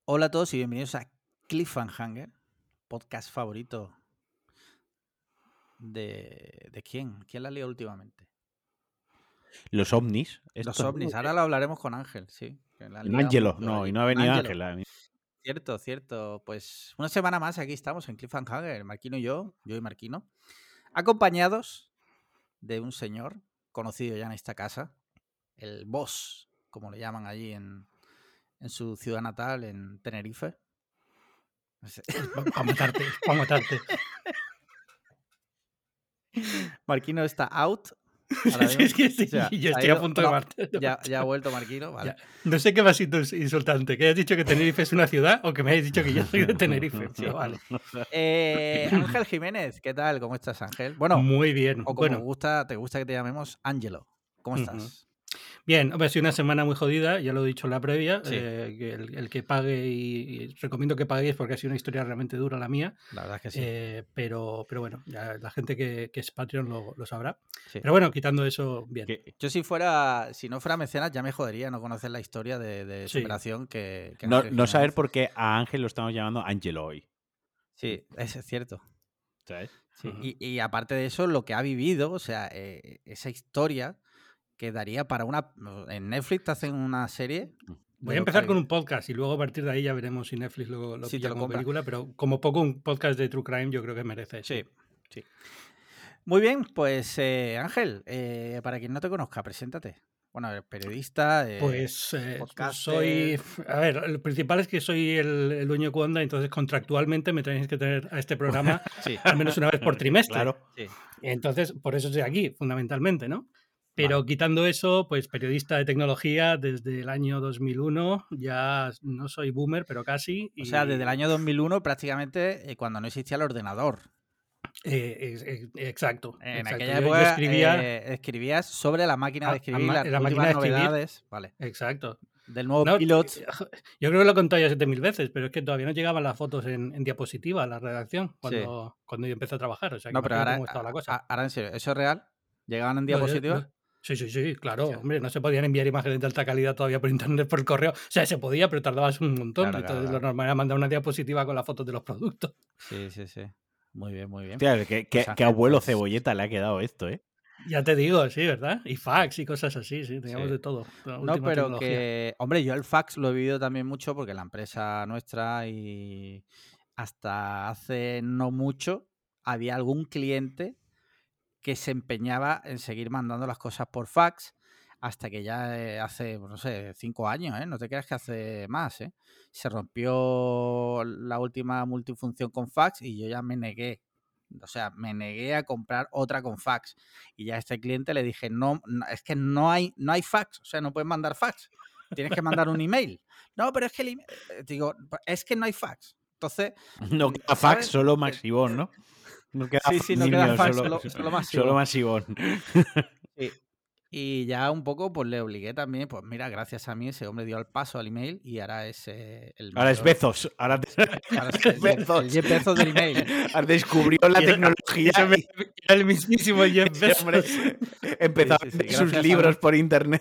Hola a todos y bienvenidos a Cliffhanger, podcast favorito de quién. ¿Quién la ha liado últimamente? Los ovnis. Los ovnis. Ahora lo hablaremos con Ángel, sí. Que la han liado Ángelo, mucho no, ahí. y no ha Con venido Ángelo. Ángela. Cierto, cierto. Pues una semana más aquí estamos en Cliffhanger, Marquino y yo y Marquino, acompañados de un señor conocido ya en esta casa, el boss, como le llaman allí en su ciudad natal, en Tenerife. Para matarte, para matarte. Marquino está out. Es que sí, O sea, yo estoy a punto de matar. Ya ha vuelto Marquino, vale. No sé qué más insultante, que hayas dicho que Tenerife es una ciudad o que me hayas dicho que yo soy de Tenerife. Sí. Vale. Ángel Jiménez, ¿qué tal? ¿Cómo estás, Ángel? Bueno, muy bien. O como te gusta que te llamemos Ángelo. ¿Cómo estás? Bien, hombre, ha sido una semana muy jodida, ya lo he dicho en la previa, Sí. que el que pague, y recomiendo que paguéis porque ha sido una historia realmente dura la mía. La verdad es que sí. Pero bueno, ya la gente que es Patreon lo sabrá. Sí. Pero bueno, quitando eso, bien. Yo si no fuera mecenas ya me jodería no conocer la historia de superación que no saber por qué a Ángel lo estamos llamando Ángelo hoy. Sí, eso es cierto. ¿Sabes? Sí. Y aparte de eso, lo que ha vivido, o sea, esa historia que daría para una... En Netflix te hacen una serie. Voy a empezar con un podcast y luego a partir de ahí ya veremos si Netflix lo pilla como película, pero como poco un podcast de True Crime yo creo que merece. Sí. Muy bien, pues Ángel, para quien no te conozca, preséntate. Bueno, eres periodista, podcaster. Soy... A ver, lo principal es que soy el dueño de Cuonda, entonces contractualmente me tenéis que tener a este programa al menos una vez por trimestre. Claro. Sí. Entonces, por eso estoy aquí, fundamentalmente, ¿no? Pero quitando eso, pues periodista de tecnología desde el año 2001, ya no soy boomer, pero casi. O sea, desde el año 2001 prácticamente cuando no existía el ordenador. Exacto. En aquella época escribías sobre la máquina de escribir, las últimas novedades. Vale. Exacto. Del nuevo Pilot. Yo creo que lo he contado ya 7.000 veces, pero es que todavía no llegaban las fotos en diapositiva a la redacción cuando yo empecé a trabajar. O sea, no, pero ahora, cómo estaba la cosa. Ahora en serio, ¿eso es real? ¿Llegaban en diapositiva? Sí, claro. Hombre, no se podían enviar imágenes de alta calidad todavía por internet, por el correo. O sea, se podía, pero tardabas un montón. Entonces lo normal era mandar una diapositiva con las fotos de los productos. Sí. Muy bien. Hostia, qué abuelo cebolleta le ha quedado esto, ¿eh? Ya te digo, sí, ¿verdad? Y fax y cosas así, sí, teníamos de todo. No, pero que... Hombre, yo el fax lo he vivido también mucho porque la empresa nuestra y hasta hace no mucho había algún cliente que se empeñaba en seguir mandando las cosas por fax hasta que ya hace, no sé, 5 años, ¿eh? No te creas que hace más, ¿eh? Se rompió la última multifunción con fax y yo ya me negué. O sea, me negué a comprar otra con fax. Y ya a este cliente le dije, no, es que no hay fax. O sea, no puedes mandar fax. Tienes que mandar un email. No, pero es que el email... Digo, es que no hay fax. Entonces... No queda fax, solo Maxibón, ¿no? No queda no queda fax, solo Maxibón. Solo Maxibón. Sí. Y ya un poco pues le obligué también, pues mira, gracias a mí ese hombre dio el paso al email y ahora es el ahora es Bezos. Ahora es Bezos. El Jeff Bezos del email. Descubrió la tecnología. Era el mismísimo Jeff Bezos. Empezó a vender sus libros por internet.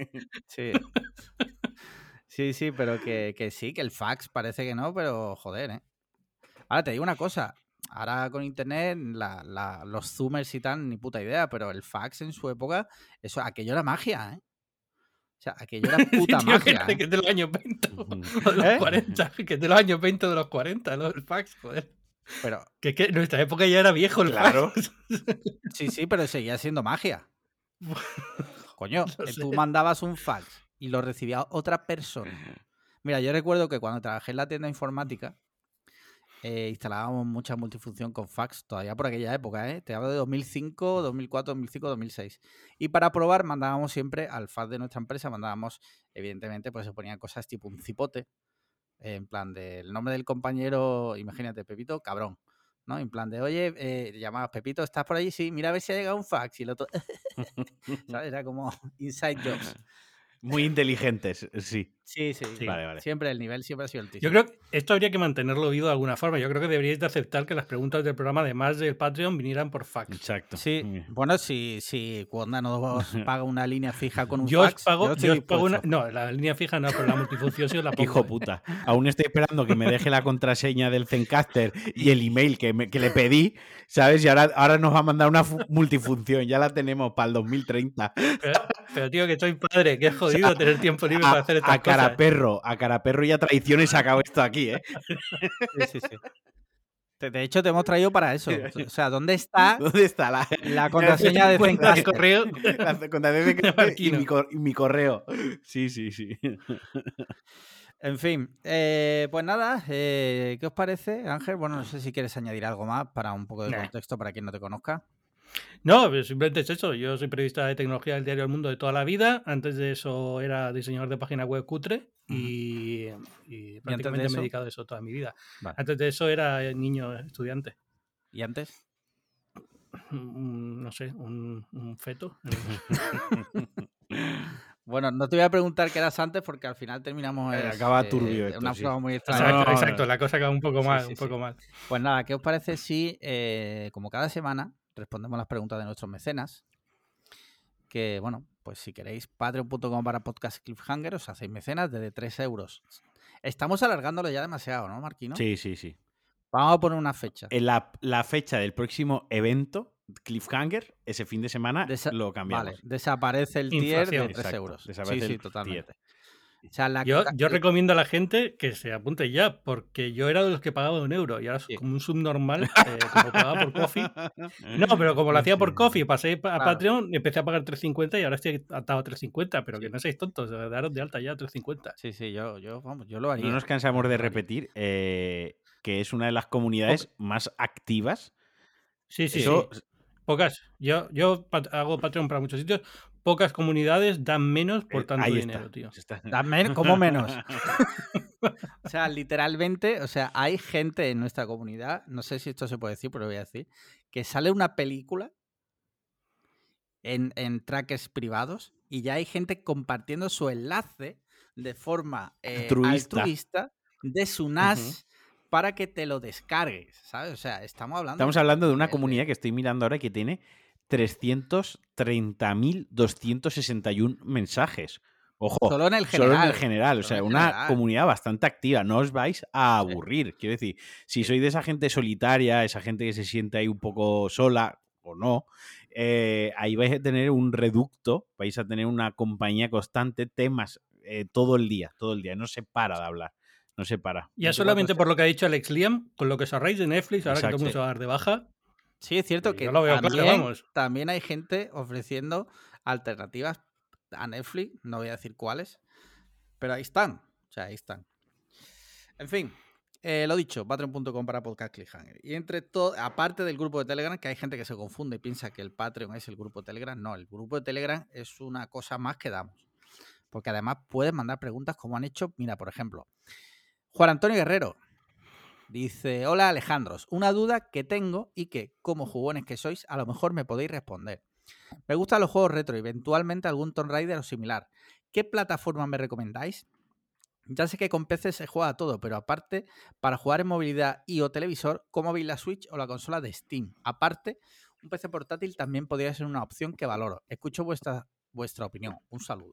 Sí, pero que sí, que el fax parece que no, pero joder, ¿eh? Ahora te digo una cosa. Ahora con internet, los zoomers y tal, ni puta idea, pero el fax en su época, aquello era magia, ¿eh? O sea, aquello era puta magia. Que es de los años 20 o de los 40, que es de los años 20 o de los 40, el fax, joder. Pero, que en nuestra época ya era viejo el fax. Sí, pero seguía siendo magia. Coño, tú mandabas un fax y lo recibía otra persona. Mira, yo recuerdo que cuando trabajé en la tienda informática, instalábamos mucha multifunción con fax, todavía por aquella época, ¿eh? Te hablo de 2005, 2004, 2005, 2006. Y para probar mandábamos siempre al fax de nuestra empresa, evidentemente, pues se ponían cosas tipo un cipote, en plan del nombre del compañero, imagínate, Pepito, cabrón, ¿no? En plan de, oye, llamabas Pepito, ¿estás por ahí? Sí, mira a ver si ha llegado un fax. Y el otro, ¿sabes? Era como inside jokes. Muy inteligentes, sí. Sí. Vale. Siempre el nivel siempre ha sido altísimo. Yo creo que esto habría que mantenerlo vivo de alguna forma. Yo creo que deberíais de aceptar que las preguntas del programa, además del Patreon, vinieran por fax. Exacto. Sí, bueno, si Cuonda nos paga una línea fija con un Yo os fax, pago, estoy dispuesto. No, la línea fija no, pero la multifunción sí os la pongo. Hijo puta. Aún estoy esperando que me deje la contraseña del Zencaster y el email que le pedí, ¿sabes? Y ahora nos va a mandar una multifunción. Ya la tenemos para el 2030. Pero tío, que soy padre, que es jodido tener tiempo libre para hacer estas cosas. A cara perro y a traición he sacado esto aquí, ¿eh? Sí. De hecho, te hemos traído para eso. O sea, ¿dónde está la contraseña de cuenta de Zencaster? correo? La contraseña de Zencaster y mi correo. Sí. En fin, pues nada, ¿qué os parece, Ángel? Bueno, no sé si quieres añadir algo más para un poco de contexto para quien no te conozca. No, pues simplemente es eso. Yo soy periodista de tecnología del diario El Mundo de toda la vida. Antes de eso era diseñador de página web cutre y prácticamente me he dedicado a eso toda mi vida. Vale. Antes de eso era niño estudiante. ¿Y antes? No sé, un feto. Bueno, no te voy a preguntar qué eras antes porque al final terminamos acaba turbio de esto, una sí. forma muy extraña. Exacto, la cosa acaba un poco mal, mal. Pues nada, ¿qué os parece si, como cada semana, respondemos las preguntas de nuestros mecenas? Que, bueno, pues si queréis, patreon.com/podcast cliffhanger, os hacéis mecenas desde 3 euros. Estamos alargándolo ya demasiado, ¿no, Marquino? Sí. Vamos a poner una fecha. La fecha del próximo evento, Cliffhanger, ese fin de semana lo cambiamos. Vale, desaparece el tier de 3 euros. Sí, totalmente. O sea, yo recomiendo a la gente que se apunte ya, porque yo era de los que pagaba 1 euro y ahora como un subnormal, como pagaba por Coffee. No, pero como lo hacía por Coffee, pasé a Patreon, empecé a pagar 3,50 y ahora estoy atado a 3,50, pero que no seáis tontos, daros de alta ya a 3,50. Sí, yo lo haría. No nos cansamos de repetir que es una de las comunidades más activas. Sí. Pocas. Yo hago Patreon para muchos sitios. Pocas comunidades dan menos por tanto dinero, tío. ¿Cómo menos? O sea, literalmente, hay gente en nuestra comunidad, no sé si esto se puede decir, pero lo voy a decir, que sale una película en trackers privados y ya hay gente compartiendo su enlace de forma altruista de su NAS para que te lo descargues, ¿sabes? O sea, estamos hablando de una comunidad que estoy mirando ahora que tiene 330.261 mensajes. Ojo, solo en el general. O sea, una comunidad bastante activa. No os vais a aburrir. Quiero decir, si sois de esa gente solitaria, esa gente que se siente ahí un poco sola o no, ahí vais a tener un reducto, vais a tener una compañía constante, temas todo el día. No se para de hablar. No se para. Ya solamente por lo que ha dicho Alex Liam, con lo que os ahorráis de Netflix, ahora que todo el mundo se va a dar de baja. Sí, es cierto que lo veo también hay gente ofreciendo alternativas a Netflix, no voy a decir cuáles, pero ahí están. O sea, ahí están. En fin, lo dicho, patreon.com/podcast cliffhanger. Y aparte del grupo de Telegram, que hay gente que se confunde y piensa que el Patreon es el grupo de Telegram. No, el grupo de Telegram es una cosa más que damos. Porque además puedes mandar preguntas como han hecho, mira, por ejemplo, Juan Antonio Guerrero dice: hola Alejandros, una duda que tengo y que, como jugones que sois, a lo mejor me podéis responder. Me gustan los juegos retro, eventualmente algún Tomb Raider o similar. ¿Qué plataforma me recomendáis? Ya sé que con PC se juega todo, pero aparte, para jugar en movilidad y o televisor, ¿cómo veis la Switch o la consola de Steam? Aparte, un PC portátil también podría ser una opción que valoro. Escucho vuestra opinión. Un saludo.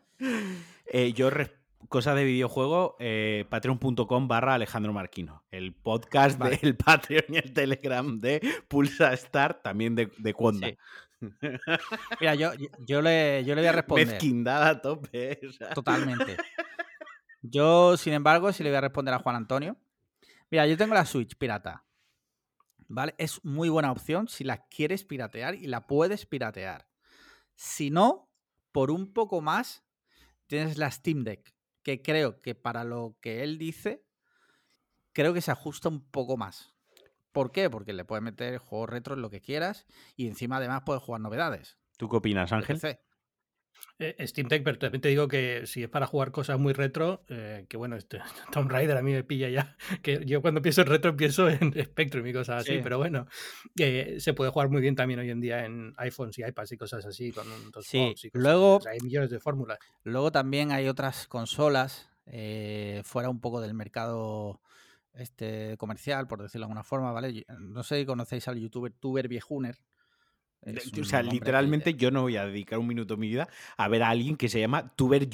Cosas de videojuego, patreon.com/Alejandro Marquino. El podcast del Patreon y el Telegram de Pulsa Start, también de Cuonda. Sí. Mira, yo le voy a responder. Mezquindad a tope. O sea. Totalmente. Yo, sin embargo, sí le voy a responder a Juan Antonio. Mira, yo tengo la Switch pirata. ¿Vale? Es muy buena opción si la quieres piratear y la puedes piratear. Si no, por un poco más, tienes la Steam Deck, que creo que para lo que él dice, creo que se ajusta un poco más. ¿Por qué? Porque le puedes meter juegos retro en lo que quieras y encima además puedes jugar novedades. ¿Tú qué opinas, Ángel? Steam Deck, pero también te digo que si es para jugar cosas muy retro, que bueno, Tomb Raider a mí me pilla ya, que yo cuando pienso en retro pienso en Spectrum y cosas así, pero bueno, se puede jugar muy bien también hoy en día en iPhones y iPads y cosas así, con un DOSBox y cosas luego, así. Hay millones de fórmulas. Luego también hay otras consolas fuera un poco del mercado comercial, por decirlo de alguna forma, ¿vale? No sé si conocéis al youtuber Viejuner. O sea, literalmente yo no voy a dedicar un minuto de mi vida a ver a alguien que se llama Tuber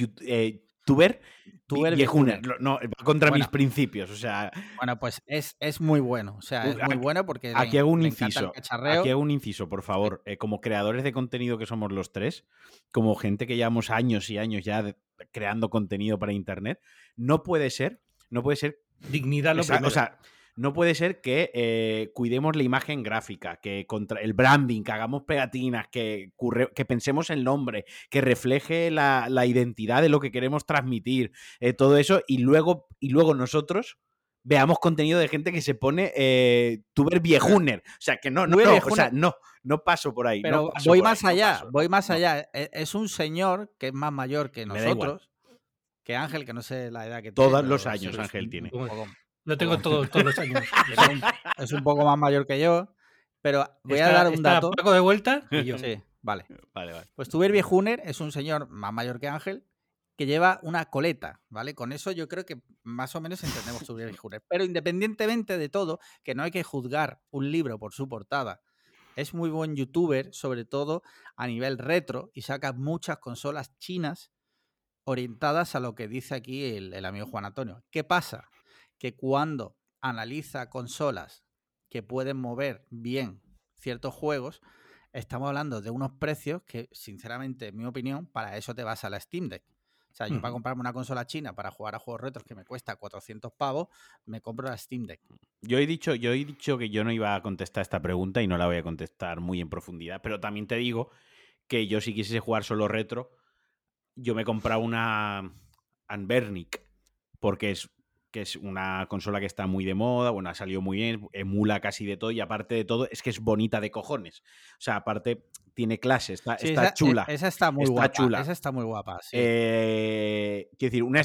Viejuner. No, va contra mis principios, o sea... Bueno, pues es muy bueno, o sea, es muy bueno porque aquí hago un inciso, encanta el cacharreo. Aquí hago un inciso, por favor. Como creadores de contenido que somos los tres, como gente que llevamos años y años ya creando contenido para internet, no puede ser... Dignidad lo primero. O sea, no puede ser que cuidemos la imagen gráfica, que contra el branding, que hagamos pegatinas, que pensemos el nombre, que refleje la identidad de lo que queremos transmitir, todo eso, y luego nosotros veamos contenido de gente que se pone Tuber Viejuner. O sea, que no paso por ahí. Pero no voy más allá, voy más allá. Es un señor que es más mayor que nosotros, que Ángel, que no sé la edad que tiene. Todos los años Ángel tiene. Lo tengo todos los años. Es un poco más mayor que yo, pero voy a dar un dato. ¿Paco de vuelta? Y yo. Sí, vale. Vale. Pues Tuber Viejuner es un señor más mayor que Ángel que lleva una coleta, ¿vale? Con eso yo creo que más o menos entendemos Tuber Viejuner. Pero independientemente de todo, que no hay que juzgar un libro por su portada. Es muy buen youtuber, sobre todo a nivel retro, y saca muchas consolas chinas orientadas a lo que dice aquí el amigo Juan Antonio. ¿Qué pasa? Que cuando analiza consolas que pueden mover bien ciertos juegos, estamos hablando de unos precios que, sinceramente, en mi opinión, para eso te vas a la Steam Deck. O sea, yo para comprarme una consola china para jugar a juegos retros que me cuesta 400 pavos, me compro la Steam Deck. Yo he dicho que yo no iba a contestar esta pregunta y no la voy a contestar muy en profundidad, pero también te digo que yo si quisiese jugar solo retro, yo me he comprado una Anbernic, porque es una consola que está muy de moda, bueno, ha salido muy bien, emula casi de todo y aparte de todo es que es bonita de cojones. O sea, aparte tiene clase, está chula. Esa está muy guapa. Chula. Esa está muy guapa, sí. Quiero decir, una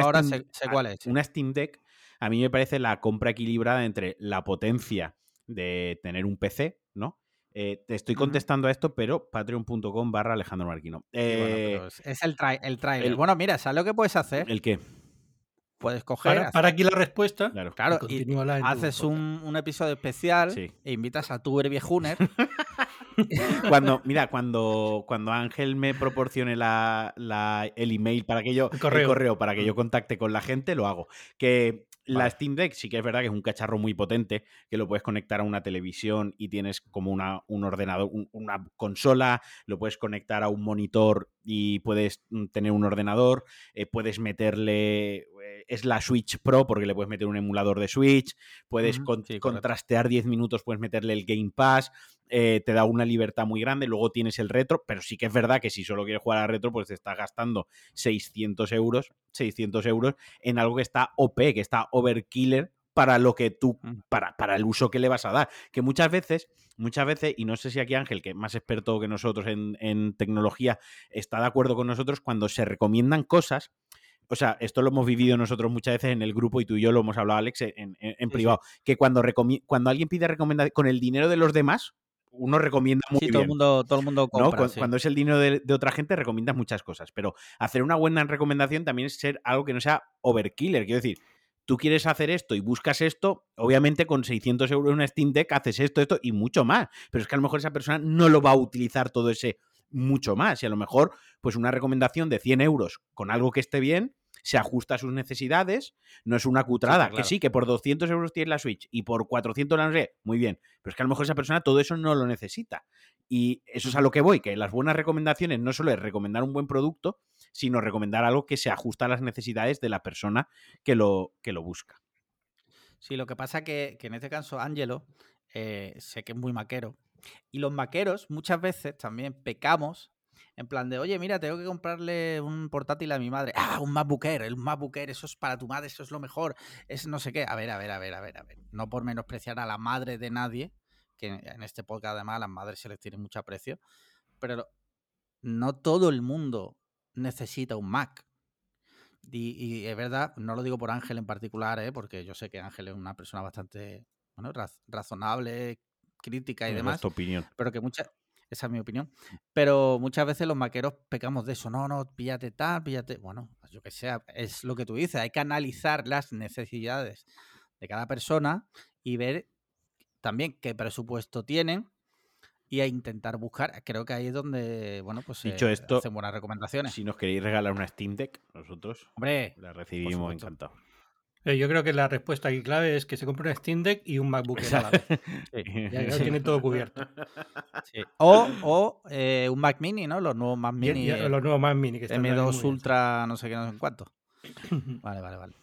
Steam Deck a mí me parece la compra equilibrada entre la potencia de tener un PC, ¿no? Te estoy contestando a esto, pero patreon.com/Alejandro Marquino. Bueno, es el trailer. Bueno, mira, ¿sabes lo que puedes hacer? ¿El qué? Puedes coger... Para aquí la respuesta. Claro, y haces un episodio especial e invitas a Tuber Viejuner. Cuando Ángel me proporcione el email para que yo... El correo para que yo contacte con la gente, lo hago. Que... La Steam Deck sí que es verdad que es un cacharro muy potente, que lo puedes conectar a una televisión y tienes como un ordenador, una consola, lo puedes conectar a un monitor y puedes tener un ordenador, puedes meterle... es la Switch Pro porque le puedes meter un emulador de Switch, puedes contrastear 10 minutos, puedes meterle el Game Pass, te da una libertad muy grande, luego tienes el retro, pero sí que es verdad que si solo quieres jugar a retro, pues te estás gastando 600 euros en algo que está OP, que está overkiller para lo que tú, para el uso que le vas a dar. Que muchas veces, y no sé si aquí Ángel, que es más experto que nosotros en tecnología, está de acuerdo con nosotros cuando se recomiendan cosas. O sea, esto lo hemos vivido nosotros muchas veces en el grupo y tú y yo lo hemos hablado, Alex, en privado. Sí. Que cuando alguien pide recomendación con el dinero de los demás, uno recomienda muy bien. Todo el mundo compra. ¿No? Cuando es el dinero de otra gente, recomiendas muchas cosas. Pero hacer una buena recomendación también es ser algo que no sea overkiller. Quiero decir, tú quieres hacer esto y buscas esto, obviamente con 600 euros en una Steam Deck haces esto y mucho más. Pero es que a lo mejor esa persona no lo va a utilizar todo ese mucho más. Y a lo mejor, pues una recomendación de 100 euros con algo que esté bien, se ajusta a sus necesidades, no es una cutrada, claro. Que sí, que por 200 euros tienes la Switch y por 400 la no sé, muy bien, pero es que a lo mejor esa persona todo eso no lo necesita. Y eso es a lo que voy, que las buenas recomendaciones no solo es recomendar un buen producto, sino recomendar algo que se ajusta a las necesidades de la persona que lo busca. Sí, lo que pasa que en este caso, Ángelo, sé que es muy maquero, y los maqueros muchas veces también pecamos en plan de, oye, mira, tengo que comprarle un portátil a mi madre. Ah, un MacBook Air, eso es para tu madre, eso es lo mejor, es no sé qué. A ver. No por menospreciar a la madre de nadie, que en este podcast además a las madres se les tiene mucho aprecio, pero no todo el mundo necesita un Mac. Y es verdad, no lo digo por Ángel en particular, porque yo sé que Ángel es una persona bastante razonable, crítica y demás. Esa es tu opinión. Pero que esa es mi opinión. Pero muchas veces los maqueros pecamos de eso. No, píllate tal, píllate. Bueno, yo que sé, es lo que tú dices. Hay que analizar las necesidades de cada persona y ver también qué presupuesto tienen y a intentar buscar. Creo que ahí es donde, bueno, pues Dicho esto, hacen buenas recomendaciones. Si nos queréis regalar una Steam Deck, nosotros la recibimos encantados. Yo creo que la respuesta aquí clave es que se compre un Steam Deck y un MacBook Air a la vez. Sí, ya lo tiene todo cubierto. Sí. O un Mac Mini, ¿no? Los nuevos Mac Mini. Los nuevos Mac Mini que están M2 Ultra, no sé qué, no sé en cuánto. Vale.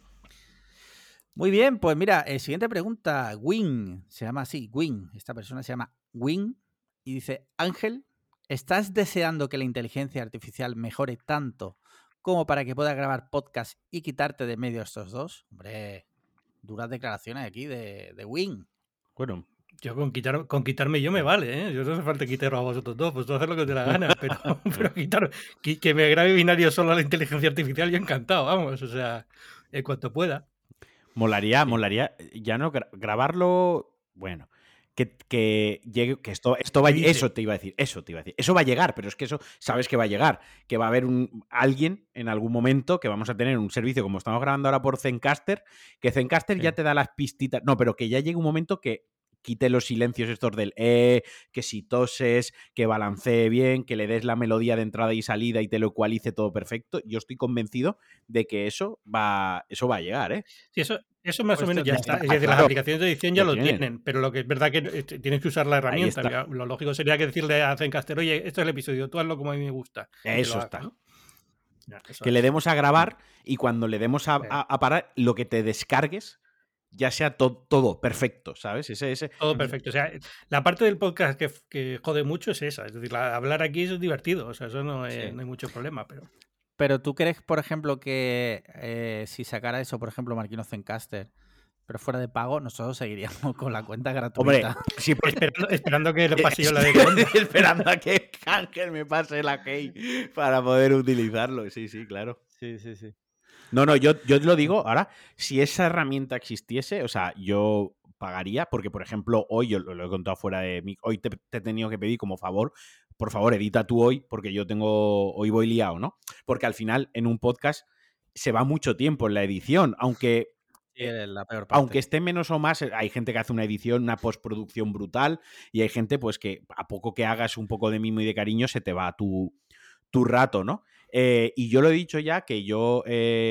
Muy bien, pues mira, siguiente pregunta. Win, se llama así, Win. Esta persona se llama Win y dice: Ángel, ¿estás deseando que la inteligencia artificial mejore tanto como para que pueda grabar podcast y quitarte de medio estos dos? Hombre, duras declaraciones aquí de Win. Bueno, yo con quitarme yo me vale, ¿eh? Yo no hace falta quitaros a vosotros dos, pues tú haces lo que te la gana, pero que me grabe binario solo a la inteligencia artificial, yo encantado, vamos, o sea, en cuanto pueda. Molaría ya no grabarlo, bueno, que llegue, que esto va, eso te iba a decir, eso va a llegar, pero es que eso sabes que va a llegar, que va a haber alguien en algún momento que vamos a tener un servicio como estamos grabando ahora por Zencaster, que Zencaster ya te da las pistitas, no, pero que ya llegue un momento que quite los silencios estos del que si toses, que balancee bien, que le des la melodía de entrada y salida y te lo ecualice todo perfecto. Yo estoy convencido de que eso va a llegar, ¿eh? Sí, eso más o menos ya está. Es decir, claro, las aplicaciones de edición ya lo tienen, pero lo que es verdad que tienes que usar la herramienta. Lo lógico sería que decirle a Zencaster, oye, esto es el episodio, tú hazlo como a mí me gusta. Eso está. ¿No? Ya, que le demos a grabar y cuando le demos a parar, lo que te descargues ya sea todo perfecto, ¿sabes? Todo perfecto. O sea, la parte del podcast que jode mucho es esa. Es decir, hablar aquí es divertido. O sea, eso no hay mucho problema, Pero tú crees, por ejemplo, que si sacara eso, por ejemplo, Marquino Zencaster, pero fuera de pago, nosotros seguiríamos con la cuenta gratuita. Hombre, sí, esperando que le pase yo la de esperando a que Ángel me pase la key para poder utilizarlo. Sí, claro. Sí. No, yo lo digo ahora, si esa herramienta existiese, o sea, yo pagaría, porque por ejemplo, hoy yo lo he contado fuera de mí, hoy te he tenido que pedir como favor, por favor, edita tú hoy, porque hoy voy liado, ¿no? Porque al final, en un podcast se va mucho tiempo en la edición, aunque la peor parte. Aunque esté menos o más, hay gente que hace una edición, una postproducción brutal, y hay gente pues que a poco que hagas un poco de mimo y de cariño se te va tu rato, ¿no? Y yo lo he dicho ya que yo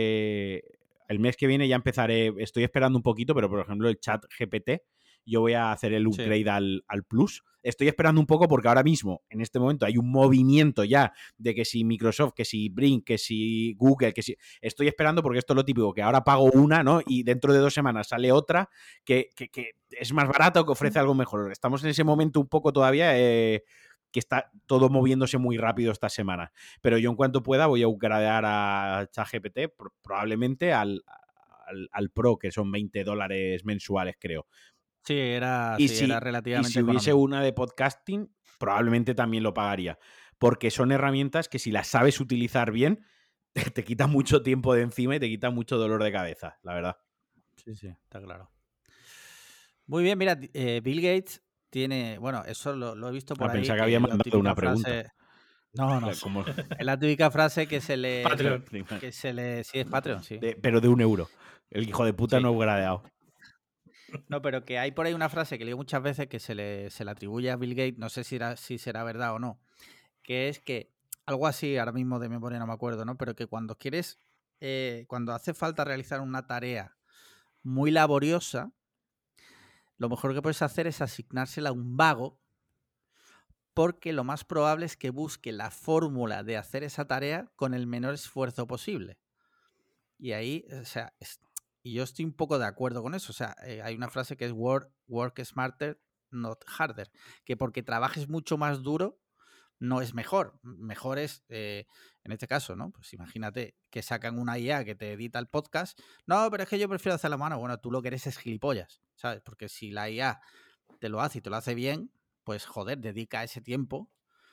el mes que viene ya empezaré, estoy esperando un poquito, pero por ejemplo el chat GPT, yo voy a hacer el upgrade al Plus. Estoy esperando un poco porque ahora mismo, en este momento, hay un movimiento ya de que si Microsoft, que si Bing, que si Google, que si... Estoy esperando porque esto es lo típico, que ahora pago una, ¿no? Y dentro de 2 semanas sale otra que es más barato, que ofrece algo mejor. Estamos en ese momento un poco todavía... que está todo moviéndose muy rápido esta semana. Pero yo en cuanto pueda voy a upgradear a ChatGPT, probablemente al Pro, que son $20 mensuales, creo. Sí, era relativamente. Y si hubiese una de podcasting, probablemente también lo pagaría. Porque son herramientas que si las sabes utilizar bien, te quita mucho tiempo de encima y te quita mucho dolor de cabeza, la verdad. Sí, está claro. Muy bien, mira, Bill Gates tiene, bueno, eso lo he visto por ahí. Pensaba que había mandado una pregunta. No. Es la típica frase que se le... Patreon. Sí, es Patreon, sí. Pero de €1. El hijo de puta no ha gradeado. No, pero que hay por ahí una frase que leo muchas veces que se le atribuye a Bill Gates, no sé si será verdad o no, que es que algo así, ahora mismo de memoria no me acuerdo, ¿no? Pero que cuando cuando hace falta realizar una tarea muy laboriosa, lo mejor que puedes hacer es asignársela a un vago, porque lo más probable es que busque la fórmula de hacer esa tarea con el menor esfuerzo posible. Y ahí, o sea, y yo estoy un poco de acuerdo con eso. O sea, hay una frase que es work smarter, not harder. Que porque trabajes mucho más duro, no es mejor. Mejor es, en este caso, ¿no? Pues imagínate que sacan una IA que te edita el podcast. No, pero es que yo prefiero hacer la mano. Bueno, tú lo que eres es gilipollas, ¿sabes? Porque si la IA te lo hace y te lo hace bien, pues joder, dedica ese tiempo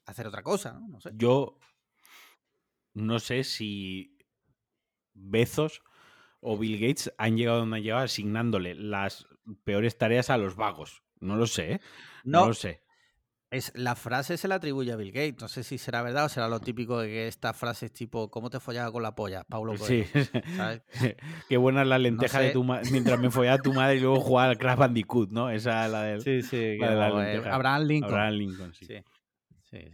hacer otra cosa, ¿no? No sé. Yo no sé si Bezos o Bill Gates han llegado donde han llegado asignándole las peores tareas a los vagos. No lo sé, ¿eh? No lo sé. La frase se la atribuye a Bill Gates. No sé si será verdad o será lo típico de que estas frases tipo ¿cómo te follaba con la polla? Paulo Coelho. Sí. ¿Sabes? Qué buena es la lenteja de tu madre mientras me follaba tu madre y luego jugaba al Crash Bandicoot, ¿no? Esa es la del. Sí, la de la lenteja. Abraham Lincoln. Abraham Lincoln, sí. Sí.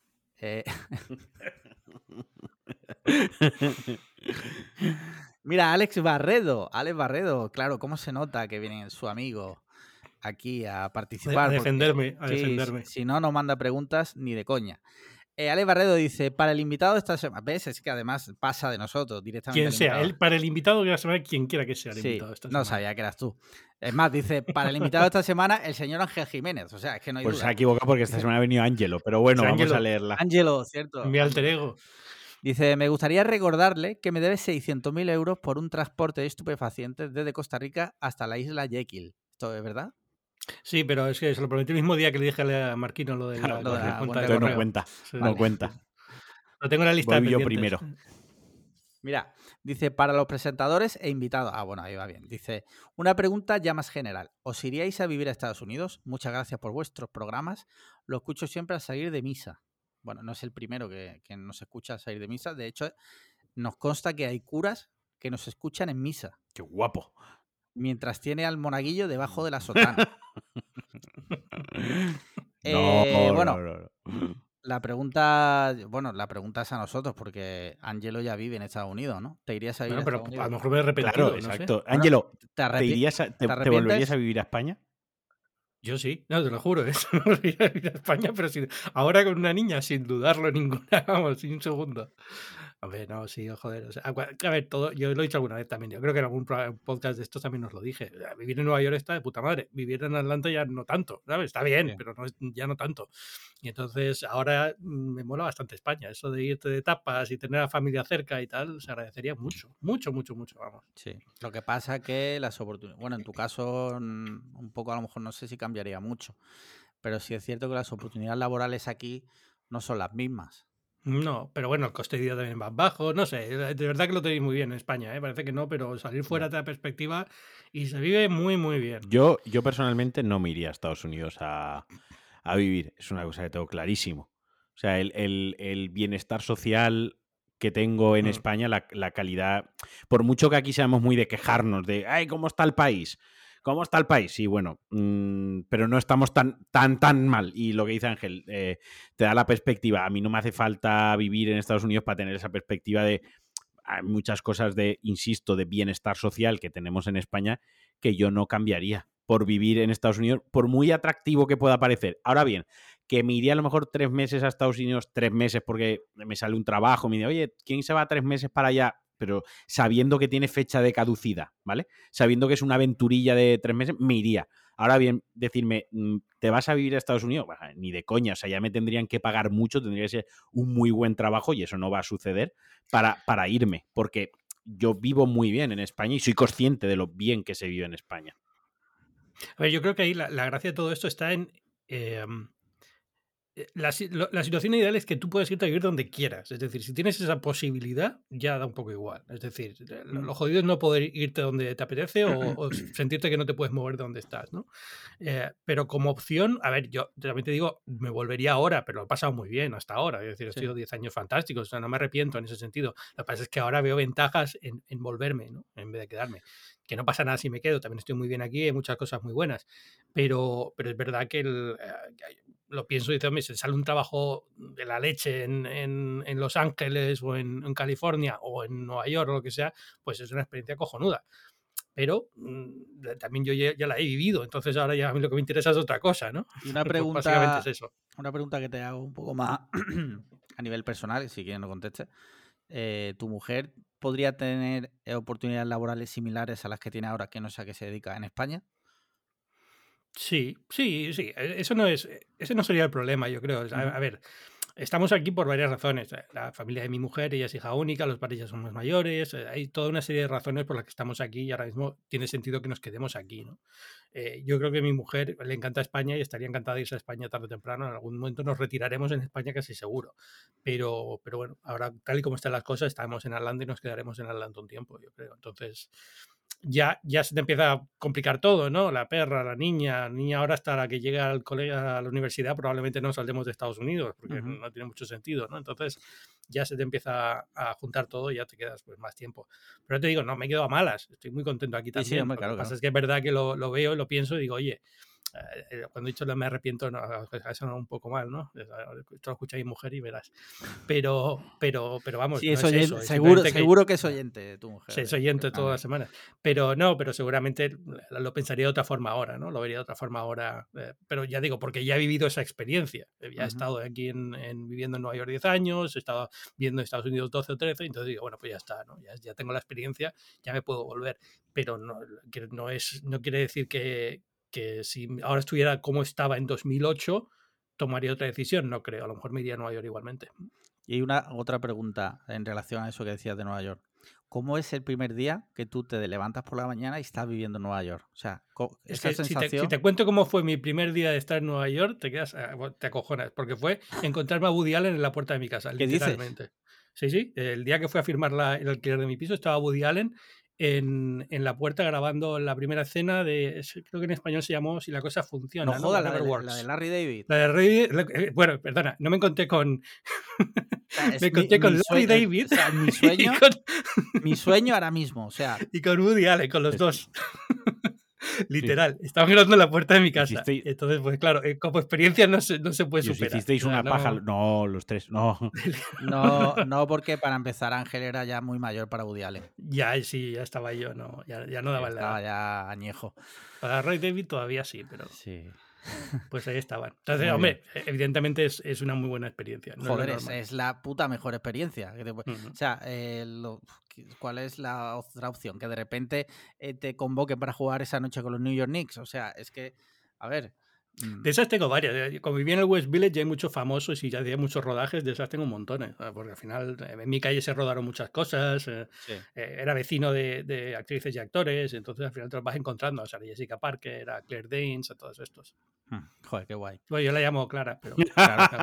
Mira, Alex Barredo, claro, ¿cómo se nota que viene su amigo aquí a participar? A defenderme. Si no, no manda preguntas ni de coña. Alex Barredo dice, para el invitado de esta semana, ¿ves? Es que además pasa de nosotros directamente. Quien sea, para el invitado de la semana, quien quiera que sea el invitado de esta semana. No sabía que eras tú. Es más, dice, para el invitado de esta semana, el señor Ángel Jiménez. O sea, es que no hay duda. Pues se ha equivocado porque esta semana ha venido Ángelo, pero bueno, vamos a leerla. Ángelo, cierto. Mi alter ego. Dice, me gustaría recordarle que me debe 600.000 euros por un transporte de estupefacientes desde Costa Rica hasta la isla Jekyll. ¿Esto es verdad? Sí, pero es que se lo prometí el mismo día que le dije a Marquino lo de la cuenta de correo. No cuenta, sí. No cuenta. Lo tengo en la lista de yo primero. Mira, dice, para los presentadores e invitados. Ah, bueno, ahí va bien. Dice, una pregunta ya más general. ¿Os iríais a vivir a Estados Unidos? Muchas gracias por vuestros programas. Lo escucho siempre al salir de misa. Bueno, no es el primero que nos escucha al salir de misa. De hecho, nos consta que hay curas que nos escuchan en misa. ¡Qué guapo! Mientras tiene al monaguillo debajo de la sotana. No. La pregunta es a nosotros, porque Ángelo ya vive en Estados Unidos, ¿no? ¿Te irías a vivir a Estados Unidos? A lo mejor me he repetido. Claro, exacto. Bueno, Ángelo, ¿te volverías a vivir a España? Yo sí, no, te lo juro, me volvería a vivir a España, pero ahora con una niña, sin dudarlo ninguna, vamos, sin un segundo. A ver, no, sí, joder. O sea, a ver, todo, yo lo he dicho alguna vez también. Yo creo que en algún podcast de estos también os lo dije. Vivir en Nueva York está de puta madre. Vivir en Atlanta ya no tanto, ¿sabes? Está bien, pero ya no tanto. Y entonces ahora me mola bastante España. Eso de irte de tapas y tener a la familia cerca y tal, se agradecería mucho, vamos. Sí. Lo que pasa que las oportunidades... Bueno, en tu caso, un poco a lo mejor no sé si cambiaría mucho. Pero sí es cierto que las oportunidades laborales aquí no son las mismas. No, pero bueno, el coste de vida también es más bajo, no sé, de verdad que lo tenéis muy bien en España, parece que no, pero salir fuera de la perspectiva y se vive muy, muy bien. Yo personalmente no me iría a Estados Unidos a vivir, es una cosa que tengo clarísimo. O sea, el bienestar social que tengo en España, la calidad, por mucho que aquí seamos muy de quejarnos de, ay, ¿cómo está el país? ¿Cómo está el país? Sí, bueno, pero no estamos tan mal. Y lo que dice Ángel, te da la perspectiva. A mí no me hace falta vivir en Estados Unidos para tener esa perspectiva de hay muchas cosas insisto, de bienestar social que tenemos en España que yo no cambiaría por vivir en Estados Unidos, por muy atractivo que pueda parecer. Ahora bien, que me iría a lo mejor 3 meses a Estados Unidos, 3 meses porque me sale un trabajo, me dice, oye, ¿quién se va 3 meses para allá? Pero sabiendo que tiene fecha de caducidad, ¿vale? Sabiendo que es una aventurilla de 3 meses, me iría. Ahora bien, decirme, ¿te vas a vivir a Estados Unidos? Bah, ni de coña, o sea, ya me tendrían que pagar mucho, tendría que ser un muy buen trabajo y eso no va a suceder para irme, porque yo vivo muy bien en España y soy consciente de lo bien que se vive en España. A ver, yo creo que ahí la gracia de todo esto está en... La situación ideal es que tú puedes irte a vivir donde quieras. Es decir, si tienes esa posibilidad, ya da un poco igual. Es decir, lo jodido es no poder irte donde te apetece o sentirte que no te puedes mover de donde estás, ¿no? Pero como opción, a ver, yo realmente digo, me volvería ahora, pero lo he pasado muy bien hasta ahora. Es decir, he sido 10 años fantásticos, o sea, no me arrepiento en ese sentido. Lo que pasa es que ahora veo ventajas en volverme, ¿no? En vez de quedarme. Que no pasa nada si me quedo, también estoy muy bien aquí, hay muchas cosas muy buenas. Pero es verdad que lo pienso y digo, me sale un trabajo de la leche en Los Ángeles o en California o en Nueva York o lo que sea, pues es una experiencia cojonuda. Pero también yo ya la he vivido, entonces ahora ya a mí lo que me interesa es otra cosa, ¿no? Y una pregunta, pues básicamente es eso. Una pregunta que te hago un poco más a nivel personal, si quieres no contestes. ¿Tu mujer podría tener oportunidades laborales similares a las que tiene ahora, que no sé a qué se dedica en España? Sí. Eso no sería el problema, yo creo. A ver, Estamos aquí por varias razones. La familia de mi mujer, ella es hija única, los padres ya son más mayores. Hay toda una serie de razones por las que estamos aquí y ahora mismo tiene sentido que nos quedemos aquí, ¿no? Yo creo que a mi mujer le encanta España y estaría encantada de irse a España tarde o temprano. En algún momento nos retiraremos en España casi seguro. Pero bueno, ahora tal y como están las cosas, estamos en Atlanta y nos quedaremos en Atlanta un tiempo, yo creo. Entonces, ya se te empieza a complicar todo, ¿no? La perra, la niña ahora hasta la que llega al colegio, a la universidad, probablemente no saldremos de Estados Unidos, porque no tiene mucho sentido, ¿no? Entonces ya se te empieza a juntar todo y ya te quedas pues más tiempo. Pero te digo, no, me quedo a malas, estoy muy contento aquí también. Sí, hombre, Lo que pasa es que es verdad que lo veo y lo pienso y digo, oye, cuando he dicho me arrepiento, no, eso no un poco mal, ¿no? Esto lo escucha mi mujer y verás. Pero vamos, sí, no es es eso. Seguro que es oyente de tu mujer. Sí, es oyente todas las semanas. Pero seguramente lo pensaría de otra forma ahora, ¿no? Lo vería de otra forma ahora. Pero ya digo, porque ya he vivido esa experiencia. Ya he estado aquí viviendo en Nueva York 10 años, he estado viviendo en Estados Unidos 12 o 13, entonces digo, bueno, pues ya está, ¿no? Ya tengo la experiencia, ya me puedo volver. Pero no quiere decir que si ahora estuviera como estaba en 2008, tomaría otra decisión, no creo. A lo mejor me iría a Nueva York igualmente. Y hay otra pregunta en relación a eso que decías de Nueva York. ¿Cómo es el primer día que tú te levantas por la mañana y estás viviendo en Nueva York? O sea, esa sensación... si te cuento cómo fue mi primer día de estar en Nueva York, te acojonas, porque fue encontrarme a Woody Allen en la puerta de mi casa, ¿Qué literalmente. dices? Sí, el día que fui a firmar el alquiler de mi piso estaba Woody Allen en la puerta grabando la primera escena creo que en español se llamó Si la cosa funciona, No jodas, la Works. de Larry David. Bueno, perdona, no me encontré con... me encontré con Larry David. O sea, mi sueño ahora mismo, o sea... Y con Woody Allen, con los dos. Literal, estaban grabando en la puerta de mi casa. Entonces, pues claro, como experiencia no se puede superar. Hicisteis una paja. No, los tres, no. No, porque para empezar Ángel era ya muy mayor para Woody Allen. Ya estaba yo, no, ya no daba la edad. Estaba ya añejo. Para Ray David todavía sí, pero sí. Pues ahí estaban. Entonces, hombre, evidentemente es una muy buena experiencia. No joder, es la puta mejor experiencia. O sea, ¿cuál es la otra opción? Que de repente te convoquen para jugar esa noche con los New York Knicks. O sea, es que, a ver... De esas tengo varias. Como viví en el West Village, hay muchos famosos y ya hay muchos rodajes, de esas tengo montones. Porque al final en mi calle se rodaron muchas cosas. Era vecino de actrices y actores, entonces al final te los vas encontrando. O sea, Jessica Parker, a Claire Danes, a todos estos. Joder, qué guay. Bueno, yo la llamo Clara, pero... Claro,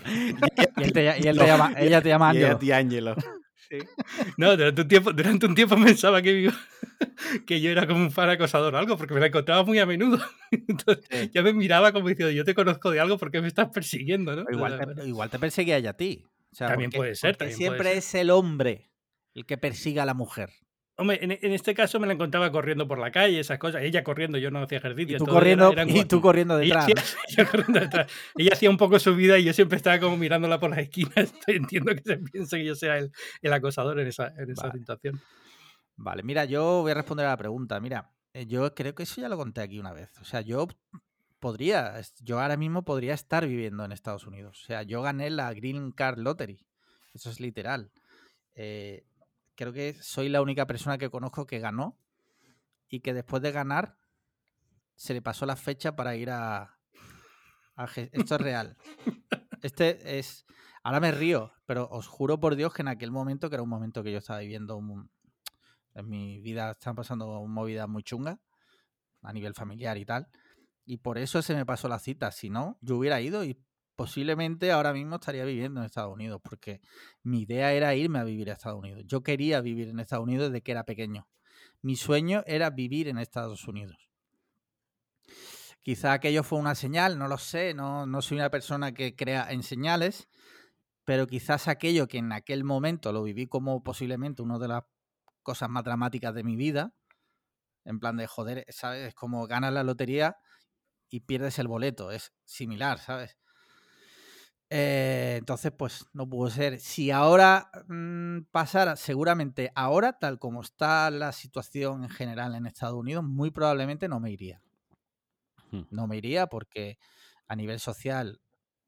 ella te llama Ángelo. Y Ángelo. Sí. No, durante un tiempo pensaba que yo era como un fan acosador o algo, porque me la encontraba muy a menudo. Entonces, ya me miraba como diciendo, yo te conozco de algo, ¿por qué me estás persiguiendo? ¿No? Igual te perseguía ella a ti. O sea, también puede ser. Porque siempre es el hombre el que persiga a la mujer. Hombre, en este caso me la encontraba corriendo por la calle, esas cosas. Ella corriendo, yo no hacía ejercicio. Y tú corriendo detrás. Ella hacía un poco su vida y yo siempre estaba como mirándola por las esquinas. Entiendo que se piense que yo sea el acosador en esa situación. Vale, mira, yo voy a responder a la pregunta. Mira, yo creo que eso ya lo conté aquí una vez. O sea, yo ahora mismo podría estar viviendo en Estados Unidos. O sea, yo gané la Green Card Lottery. Eso es literal. Creo que soy la única persona que conozco que ganó y que después de ganar se le pasó la fecha para ir esto es real. Ahora me río, pero os juro por Dios que en aquel momento, que era un momento que yo estaba viviendo en mi vida, estaban pasando movidas muy chungas a nivel familiar y tal, y por eso se me pasó la cita. Si no, yo hubiera ido y posiblemente ahora mismo estaría viviendo en Estados Unidos, porque mi idea era irme a vivir a Estados Unidos. Yo quería vivir en Estados Unidos desde que era pequeño. Mi sueño era vivir en Estados Unidos. Quizá aquello fue una señal, no lo sé, no soy una persona que crea en señales, pero quizás aquello que en aquel momento lo viví como posiblemente una de las cosas más dramáticas de mi vida, en plan de joder, ¿sabes? Es como ganas la lotería y pierdes el boleto, es similar, ¿sabes? Entonces, pues no pudo ser. Si ahora pasara, seguramente ahora, tal como está la situación en general en Estados Unidos, muy probablemente no me iría. No me iría porque a nivel social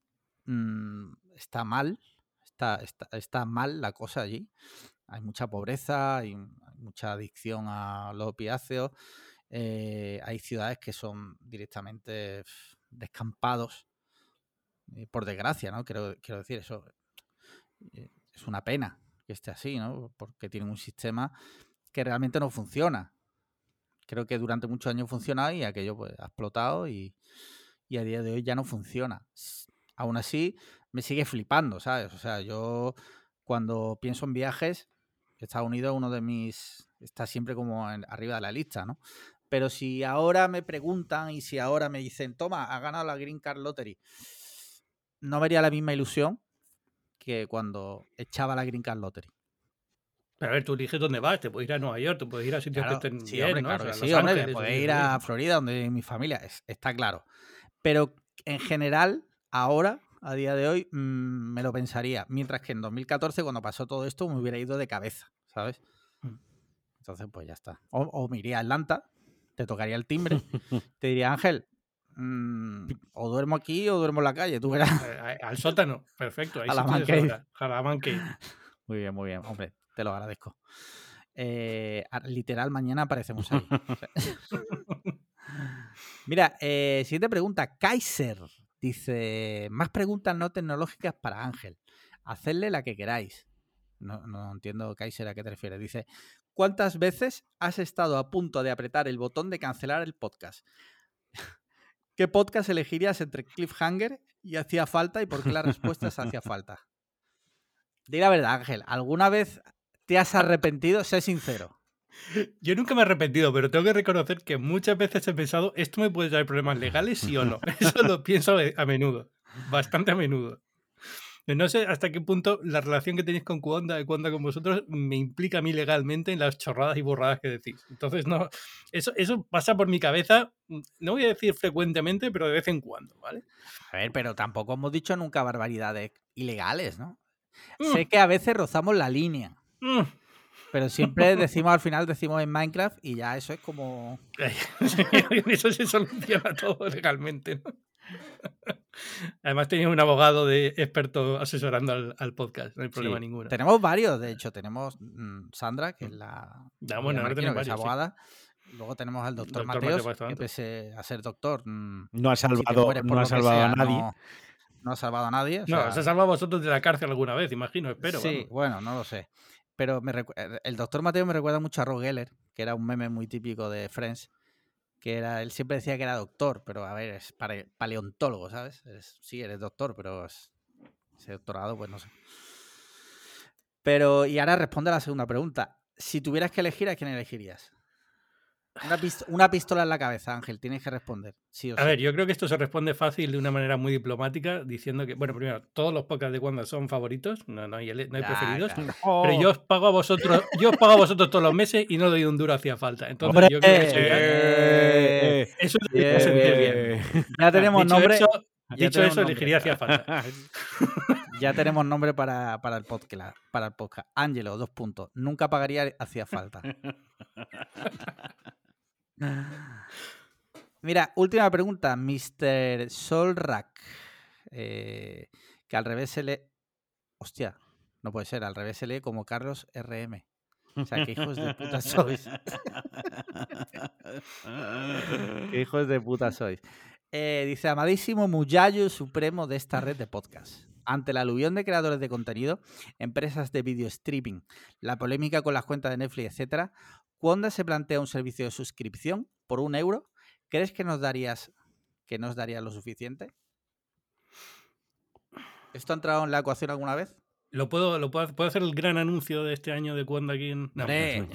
está mal, está mal la cosa allí. Hay mucha pobreza, hay mucha adicción a los opiáceos. Hay ciudades que son directamente descampados por desgracia, ¿no? Quiero decir, eso es una pena que esté así, ¿no? Porque tienen un sistema que realmente no funciona. Creo que durante muchos años funcionaba y aquello pues ha explotado y a día de hoy ya no funciona. Aún así, me sigue flipando, ¿sabes? O sea, yo cuando pienso en viajes, Estados Unidos es uno de mis... está siempre como arriba de la lista, ¿no? Pero si ahora me preguntan y si ahora me dicen, toma, ha ganado la Green Card Lottery, no me haría la misma ilusión que cuando echaba la Green Card Lottery. Pero a ver, tú eliges dónde vas, te puedes ir a Nueva York, te puedes ir a sitios claro, que estén sí, bien, hombre, ¿no? claro, o sea, sí, Los hombre, Ángeles, me puede ir a Florida, donde mi familia, está claro. Pero en general, ahora, a día de hoy, me lo pensaría. Mientras que en 2014, cuando pasó todo esto, me hubiera ido de cabeza, ¿sabes? Entonces, pues ya está. O me iría a Atlanta, te tocaría el timbre, te diría, Ángel, o duermo aquí o duermo en la calle, tú verás. Al sótano, perfecto. Ahí a sí la tienes Man hora. A la Man Cave. Muy bien, hombre, te lo agradezco. Literal, mañana aparecemos ahí. Mira, siguiente pregunta. Kaiser dice, más preguntas no tecnológicas para Ángel. Hacedle la que queráis. No entiendo, Kaiser, a qué te refieres. Dice, ¿cuántas veces has estado a punto de apretar el botón de cancelar el podcast? ¿Qué podcast elegirías entre Cliffhanger y Hacía Falta y por qué la respuesta es Hacía Falta? Di la verdad, Ángel, ¿alguna vez te has arrepentido? Sé sincero. Yo nunca me he arrepentido, pero tengo que reconocer que muchas veces he pensado, ¿esto me puede traer problemas legales, sí o no? Eso lo pienso a menudo, bastante a menudo. No sé hasta qué punto la relación que tenéis con Cuonda y Cuonda con vosotros me implica a mí legalmente en las chorradas y borradas que decís. Entonces, no, eso pasa por mi cabeza, no voy a decir frecuentemente, pero de vez en cuando, ¿vale? A ver, pero tampoco hemos dicho nunca barbaridades ilegales, ¿no? Sé que a veces rozamos la línea. Pero siempre decimos al final, decimos en Minecraft y ya eso es como... Eso se soluciona todo legalmente, ¿no? Además tenía un abogado de experto asesorando al podcast, no hay problema ninguno. Tenemos varios, de hecho. Tenemos Sandra, que es la Marquino, que es abogada. Sí. Luego tenemos al doctor Mateos, que pese a ser doctor... no ha salvado, a nadie. No ha salvado a nadie. Se ha salvado a vosotros de la cárcel alguna vez, imagino, espero. Sí, bueno, no lo sé. Pero el doctor Mateo me recuerda mucho a Rob Geller, que era un meme muy típico de Friends, que él siempre decía que era doctor, pero a ver, es paleontólogo, ¿sabes? Sí, eres doctor, pero ese doctorado, pues no sé. Pero, y ahora responde a la segunda pregunta. Si tuvieras que elegir, ¿a quién elegirías? Una pistola en la cabeza, Ángel, tienes que responder. Sí o sí. A ver, yo creo que esto se responde fácil de una manera muy diplomática, diciendo que, bueno, primero, todos los podcasts de Cuonda son favoritos, no hay preferidos, claro. pero yo os pago a vosotros, todos los meses y no doy un duro hacía falta. Entonces, ¡hombre! Yo creo que sería, eso me sentir bien. Ya tenemos nombre. Dicho eso, elegiría hacía falta. Ya tenemos nombre para el podcast. Ángelo, 2 puntos. Nunca pagaría hacía falta. Mira, última pregunta. Mr. Solrak. Que al revés se lee... Hostia, no puede ser. Al revés se lee como Carlos RM. O sea, qué hijos de puta sois. Qué hijos de puta sois. Dice, amadísimo Muyayo supremo de esta red de podcast. Ante la aluvión de creadores de contenido, empresas de video streaming, la polémica con las cuentas de Netflix, etc., ¿cuándo se plantea un servicio de suscripción por €1? ¿Crees que nos darías lo suficiente? ¿Esto ha entrado en la ecuación alguna vez? ¿Puedo hacer el gran anuncio de este año de Cuonda aquí en...? No,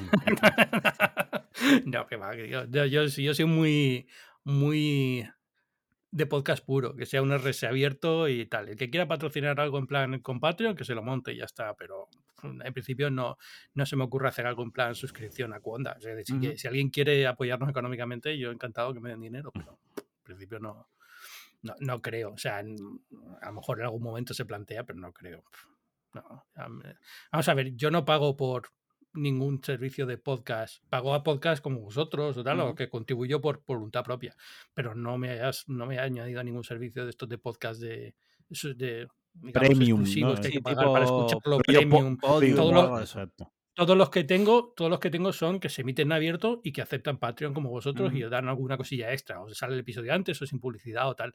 no, que va. Yo soy muy, muy de podcast puro, que sea un RS abierto y tal. El que quiera patrocinar algo en plan con Patreon, que se lo monte y ya está, pero en principio no se me ocurre hacer algo en plan suscripción a Cuonda. O sea, si alguien quiere apoyarnos económicamente, yo encantado que me den dinero, pero en principio no creo. O sea, a lo mejor en algún momento se plantea, pero no creo. No. Vamos a ver, yo no pago por ningún servicio de podcast, pago a podcast como vosotros o tal, o que contribuyó por voluntad propia, pero no me ha añadido a ningún servicio de estos de podcast de digamos, premium, exclusivos, ¿no? que hay que pagar para escucharlo, premium. Todos los que tengo son que se emiten en abierto y que aceptan Patreon como vosotros y os dan alguna cosilla extra, o se sale el episodio antes o sin publicidad o tal.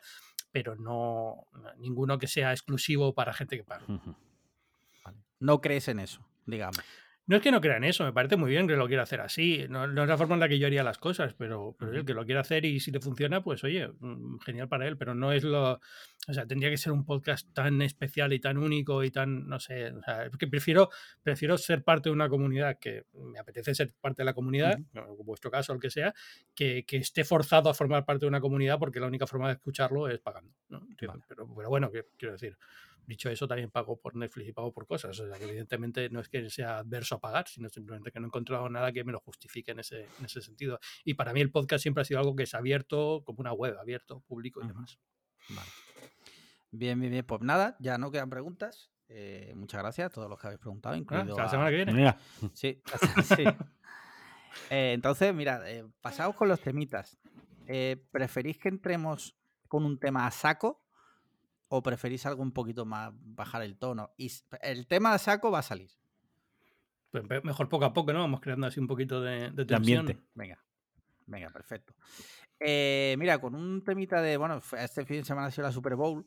pero no ninguno que sea exclusivo para gente que paga. Vale. No crees en eso, digamos. No es que no crean eso, me parece muy bien que lo quiera hacer así. No es la forma en la que yo haría las cosas, pero el que lo quiera hacer y si le funciona, pues oye, genial para él, pero no es lo... O sea, tendría que ser un podcast tan especial y tan único y tan, no sé, o sea, es que prefiero ser parte de una comunidad que me apetece ser parte de la comunidad, en vuestro caso, el que sea, que esté forzado a formar parte de una comunidad porque la única forma de escucharlo es pagando, ¿no? Vale. Pero bueno, quiero decir... Dicho eso, también pago por Netflix y pago por cosas. O sea, que evidentemente no es que sea adverso a pagar, sino simplemente que no he encontrado nada que me lo justifique en ese sentido. Y para mí el podcast siempre ha sido algo que es abierto, como una web, abierto, público y demás. Vale. Bien. Pues nada, ya no quedan preguntas. Muchas gracias a todos los que habéis preguntado, incluido la semana que viene. Mira. Sí, sí. Entonces, mira, pasaos con los temitas. ¿Preferís que entremos con un tema a saco o preferís algo un poquito más, bajar el tono? Y el tema a saco va a salir. Pues mejor poco a poco, ¿no? Vamos creando así un poquito de tensión. Venga, perfecto. Mira, con un temita de, bueno, este fin de semana ha sido la Super Bowl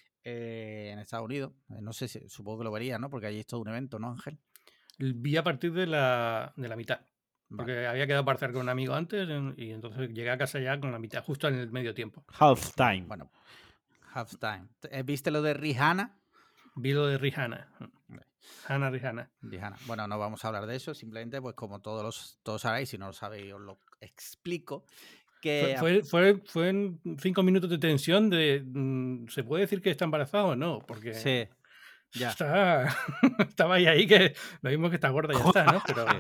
en Estados Unidos. No sé si, supongo que lo verías, ¿no? Porque allí es todo un evento, ¿no, Ángel? Vi a partir de la mitad. Porque había quedado para hacer con un amigo antes y entonces llegué a casa ya con la mitad, justo en el medio tiempo. Halftime. Bueno, halftime. ¿Viste lo de Rihanna? Vi lo de Rihanna. Rihanna. Bueno, no vamos a hablar de eso, simplemente pues como todos sabéis, si no lo sabéis os lo explico. Que fue en 5 minutos de tensión de ¿se puede decir que está embarazada o no? Porque sí, ya. Estaba ahí que lo mismo que está gorda y ya está, ¿no? Pero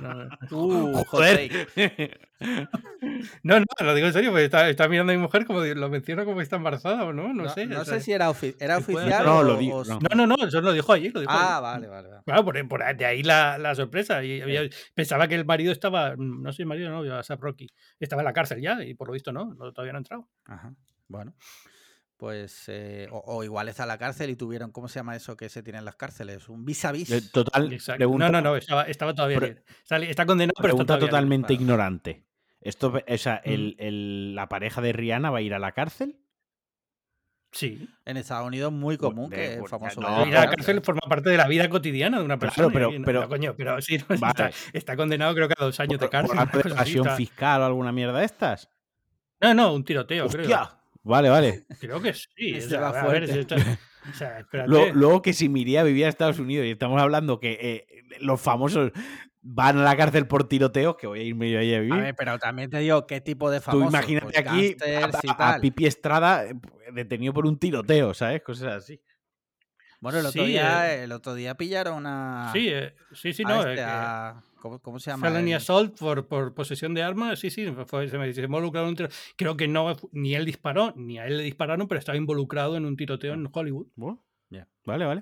joder. No, lo digo en serio, porque está mirando a mi mujer como lo menciona como que está embarazada o no, no sé. No sé si era oficial no, o... lo digo. No, eso lo dijo allí. Vale. Claro, de ahí la sorpresa. Y pensaba que el marido estaba, no sé, el marido no, ASAP Rocky, estaba en la cárcel ya y por lo visto no, todavía no ha entrado. Ajá, bueno. Pues, o igual está en la cárcel y tuvieron, ¿cómo se llama eso que se tiene en las cárceles? Un vis-a-vis. Total. Pregunta, no, estaba todavía bien. Está condenado, pero pregunta está totalmente bien, ignorante. Esto, o sea, ¿la pareja de Rihanna va a ir a la cárcel? Sí. En Estados Unidos es muy común que el famoso... ir a la cárcel forma parte de la vida cotidiana de una persona. Pero sí, vale. está condenado creo que a 2 años de cárcel. ¿Por evasión fiscal o alguna mierda de estas? No, un tiroteo, ¡hostia! Creo. Vale. Creo que sí. Luego que si Miria vivía en Estados Unidos y estamos hablando que los famosos van a la cárcel por tiroteos, que voy a irme yo ahí a vivir. A ver, pero también te digo, ¿qué tipo de famosos? Tú imagínate pues aquí a Pipi Estrada detenido por un tiroteo, ¿sabes? Cosas así. Bueno, el otro día pillaron a... Sí, no. ¿Cómo se llama? Felony assault por posesión de armas, sí, se involucrado en un tiroteo. Creo que no, ni él disparó, ni a él le dispararon, pero estaba involucrado en un tiroteo en Hollywood. Bueno, Vale.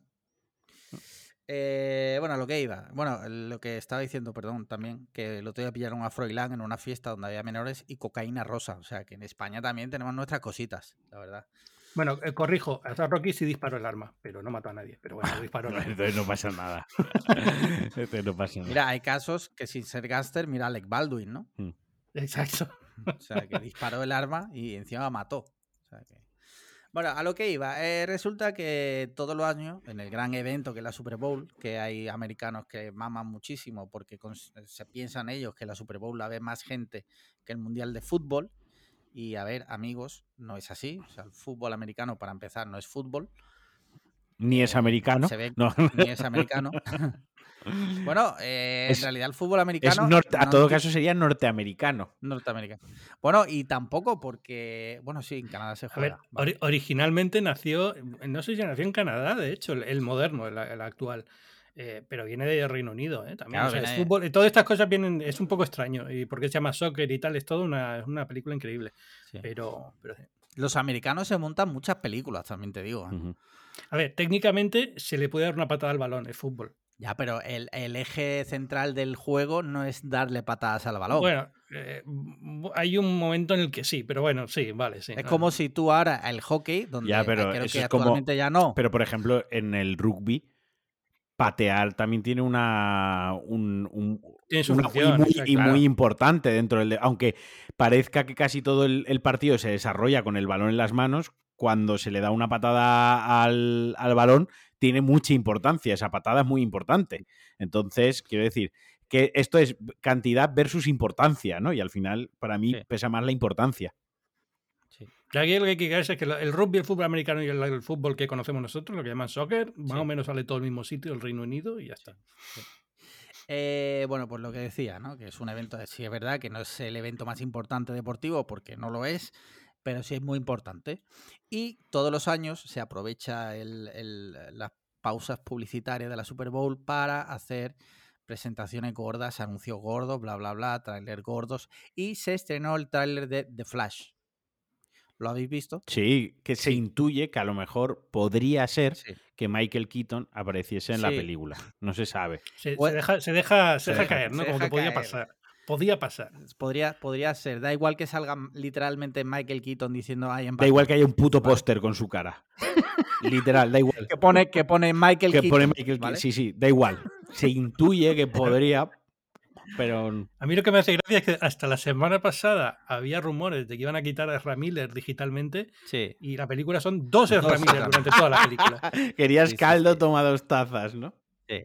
Bueno, lo que iba. Bueno, lo que estaba diciendo, perdón, también, que el otro día pillaron a Froilán en una fiesta donde había menores y cocaína rosa. O sea, que en España también tenemos nuestras cositas, la verdad. Bueno, corrijo, hasta Rocky sí disparó el arma, pero no mató a nadie. Pero bueno, disparó el arma. Entonces no pasa nada. Mira, hay casos que sin ser gángster, mira Alec Baldwin, ¿no? Exacto. O sea, que disparó el arma y encima mató. O sea, que... Bueno, a lo que iba, resulta que todos los años, en el gran evento que es la Super Bowl, que hay americanos que maman muchísimo porque se piensan ellos que la Super Bowl la ve más gente que el Mundial de Fútbol. Y a ver, amigos, no es así. O sea, el fútbol americano, para empezar, no es fútbol. Ni es americano. Ni es americano. Bueno, en realidad el fútbol americano... a todo caso sería norteamericano. Bueno, y tampoco porque... Bueno, sí, en Canadá se juega. A ver, originalmente nació... No sé si nació en Canadá, de hecho, el moderno, el actual. Pero viene de Reino Unido, también. Claro, es fútbol, todas estas cosas vienen... Es un poco extraño. Y porque se llama soccer y tal, es todo una película increíble. Sí. Pero sí. Los americanos se montan muchas películas, también te digo. A ver, técnicamente se le puede dar una patada al balón, es fútbol. Ya, pero el eje central del juego no es darle patadas al balón. Bueno, hay un momento en el que sí, pero bueno, sí, vale, sí. Es como si tú ahora el hockey, donde ya, pero creo eso que es actualmente ya no. Pero, por ejemplo, en el rugby, patear también tiene tiene su función, muy importante dentro del... Aunque parezca que casi todo el partido se desarrolla con el balón en las manos, cuando se le da una patada al balón, tiene mucha importancia. Esa patada es muy importante. Entonces, quiero decir que esto es cantidad versus importancia, ¿no? Y al final, para mí, pesa más la importancia. Sí. Y aquí lo que hay que es que el rugby, el fútbol americano y el fútbol que conocemos nosotros, lo que llaman soccer, más o menos sale todo el mismo sitio, el Reino Unido, y ya está. Sí. Bueno, pues lo que decía, ¿no? Que es un evento, sí es verdad que no es el evento más importante deportivo, porque no lo es, pero sí es muy importante. Y todos los años se aprovecha las pausas publicitarias de la Super Bowl para hacer presentaciones gordas, anuncios gordos, bla, bla, bla, trailers gordos. Y se estrenó el tráiler de The Flash. ¿Lo habéis visto? Sí, que se intuye que a lo mejor podría ser que Michael Keaton apareciese en la película. No se sabe. Se deja caer, ¿no? Como que podía pasar. Podía pasar. Podría ser. Da igual que salga literalmente Michael Keaton diciendo I am Batman. Da igual que haya un puto póster con su cara. Literal, da igual. que pone Michael Keaton. Pone Michael Keaton. Sí, da igual. Se intuye que podría, pero... A mí lo que me hace gracia es que hasta la semana pasada había rumores de que iban a quitar a Ezra Miller digitalmente y la película son dos Ezra Miller durante toda la película. Querías caldo, toma 2 tazas, ¿no? Sí.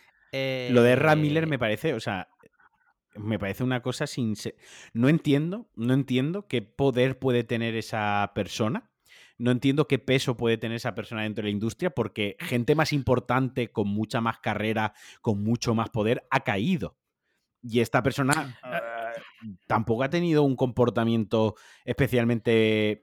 Lo de Ezra Miller me parece, o sea, me parece una cosa sin... No entiendo qué poder puede tener esa persona. No entiendo qué peso puede tener esa persona dentro de la industria, porque gente más importante, con mucha más carrera, con mucho más poder, ha caído. Y esta persona tampoco ha tenido un comportamiento especialmente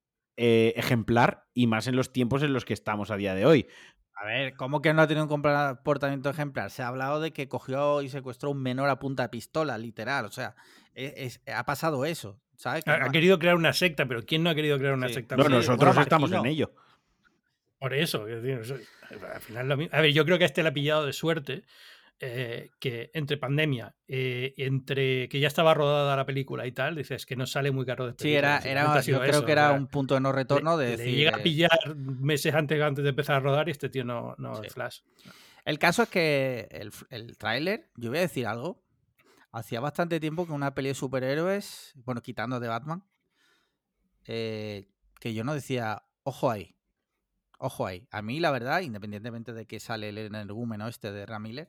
ejemplar, y más en los tiempos en los que estamos a día de hoy. A ver, ¿cómo que no ha tenido un comportamiento ejemplar? Se ha hablado de que cogió y secuestró a un menor a punta de pistola, literal. O sea, ha pasado eso, ¿sabes? Ha querido crear una secta, pero ¿quién no ha querido crear una secta? No, nosotros estamos en ello. Por eso, es decir, al final lo mismo. A ver, yo creo que a este le ha pillado de suerte que entre pandemia, entre que ya estaba rodada la película y tal, dices que no sale muy caro de película. Sí, yo creo que era un punto de no retorno de decir... Le llega a pillar meses antes de empezar a rodar y este tío no es Flash. El caso es que el tráiler, yo voy a decir algo, hacía bastante tiempo que una peli de superhéroes, bueno, quitando de Batman, que yo no decía, ojo ahí. A mí, la verdad, independientemente de que sale el energúmeno este de Ezra Miller,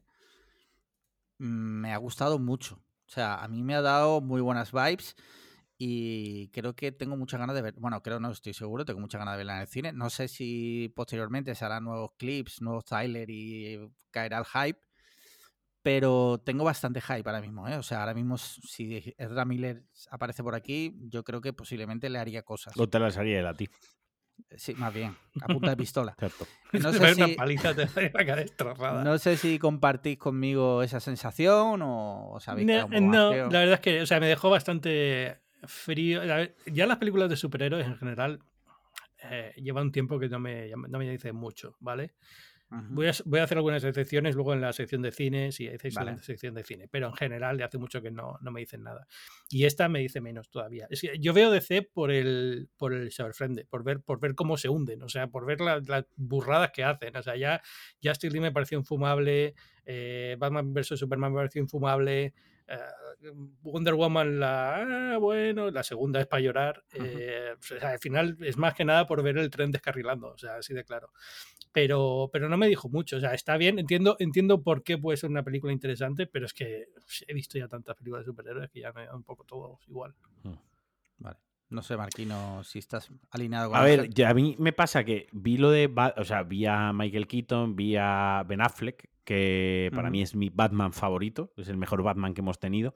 me ha gustado mucho. O sea, a mí me ha dado muy buenas vibes y creo que tengo muchas ganas de ver. Bueno, no estoy seguro, tengo muchas ganas de verla en el cine. No sé si posteriormente se harán nuevos clips, nuevos trailers y caerá el hype, pero tengo bastante hype ahora mismo, ¿eh? O sea, ahora mismo si Ezra Miller aparece por aquí, yo creo que posiblemente le haría cosas. O te las haría él a ti. Sí, más bien, a punta de pistola. Cierto. No sé si, una paliza te va a quedar destrozada. No sé si compartís conmigo esa sensación o sabéis que no, la verdad es que, o sea, me dejó bastante frío. Ya las películas de superhéroes en general llevan un tiempo que no me dicen mucho, ¿vale? Voy a hacer algunas excepciones luego en la sección de cine, si hacéis la sección de cine, pero en general hace mucho que no me dicen nada. Y esta me dice menos todavía. Es que yo veo DC por el Cyberfriend, por ver cómo se hunden, o sea, por ver las burradas que hacen. O sea, ya Justice League me pareció infumable, Batman vs Superman me pareció infumable, Wonder Woman la segunda es para llorar. O sea, al final es más que nada por ver el tren descarrilando, o sea, así de claro. Pero no me dijo mucho, o sea, está bien, entiendo por qué puede ser una película interesante, pero es que he visto ya tantas películas de superhéroes que ya me da un poco todo igual. Vale. No sé, Marquino, si estás alineado con... A ver, ya a mí me pasa que vi vi a Michael Keaton, vi a Ben Affleck, que para mí es mi Batman favorito, es el mejor Batman que hemos tenido.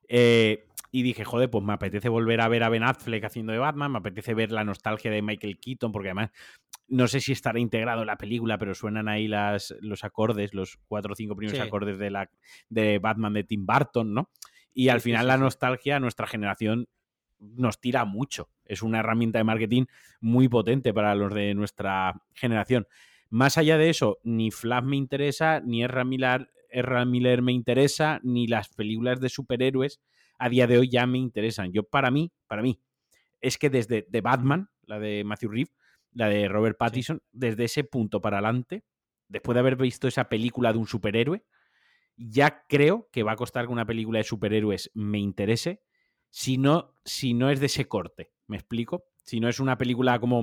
Y dije, joder, pues me apetece volver a ver a Ben Affleck haciendo de Batman, me apetece ver la nostalgia de Michael Keaton, porque además no sé si estará integrado en la película, pero suenan ahí los acordes, los 4 o 5 primeros acordes de Batman de Tim Burton, ¿no? Y al final la nostalgia, nuestra generación nos tira mucho. Es una herramienta de marketing muy potente para los de nuestra generación. Más allá de eso, ni Flash me interesa, ni Ezra Miller me interesa, ni las películas de superhéroes a día de hoy ya me interesan. Para mí, es que desde The Batman, la de Matthew Reeves, la de Robert Pattinson, desde ese punto para adelante, después de haber visto esa película de un superhéroe, ya creo que va a costar que una película de superhéroes me interese, si no es de ese corte, ¿me explico? Si no es una película como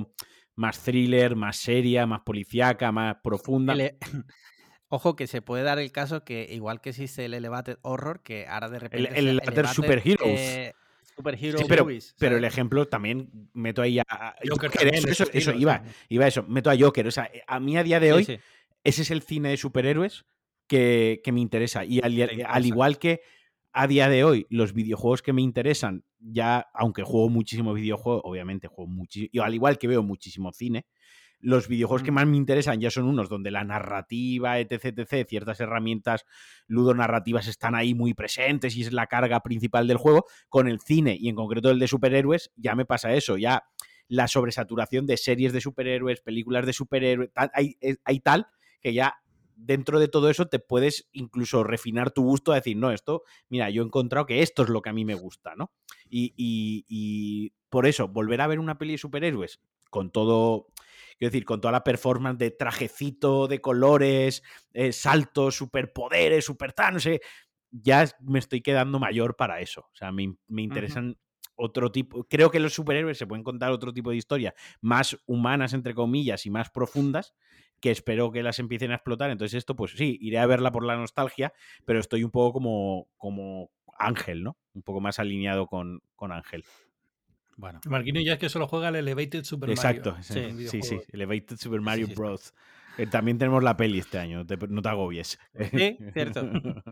más thriller, más seria, más policíaca, más profunda. Ojo que se puede dar el caso que igual que existe el Elevated Horror, que ahora de repente el Elevated Superheroes. Superhero sí, pero, movies, pero el ejemplo también meto ahí a Joker. Eso iba a eso, meto a Joker. O sea, a mí a día de hoy, ese es el cine de superhéroes que me interesa. Y al igual que a día de hoy, los videojuegos que me interesan, ya, aunque juego muchísimos videojuegos, obviamente juego muchísimo, y al igual que veo muchísimo cine, los videojuegos que más me interesan ya son unos donde la narrativa, etc., ciertas herramientas ludonarrativas están ahí muy presentes y es la carga principal del juego. Con el cine, y en concreto el de superhéroes, ya me pasa eso, ya la sobresaturación de series de superhéroes, películas de superhéroes, hay tal que ya dentro de todo eso te puedes incluso refinar tu gusto a decir, no, esto, mira, yo he encontrado que esto es lo que a mí me gusta, ¿no? Y por eso, volver a ver una peli de superhéroes con todo, quiero decir, con toda la performance de trajecito, de colores, saltos, superpoderes, super tal, no sé, ya me estoy quedando mayor para eso. O sea, me interesan otro tipo. Creo que los superhéroes se pueden contar otro tipo de historias más humanas, entre comillas, y más profundas, que espero que las empiecen a explotar. Entonces esto, pues sí, iré a verla por la nostalgia, pero estoy un poco como Ángel, ¿no? Un poco más alineado con Ángel. Bueno. Marquino ya es que solo juega el Elevated Super Exacto, Mario. Sí, Elevated Super Mario Bros. También tenemos la peli este año, no te agobies. Sí, cierto.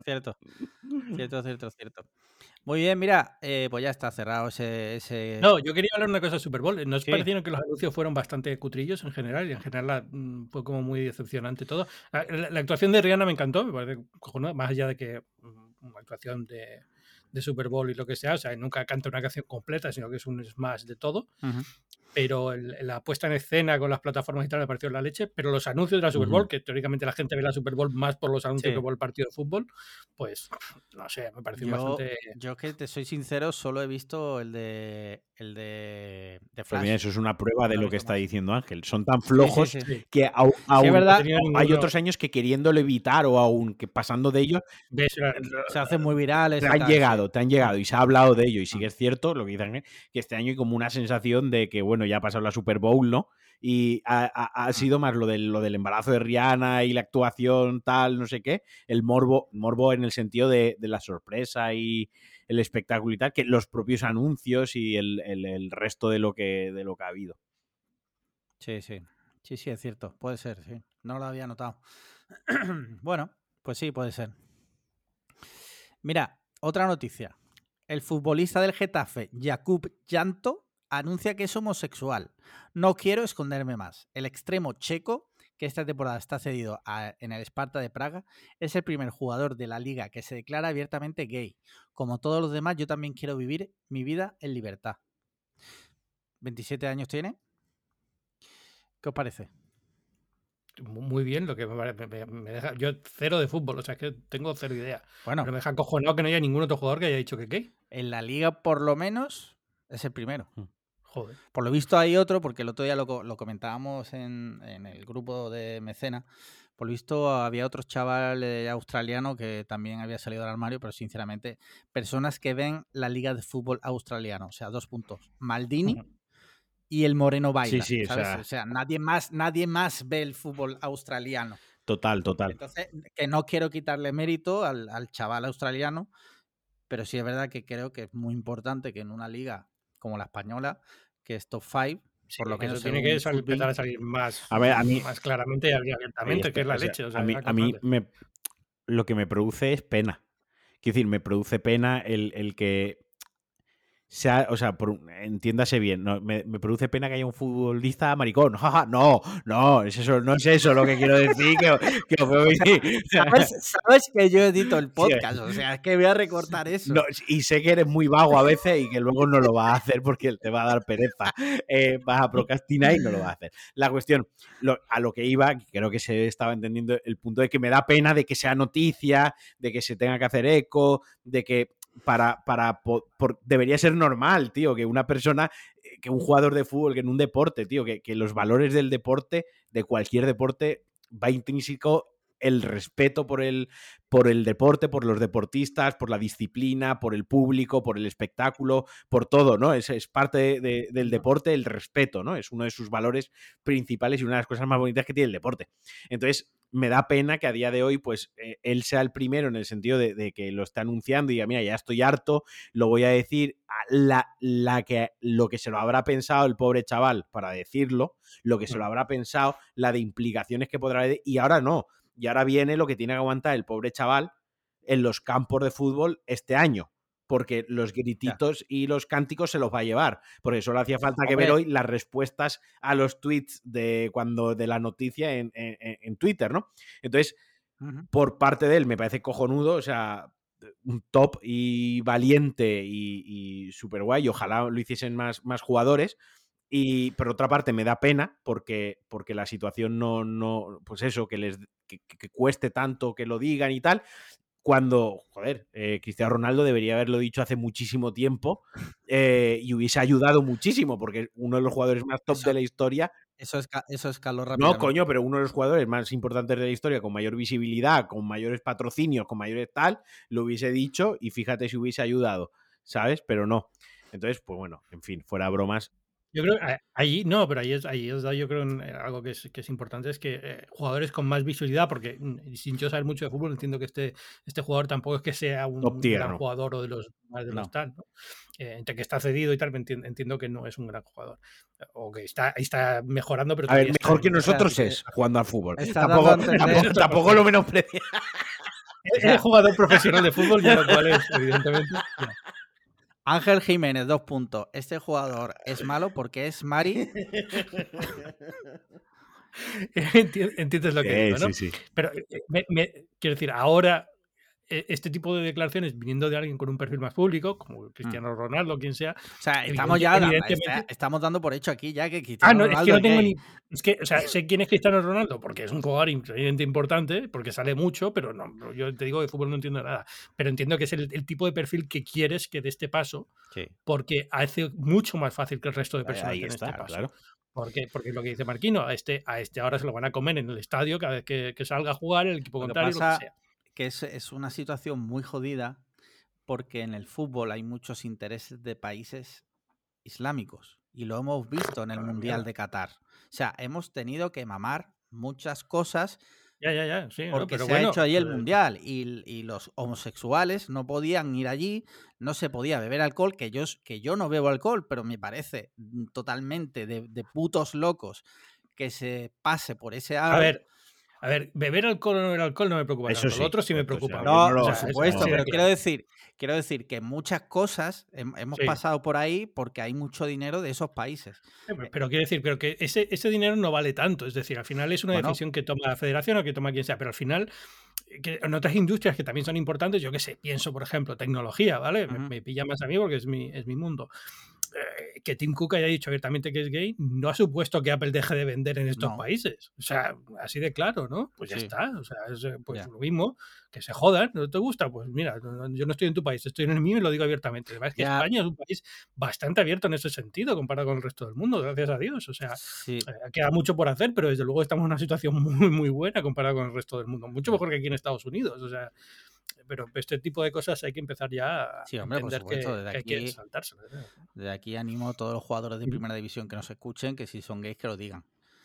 Muy bien, mira, pues ya está cerrado ese... No, yo quería hablar una cosa de Super Bowl. ¿No os parecieron que los anuncios fueron bastante cutrillos en general? Y en general fue como muy decepcionante todo. La actuación de Rihanna me encantó, me parece cojonuda, más allá de que una actuación de Super Bowl y lo que sea, o sea, nunca canta una canción completa, sino que es un smash de todo. Pero la puesta en escena con las plataformas y tal me pareció la leche, pero los anuncios de la Super Bowl, que teóricamente la gente ve la Super Bowl más por los anuncios que por el partido de fútbol, pues no sé, me pareció bastante... Yo que te soy sincero, solo he visto el de Flash. Pues mira, eso es una prueba de lo que está diciendo Ángel. Son tan flojos que aún verdad, hay otros años que queriéndolo evitar o aún que pasando de ellos se hacen muy virales. Te han llegado y se ha hablado de ello. Y sí que es cierto lo que dice Ángel, que este año hay como una sensación de que, bueno, ya ha pasado la Super Bowl, ¿no? Y ha sido más lo del embarazo de Rihanna y la actuación tal, no sé qué, el morbo en el sentido de la sorpresa y el espectáculo y tal, que los propios anuncios y el resto de lo que ha habido. Sí, es cierto, puede ser, sí. No lo había notado. Bueno, pues sí, puede ser. Mira, otra noticia. El futbolista del Getafe, Jakub Janto, anuncia que es homosexual. No quiero esconderme más. El extremo checo, que esta temporada está cedido en el Sparta de Praga, es el primer jugador de la liga que se declara abiertamente gay. Como todos los demás, yo también quiero vivir mi vida en libertad. 27 años tiene. ¿Qué os parece? Muy bien, lo que me deja... Yo cero de fútbol, o sea, es que tengo cero idea. Bueno, pero me deja acojonado que no haya ningún otro jugador que haya dicho que gay. En la liga, por lo menos, es el primero. Joder. Por lo visto hay otro, porque el otro día lo comentábamos en el grupo de Mecena. Por lo visto había otro chaval australiano que también había salido del armario, pero sinceramente, personas que ven la liga de fútbol australiano, o sea, 2 puntos. Maldini y el Moreno Baila, sí, ¿sabes? O sea, nadie más ve el fútbol australiano. Total. Entonces, que no quiero quitarle mérito al chaval australiano, pero sí es verdad que creo que es muy importante que en una liga como la española, que es top 5, por lo menos tiene que empezar a salir más, más claramente y abiertamente, que es la leche. O sea, a mí lo que me produce es pena. Quiero decir, me produce pena el que sea, o sea, entiéndase bien, no, me produce pena que haya un futbolista maricón. No es eso lo que quiero decir. ¿Sabes que yo edito el podcast? O sea, es que voy a recortar eso. No, y sé que eres muy vago a veces y que luego no lo vas a hacer porque te va a dar pereza. Vas a procrastinar y no lo vas a hacer. La cuestión, a lo que iba, creo que se estaba entendiendo el punto de que me da pena de que sea noticia, de que se tenga que hacer eco, de que debería ser normal, tío, que una persona, que un jugador de fútbol, que en un deporte, tío, que los valores del deporte, de cualquier deporte, va intrínseco el respeto por el deporte, por los deportistas, por la disciplina, por el público, por el espectáculo, por todo, ¿no? Es parte del deporte el respeto, ¿no? Es uno de sus valores principales y una de las cosas más bonitas que tiene el deporte. Entonces, me da pena que a día de hoy, pues, él sea el primero en el sentido de que lo está anunciando y diga, mira, ya estoy harto, lo voy a decir, lo que se lo habrá pensado el pobre chaval para decirlo, lo que se lo habrá pensado, la de implicaciones que podrá haber, y ahora no. Y ahora viene lo que tiene que aguantar el pobre chaval en los campos de fútbol este año, porque los grititos y los cánticos se los va a llevar, porque solo hacía falta que ver hoy las respuestas a los tweets de la noticia en Twitter, ¿no? Entonces, por parte de él me parece cojonudo, o sea, un top y valiente y súper guay, y ojalá lo hiciesen más jugadores. Y por otra parte me da pena porque la situación no pues eso, que cueste tanto que lo digan y tal, cuando, joder, Cristiano Ronaldo debería haberlo dicho hace muchísimo tiempo y hubiese ayudado muchísimo, porque uno de los jugadores más top de la historia... Eso escaló rápidamente. No, coño, pero uno de los jugadores más importantes de la historia, con mayor visibilidad, con mayores patrocinios, con mayores tal, lo hubiese dicho y fíjate si hubiese ayudado, ¿sabes? Pero no. Entonces, pues bueno, en fin, fuera bromas. Yo creo ahí no, pero ahí es yo creo algo que es importante, es que jugadores con más visibilidad, porque sin yo saber mucho de fútbol entiendo que este jugador tampoco es que sea un gran jugador o de los más de los tal, ¿no? Entre que está cedido y tal, entiendo que no es un gran jugador o que está mejorando, pero a ver, mejor que nosotros es jugando al fútbol. Tampoco lo menosprecia. Es jugador profesional de fútbol, ya lo cual es, evidentemente. Ángel Jiménez, 2 puntos. Este jugador es malo porque es Mari. Entiendes lo que digo, ¿no? Sí. Pero quiero decir, ahora este tipo de declaraciones viniendo de alguien con un perfil más público, como Cristiano Ronaldo, quien sea. O sea, estamos dando por hecho aquí ya que Cristiano Ronaldo es que no tengo ni... Es que, o sea, sé quién es Cristiano Ronaldo, porque es un jugador increíblemente importante, porque sale mucho, pero no, yo te digo de fútbol no entiendo nada. Pero entiendo que es el tipo de perfil que quieres que dé este paso, porque hace mucho más fácil que el resto de personas den este paso. Claro. Porque lo que dice Marquino, a este ahora se lo van a comer en el estadio cada vez que salga a jugar el equipo contrario, lo que sea. Que es una situación muy jodida porque en el fútbol hay muchos intereses de países islámicos y lo hemos visto en el Mundial de Qatar. O sea, hemos tenido que mamar muchas cosas sí, porque pero se ha hecho ahí el Mundial y los homosexuales no podían ir allí, no se podía beber alcohol, que yo no bebo alcohol, pero me parece totalmente de putos locos que se pase por ese aro. A ver, beber alcohol o no beber alcohol no me preocupa tanto. Lo otro sí me preocupa. Por supuesto, pero quiero decir que muchas cosas hemos pasado por ahí porque hay mucho dinero de esos países. Pero quiero decir, que ese dinero no vale tanto. Es decir, al final es una decisión que toma la federación o que toma quien sea, pero al final que en otras industrias que también son importantes, yo qué sé, pienso, por ejemplo, tecnología, ¿vale? Me pilla más a mí porque es mi mundo. Que Tim Cook haya dicho abiertamente que es gay no ha supuesto que Apple deje de vender en estos países. O sea, así de claro, ¿no? Pues ya está. O sea, es lo mismo, que se jodan. ¿No te gusta? Pues mira, yo no estoy en tu país, estoy en el mío y lo digo abiertamente. Además, que España es un país bastante abierto en ese sentido comparado con el resto del mundo, gracias a Dios. O sea, queda mucho por hacer, pero desde luego estamos en una situación muy, muy buena comparado con el resto del mundo. Mucho mejor que aquí en Estados Unidos. O sea, pero este tipo de cosas hay que empezar ya a entender que hay que saltárselo. Desde aquí animo a todos los jugadores de primera división que nos escuchen que si son gays que lo digan.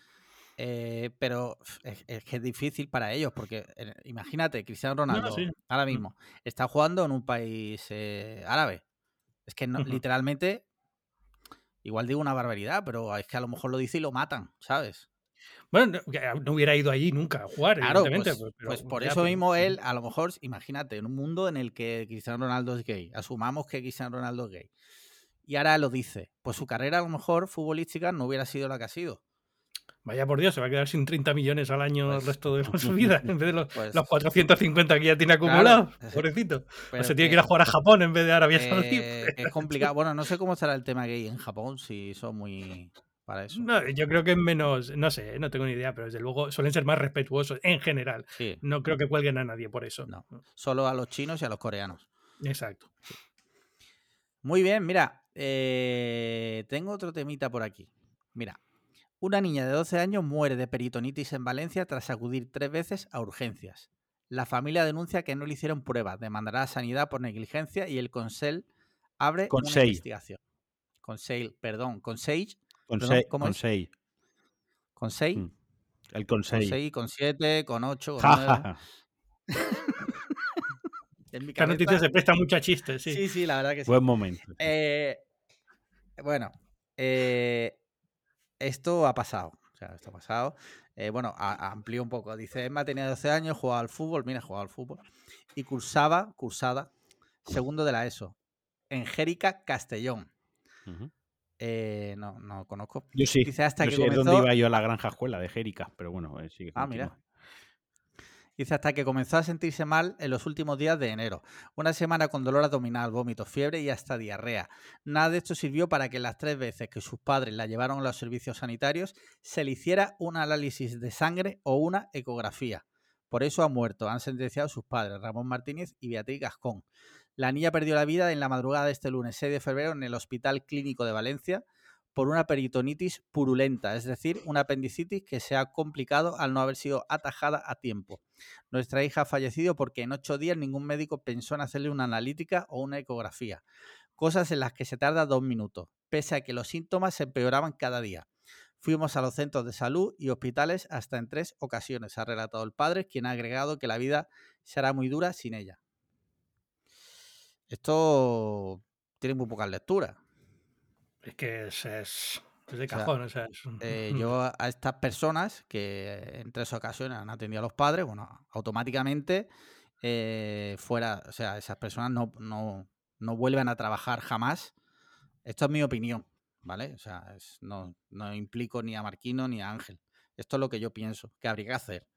Pero es que es difícil para ellos porque imagínate, Cristiano Ronaldo ahora mismo está jugando en un país árabe. Es que literalmente, igual digo una barbaridad, pero es que a lo mejor lo dice y lo matan, ¿sabes? Bueno, no hubiera ido allí nunca a jugar, evidentemente. Pues por eso mismo él, a lo mejor, imagínate, en un mundo en el que Cristiano Ronaldo es gay, asumamos que Cristiano Ronaldo es gay, y ahora lo dice, pues su carrera a lo mejor futbolística no hubiera sido la que ha sido. Vaya por Dios, se va a quedar sin 30 millones al año el resto de su vida, en vez de los 450 que ya tiene acumulados, pobrecito. O se tiene que ir a jugar a Japón en vez de Arabia Saudí. Es complicado. Bueno, no sé cómo estará el tema gay en Japón, si son muy... para eso. No, yo creo que es menos, no sé, no tengo ni idea, pero desde luego suelen ser más respetuosos en general. Sí. No creo que cuelguen a nadie por eso. No, solo a los chinos y a los coreanos. Exacto. Sí. Muy bien, mira, tengo otro temita por aquí. Mira, Una niña de 12 años muere de peritonitis en Valencia tras acudir 3 veces a urgencias. La familia denuncia que no le hicieron pruebas, demandará a Sanidad por negligencia y el Consell abre una investigación. Consell, ¿cómo es? ¿Consell? El Consell. Con 7, con 8, con 9. Esta noticia se presta mucho a chistes, sí. Sí, la verdad que sí. Buen momento. Bueno, esto ha pasado. O sea, esto ha pasado. Amplío un poco. Dice, Emma tenía 12 años, jugaba al fútbol. Y cursaba segundo de la ESO. En Jérica, Castellón. Uh-huh. No conozco. Yo sí. Dice, hasta yo que sé comenzó... dónde iba yo a la granja escuela de Jérica, pero bueno, sigue. Mira. Dice, hasta que comenzó a sentirse mal en los últimos días de enero. Una semana con dolor abdominal, vómitos, fiebre y hasta diarrea. Nada de esto sirvió para que las 3 veces que sus padres la llevaron a los servicios sanitarios se le hiciera un análisis de sangre o una ecografía. Por eso ha muerto. Han sentenciado sus padres, Ramón Martínez y Beatriz Gascón. La niña perdió la vida en la madrugada de este lunes 6 de febrero en el Hospital Clínico de Valencia por una peritonitis purulenta, es decir, una apendicitis que se ha complicado al no haber sido atajada a tiempo. Nuestra hija ha fallecido porque en 8 días ningún médico pensó en hacerle una analítica o una ecografía, cosas en las que se tarda 2 minutos, pese a que los síntomas se empeoraban cada día. Fuimos a los centros de salud y hospitales hasta en 3 ocasiones, ha relatado el padre, quien ha agregado que la vida será muy dura sin ella. Esto tiene muy pocas lecturas. Es que es de cajón. Yo a estas personas que en 3 ocasiones han atendido a los padres, bueno, automáticamente esas personas no vuelven a trabajar jamás. Esto es mi opinión, ¿vale? O sea, no implico ni a Marquino ni a Ángel. Esto es lo que yo pienso que habría que hacer.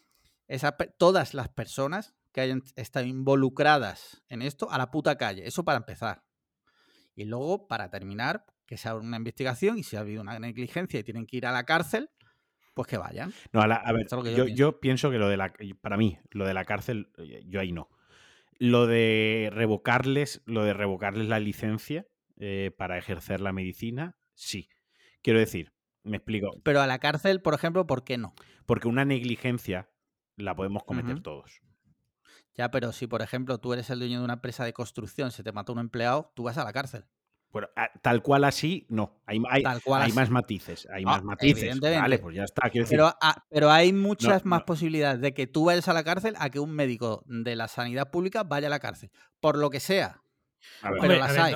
Todas las personas que hayan estado involucradas en esto, a la puta calle. Eso para empezar. Y luego, para terminar, que se abra una investigación y si ha habido una negligencia y tienen que ir a la cárcel, pues que vayan. No, a ver, yo pienso que para mí, lo de la cárcel, yo ahí no. Lo de revocarles la licencia para ejercer la medicina, sí. Quiero decir, me explico. Pero a la cárcel, por ejemplo, ¿por qué no? Porque una negligencia la podemos cometer todos. Ya, pero si, por ejemplo, tú eres el dueño de una empresa de construcción, se te mata un empleado, tú vas a la cárcel. Bueno, tal cual así, no. Hay más matices. Hay más matices. Vale, pues ya está. Pero hay muchas más posibilidades de que tú vayas a la cárcel a que un médico de la sanidad pública vaya a la cárcel. Por lo que sea. Pero las hay.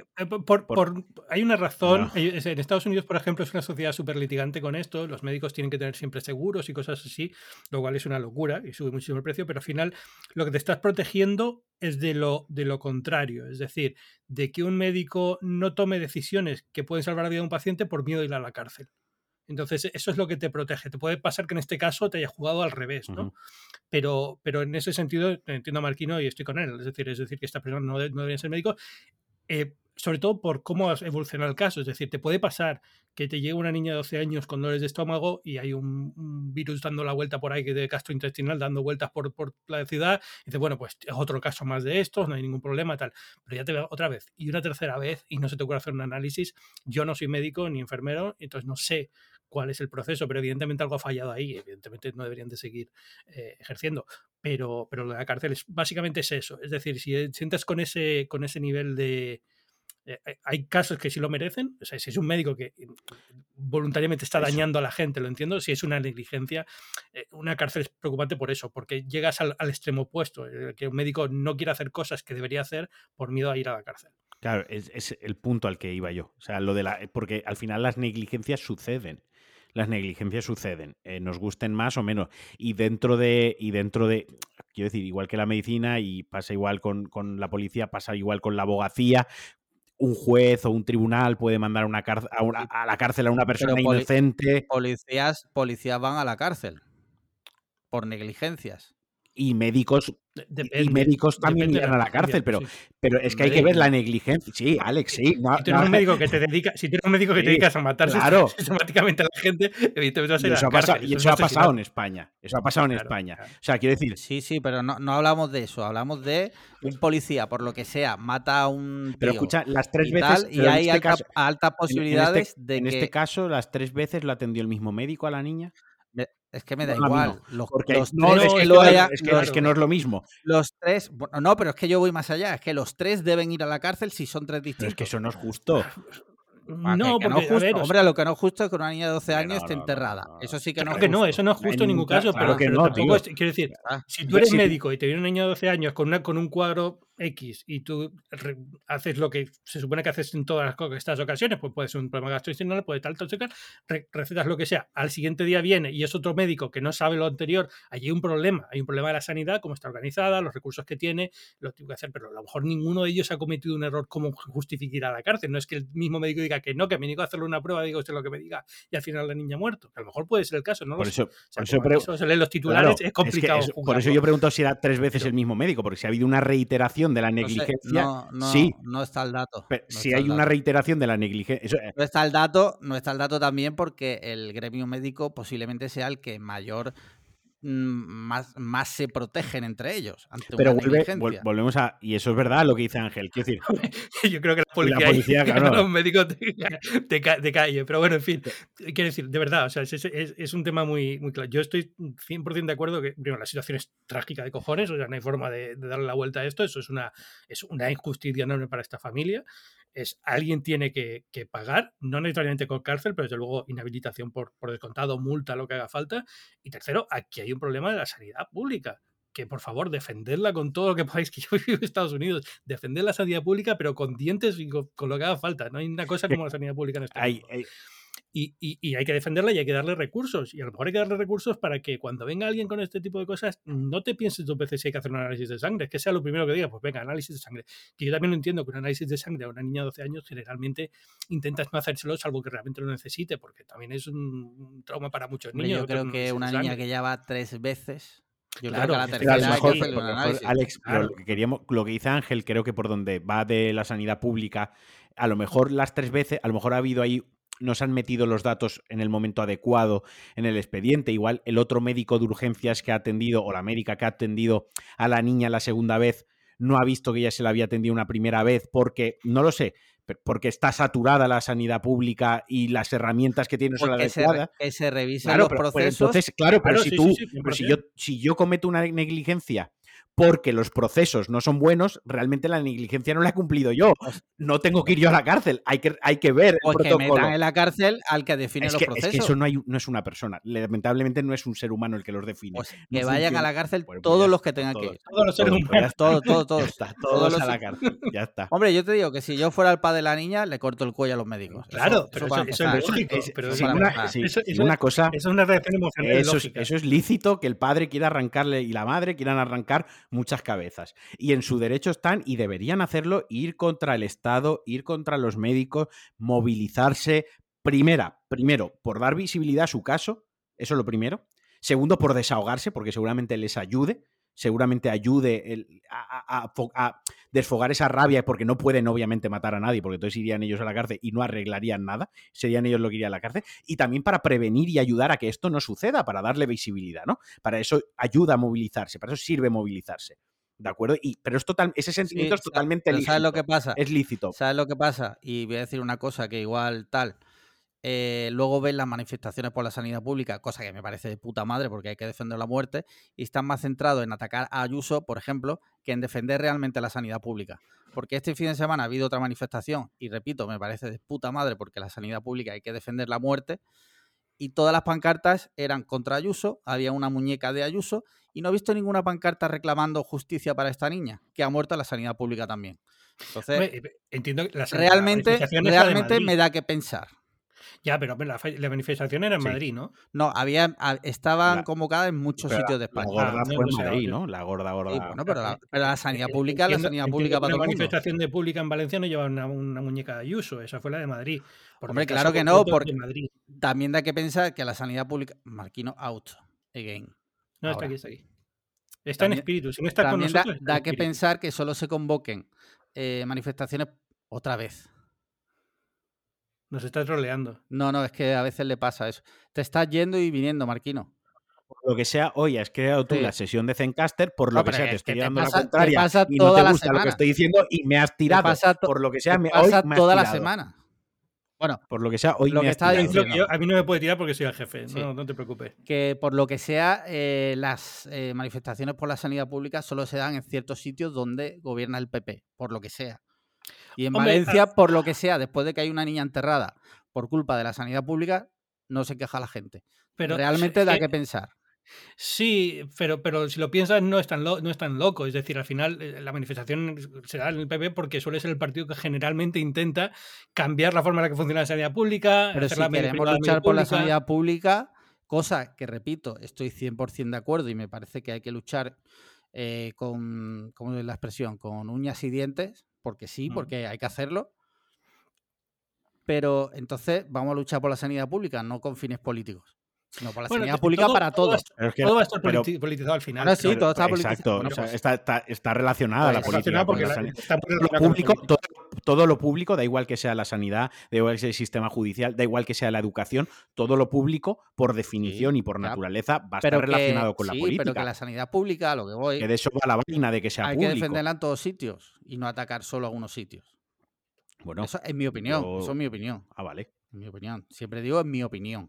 Hay una razón. En Estados Unidos, por ejemplo, es una sociedad súper litigante con esto. Los médicos tienen que tener siempre seguros y cosas así, lo cual es una locura y sube muchísimo el precio, pero al final lo que te estás protegiendo es de lo contrario. Es decir, de que un médico no tome decisiones que pueden salvar la vida de un paciente por miedo a ir a la cárcel. Entonces, eso es lo que te protege. Te puede pasar que en este caso te haya jugado al revés, ¿no? Pero en ese sentido entiendo a Marquino y estoy con él. Es decir que esta persona no debería ser médico. Sobre todo por cómo evoluciona el caso. Es decir, te puede pasar que te llegue una niña de 12 años con dolores de estómago y hay un virus dando la vuelta por ahí de gastrointestinal, dando vueltas por la ciudad. Y dices, bueno, pues es otro caso más de estos, no hay ningún problema, tal. Pero ya te veo otra vez y una tercera vez y no se te ocurre hacer un análisis. Yo no soy médico ni enfermero, entonces no sé cuál es el proceso, pero evidentemente algo ha fallado ahí. Evidentemente no deberían de seguir ejerciendo. Pero lo de la cárcel básicamente es eso. Es decir, si sientas con ese nivel de... hay casos que sí lo merecen. O sea, si es un médico que voluntariamente está dañando a la gente, lo entiendo. Si es una negligencia, una cárcel es preocupante por eso, porque llegas al extremo opuesto, que un médico no quiere hacer cosas que debería hacer por miedo a ir a la cárcel. Claro, es el punto al que iba yo. O sea, porque al final las negligencias suceden. Nos gusten más o menos. Y dentro de, quiero decir, igual que la medicina, y pasa igual con la policía, pasa igual con la abogacía, un juez o un tribunal puede mandar a la cárcel a una persona inocente. Policías van a la cárcel por negligencias. Y médicos también irían a la cárcel, pero es que hay que ver la negligencia. Sí, Alex, sí. Si tienes un médico que te dedicas a matar sistemáticamente a la gente, evidentemente vas a ir a la cárcel. Y eso ha pasado en España. Eso ha pasado en España. O sea, quiero decir... Sí, pero no hablamos de eso. Hablamos de un policía, por lo que sea, mata a un tío. Pero escucha, las 3 veces... y hay altas posibilidades de que... En este caso, las 3 veces lo atendió el mismo médico a la niña. Es que me da igual. Es que no es lo mismo. Los 3... Bueno, no, pero es que yo voy más allá. Es que los 3 deben ir a la cárcel si son 3 distintos. Pero es que eso no es justo. No, porque no es justo. Hombre, lo que no es justo es que una niña de 12 años esté enterrada. Eso sí que no es justo. No, eso no es justo en ningún caso, pero tampoco es... Quiero decir, si tú eres médico y te viene una niña de 12 años con un cuadro X y tú haces lo que se supone que haces en todas estas ocasiones, pues puede ser un problema gastrointestinal, puede tal, recetas lo que sea, al siguiente día viene y es otro médico que no sabe lo anterior, allí hay un problema de la sanidad, cómo está organizada, los recursos que tiene, lo que tiene que hacer, pero a lo mejor ninguno de ellos ha cometido un error como justificar a la cárcel, no es que el mismo médico diga que no, que me niego a hacerle una prueba, digo usted lo que me diga y al final la niña ha muerto, que a lo mejor puede ser el caso, ¿no? Por eso se leen los titulares, es complicado. Por eso yo pregunto si era 3 veces el mismo médico, porque si ha habido una reiteración de la negligencia. No está el dato. Si hay una reiteración de la negligencia. No está el dato también porque el gremio médico posiblemente sea el que mayor más se protegen entre ellos. Pero volvemos a... Y eso es verdad lo que dice Ángel. Quiero decir, yo creo que la policía claro. Un médico de calle. Pero bueno, en fin. Quiero decir, de verdad, o sea, es un tema muy, muy claro. Yo estoy 100% de acuerdo que, primero, la situación es trágica de cojones, o sea, no hay forma de darle la vuelta a esto. Eso es una injusticia enorme para esta familia. Alguien tiene que pagar, no necesariamente con cárcel, pero desde luego inhabilitación por descontado, multa, lo que haga falta. Y tercero, aquí hay un problema de la sanidad pública, que por favor, defenderla con todo lo que podáis, que yo vivo en Estados Unidos, defender la sanidad pública, pero con dientes y con lo que haga falta. No hay una cosa como la sanidad pública en este mundo. Y hay que defenderla y hay que darle recursos. Y a lo mejor hay que darle recursos para que cuando venga alguien con este tipo de cosas, no te pienses 2 veces si hay que hacer un análisis de sangre. Es que sea lo primero que diga, pues venga, análisis de sangre. Que yo también lo entiendo, que un análisis de sangre a una niña de 12 años generalmente intentas no hacérselo salvo que realmente lo necesite, porque también es un trauma para muchos niños. Yo creo que una niña que ya va 3 veces... Yo creo que a la tercera hay que hacerle un análisis. Alex, claro. Lo que dice Ángel, creo que por donde va de la sanidad pública, a lo mejor las 3 veces, a lo mejor ha habido ahí... no se han metido los datos en el momento adecuado en el expediente. Igual el otro médico de urgencias que ha atendido, o la médica que ha atendido a la niña la segunda vez, no ha visto que ya se la había atendido una primera vez porque, no lo sé, porque está saturada la sanidad pública y las herramientas que tiene son las adecuadas. Que se revisen los procesos. Si yo cometo una negligencia porque los procesos no son buenos, realmente la negligencia no la he cumplido yo. No tengo que ir yo a la cárcel. Hay que ver el protocolo. Que metan en la cárcel al que define los procesos. Es que eso no es una persona. Lamentablemente no es un ser humano el que los define. Pues que vayan a la cárcel todos los que tengan que ir. Todos los seres humanos. Todos. Todos a la cárcel. Ya está. Hombre, yo te digo que si yo fuera el padre de la niña, le corto el cuello a los médicos. Claro, pero eso es lógico. Una cosa... Eso es una reacción emocional lógica. Eso es lícito que el padre quiera arrancarle y la madre quieran arrancar muchas cabezas. Y en su derecho están y deberían hacerlo, ir contra el Estado, ir contra los médicos, movilizarse. Primero, por dar visibilidad a su caso, eso es lo primero. Segundo, por desahogarse, porque seguramente les ayude. Seguramente ayude a desfogar esa rabia, porque no pueden obviamente matar a nadie, porque entonces irían ellos a la cárcel y no arreglarían nada, serían ellos los que irían a la cárcel, y también para prevenir y ayudar a que esto no suceda, para darle visibilidad, ¿no? Para eso ayuda a movilizarse, para eso sirve movilizarse. ¿De acuerdo? Pero ese sentimiento es totalmente lícito. ¿Sabes lo que pasa? Es lícito. ¿Sabes lo que pasa? Y voy a decir una cosa que igual tal. Luego ven las manifestaciones por la sanidad pública, cosa que me parece de puta madre porque hay que defender la muerte, y están más centrados en atacar a Ayuso, por ejemplo, que en defender realmente la sanidad pública. Porque este fin de semana ha habido otra manifestación, y repito, me parece de puta madre porque la sanidad pública hay que defender la muerte, y todas las pancartas eran contra Ayuso, había una muñeca de Ayuso, y no he visto ninguna pancarta reclamando justicia para esta niña, que ha muerto en la sanidad pública también. Entonces, entiendo que realmente me da que pensar. Ya, pero la manifestación era en Madrid, ¿no? No, estaban convocadas en muchos sitios de España. La gorda fue en Madrid, ¿no? La gorda. Sí, bueno, pero la sanidad pública, para todo el mundo. La manifestación de pública en Valencia no lleva una muñeca de Ayuso, esa fue la de Madrid. Hombre, claro que no, porque también da que pensar que la sanidad pública... Marquino out again. No, está aquí. Está en espíritu. Si no está con nosotros, da que pensar que solo se convoquen manifestaciones otra vez. Nos está troleando. No, es que a veces le pasa eso. Te estás yendo y viniendo, Marquino. Por lo que sea, hoy has creado tú la sesión de Zencaster, por lo que sea, te estoy dando la contraria y no te gusta lo que estoy diciendo y me has tirado. Por lo que sea, hoy me has toda tirado. La semana. Bueno, por lo que sea, hoy lo me que has tirado. Diciendo, a mí no me puede tirar porque soy el jefe, sí. No te preocupes. Que por lo que sea, las manifestaciones por la sanidad pública solo se dan en ciertos sitios donde gobierna el PP, por lo que sea. Y en Valencia, por lo que sea, después de que hay una niña enterrada por culpa de la sanidad pública, no se queja la gente. Pero realmente da que pensar. Sí, pero si lo piensas no es tan loco. Es decir, al final la manifestación se da en el PP porque suele ser el partido que generalmente intenta cambiar la forma en la que funciona la sanidad pública. Pero si queremos luchar por la sanidad pública, cosa que, repito, estoy 100% de acuerdo y me parece que hay que luchar con, ¿cómo es la expresión? Con uñas y dientes, porque sí, porque hay que hacerlo. Pero entonces vamos a luchar por la sanidad pública, no con fines políticos. No, por la sanidad pública para todos. Todo va a estar politizado al final. Ahora sí, todo está politizado. Exacto, está relacionada la política. Porque todo lo público, da igual que sea la sanidad, da igual que sea el sistema judicial, da igual que sea la educación, todo lo público, por definición y por naturaleza, va a estar relacionado con la política. Pero que la sanidad pública, lo que voy... Que de eso va la vaina de que sea hay público. Hay que defenderla en todos sitios y no atacar solo a algunos sitios. Bueno, eso es mi opinión. Eso es mi opinión. Ah, vale. Es mi opinión. Siempre digo, es mi opinión.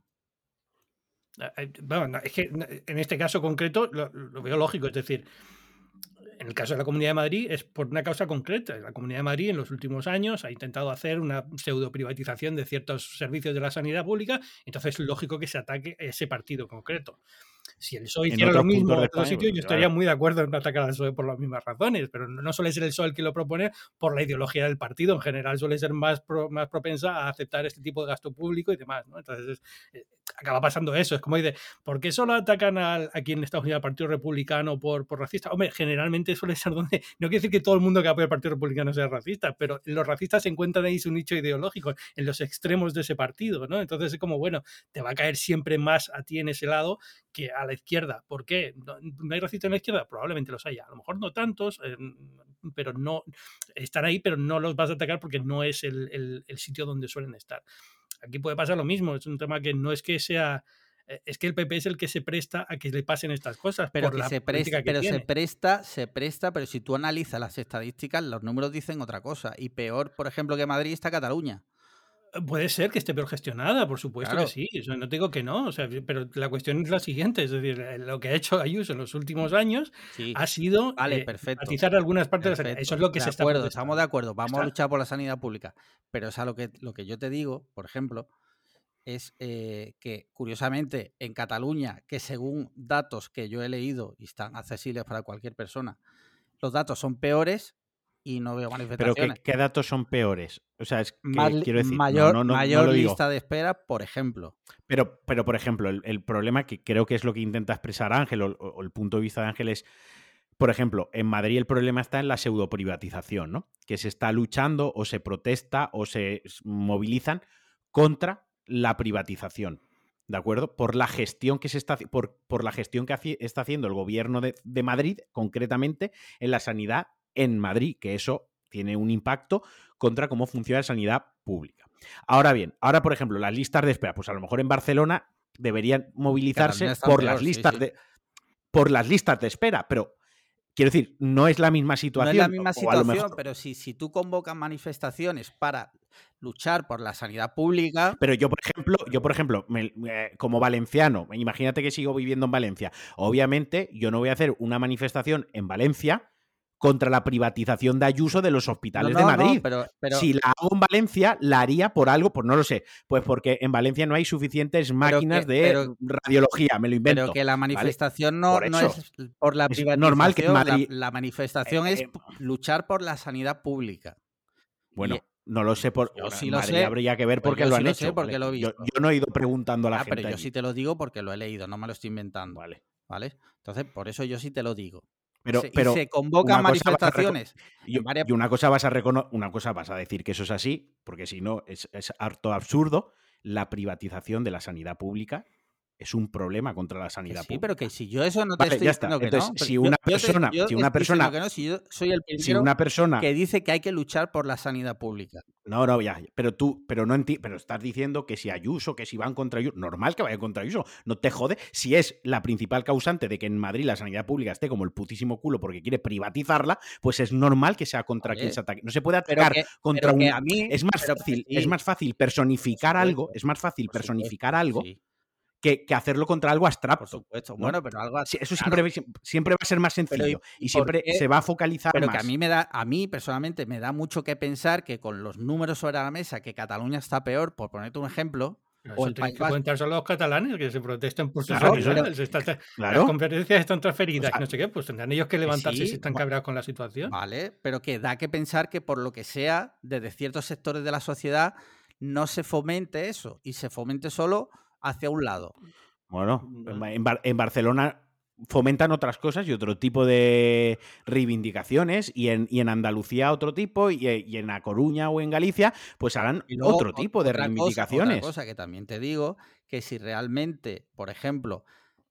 Bueno, es que en este caso concreto lo veo lógico, es decir, en el caso de la Comunidad de Madrid es por una causa concreta. La Comunidad de Madrid en los últimos años ha intentado hacer una pseudo privatización de ciertos servicios de la sanidad pública, entonces es lógico que se ataque a ese partido concreto. Si el PSOE hiciera lo mismo en otro sitio, yo estaría muy de acuerdo en atacar al PSOE por las mismas razones, pero no suele ser el PSOE el que lo propone por la ideología del partido. En general suele ser más propensa a aceptar este tipo de gasto público y demás, ¿no? Entonces acaba pasando eso. Es como dice, ¿por qué solo atacan aquí en Estados Unidos al Partido Republicano por racista? Hombre, generalmente suele ser donde... No quiere decir que todo el mundo que apoya al Partido Republicano sea racista, pero los racistas se encuentran ahí su nicho ideológico, en los extremos de ese partido, ¿no? Entonces es como, bueno, te va a caer siempre más a ti en ese lado que a la izquierda. ¿Por qué? ¿No hay racistas en la izquierda? Probablemente los haya. A lo mejor no tantos, pero no están ahí, pero no los vas a atacar porque no es el sitio donde suelen estar. Aquí puede pasar lo mismo. Es un tema que no es que sea... Es que el PP es el que se presta a que le pasen estas cosas. Pero por se presta, pero si tú analizas las estadísticas, los números dicen otra cosa. Y peor, por ejemplo, que Madrid está Cataluña. Puede ser que esté peor gestionada, por supuesto que sí. O sea, no te digo que no, o sea, pero la cuestión es la siguiente, es decir, lo que ha hecho Ayuso en los últimos años ha sido privatizar algunas partes de la sanidad. Eso es lo que se está protestando. Estamos de acuerdo, vamos a luchar por la sanidad pública. Pero es lo que yo te digo, por ejemplo, es que curiosamente en Cataluña, que según datos que yo he leído y están accesibles para cualquier persona, los datos son peores. Y no veo manifestaciones. ¿Pero qué datos son peores? O sea, es que quiero decir... Mayor lista de espera, por ejemplo. Pero por ejemplo, el problema que creo que es lo que intenta expresar Ángel, o el punto de vista de Ángel es, por ejemplo, en Madrid el problema está en la pseudoprivatización, ¿no? Que se está luchando o se protesta o se movilizan contra la privatización. ¿De acuerdo? Por la gestión que por la gestión que está haciendo el gobierno de Madrid, concretamente, en la sanidad en Madrid, que eso tiene un impacto contra cómo funciona la sanidad pública. Ahora bien, por ejemplo, las listas de espera, pues a lo mejor en Barcelona deberían movilizarse por las listas de espera, pero quiero decir, no es la misma situación. No es la misma situación, pero si tú convocas manifestaciones para luchar por la sanidad pública... Pero yo, por ejemplo, como valenciano, imagínate que sigo viviendo en Valencia. Obviamente, yo no voy a hacer una manifestación en Valencia contra la privatización de Ayuso de los hospitales de Madrid. Pero si la hago en Valencia, la haría por algo, pues no lo sé. Pues porque en Valencia no hay suficientes máquinas de radiología, me lo invento. Pero que la manifestación no es por la privatización. Normal que en Madrid... la manifestación es luchar por la sanidad pública. Bueno, no lo sé, yo sí lo sé. Habría que ver por qué lo han hecho. Porque lo he visto. Yo no he ido preguntando a la gente. Pero yo sí te lo digo porque lo he leído, no me lo estoy inventando. ¿Vale? Entonces, por eso yo sí te lo digo. Pero se convocan manifestaciones. Y una cosa vas a decir que eso es así, porque si no, es harto absurdo. La privatización de la sanidad pública es un problema contra la sanidad sí, pública. pero que si yo eso no te estoy diciendo que Entonces, no. si una persona, yo si una estoy diciendo persona, que no, si yo soy el si primero una persona, que dice que hay que luchar por la sanidad pública. no, ya, pero pero estás diciendo que si Ayuso, que si van contra Ayuso, normal que vayan contra Ayuso, no te jode. Si es la principal causante de que en Madrid la sanidad pública esté como el putísimo culo porque quiere privatizarla, pues es normal que sea contra quien se ataque. No se puede atacar contra un... A mí, es más fácil personificar algo, sí, que hacerlo contra algo por abstracto, supuesto. ¿no? Bueno, pero algo Sí, eso claro. siempre va a ser más sencillo ¿y y por siempre qué? se va a focalizar Pero más. que a mí personalmente me da mucho que pensar que con los números sobre la mesa, que Cataluña está peor, por ponerte un ejemplo, Pero o eso el tenéis País que Vasco. comentárselo a los catalanes, que se protesten por su Claro, sanidad. Las competencias están transferidas, O sea, no sé qué, pues tendrán ellos que levantarse sí, si están cabreados con la situación. Vale, pero que da que pensar que por lo que sea, desde ciertos sectores de la sociedad, no se fomente eso y se fomente solo hacia un lado. Bueno, en Barcelona fomentan otras cosas y otro tipo de reivindicaciones y en Andalucía otro tipo y en A Coruña o en Galicia pues harán Y luego, otro tipo de reivindicaciones. Otra cosa que también te digo, que si realmente, por ejemplo,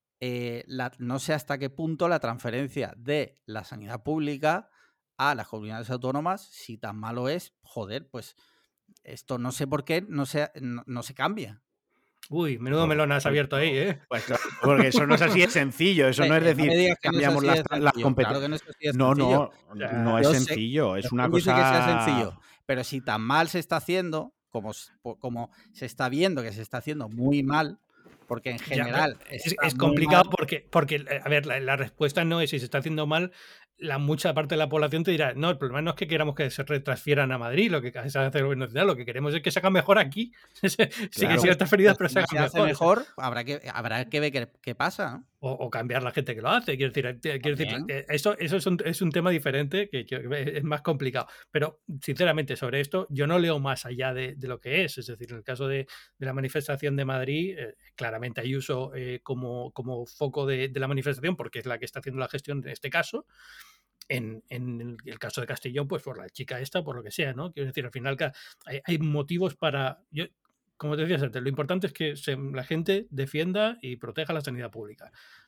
no sé hasta qué punto la transferencia de la sanidad pública a las comunidades autónomas, si tan malo es, joder, pues esto no sé por qué no se cambia. Uy, menudo melón has abierto ahí, ¿eh? Pues claro, porque eso no es así de sencillo, eso no es decir, no me digas que cambiamos no es las competencias. Claro que no es así de No, sencillo. no es sencillo, es una ¿Quién dice que sea cosa... sencillo? Pero si tan mal se está haciendo, como se está viendo que se está haciendo muy mal, porque en general es complicado porque, a ver, la respuesta no es si se está haciendo mal. La mucha parte de la población te dirá, no, el problema no es que queramos que se retransfieran a Madrid, lo que se hace el gobierno central, lo que queremos es que se haga mejor aquí. Sí que sigan transferidas, pero se haga mejor. Habrá que ver qué pasa, ¿no? O cambiar la gente que lo hace. Quiero decir eso es un tema diferente que es más complicado. Pero, sinceramente, sobre esto yo no leo más allá de lo que es. Es decir, en el caso de la manifestación de Madrid, claramente Ayuso como foco de la manifestación, porque es la que está haciendo la gestión en este caso. En el caso de Castellón, pues por la chica esta, por lo que sea, ¿no? Quiero decir, al final hay motivos para... Como te decía antes, lo importante es que la gente defienda y proteja la sanidad pública.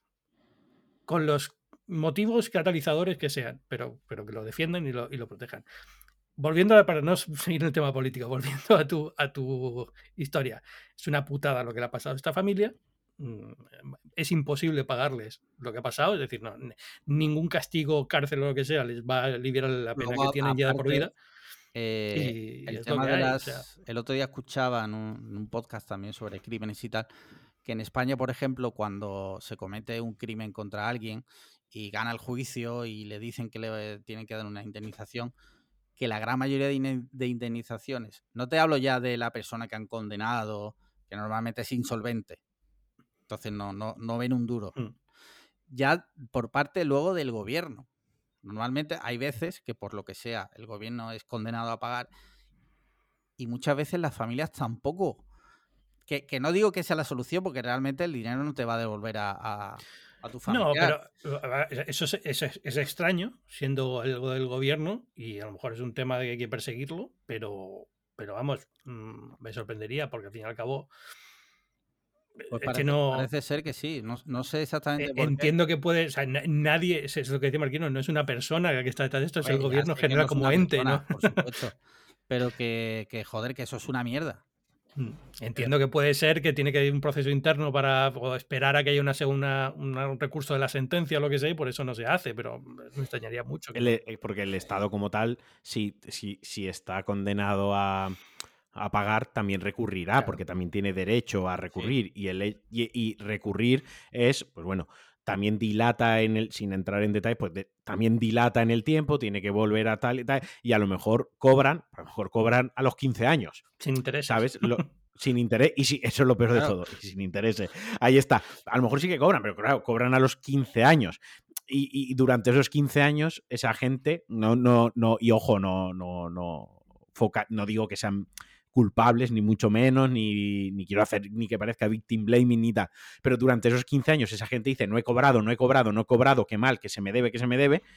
Con los motivos catalizadores que sean, pero que lo defiendan y lo protejan. Volviendo para no seguir en el tema político, volviendo a tu historia. Es una putada lo que le ha pasado a esta familia. Es imposible pagarles lo que ha pasado, es decir, no, ningún castigo, cárcel o lo que sea les va a aliviar la pena que tienen ya de por vida. El tema de el otro día escuchaba en un podcast también sobre crímenes y tal, que en España, por ejemplo, cuando se comete un crimen contra alguien y gana el juicio y le dicen que le tienen que dar una indemnización, que la gran mayoría de indemnizaciones, no te hablo ya de la persona que han condenado, que normalmente es insolvente, entonces no ven un duro, ya por parte luego del gobierno. Normalmente hay veces que por lo que sea el gobierno es condenado a pagar y muchas veces las familias tampoco. Que no digo que sea la solución porque realmente el dinero no te va a devolver a tu familiar. No, pero eso es extraño siendo algo del gobierno y a lo mejor es un tema de que hay que perseguirlo, pero vamos, me sorprendería porque al fin y al cabo... Pues parece ser que sí, no sé exactamente por qué. Entiendo que puede, o sea, nadie, es lo que decía Marquino, no es una persona que está detrás de esto, es el gobierno general como ente, ¿no? Por supuesto, pero que joder, que eso es una mierda. Entiendo que puede ser que tiene que haber un proceso interno para esperar a que haya un recurso de la sentencia o lo que sea y por eso no se hace, pero me extrañaría mucho. Porque el Estado como tal, si está condenado a pagar, también recurrirá, claro, porque también tiene derecho a recurrir. Sí. Y recurrir es, pues bueno, también dilata sin entrar en detalles, pues también dilata en el tiempo, tiene que volver a tal y tal, y a lo mejor cobran a los 15 años. Sin interés. ¿Sabes? Sin interés, y sí, eso es lo peor de todo, y sin intereses. Ahí está. A lo mejor sí que cobran, pero claro, cobran a los 15 años. Y durante esos 15 años, esa gente, y ojo, no digo que sean culpables, ni mucho menos, ni quiero hacer ni que parezca victim blaming ni tal, pero durante esos 15 años esa gente dice, no he cobrado, qué mal, que se me debe,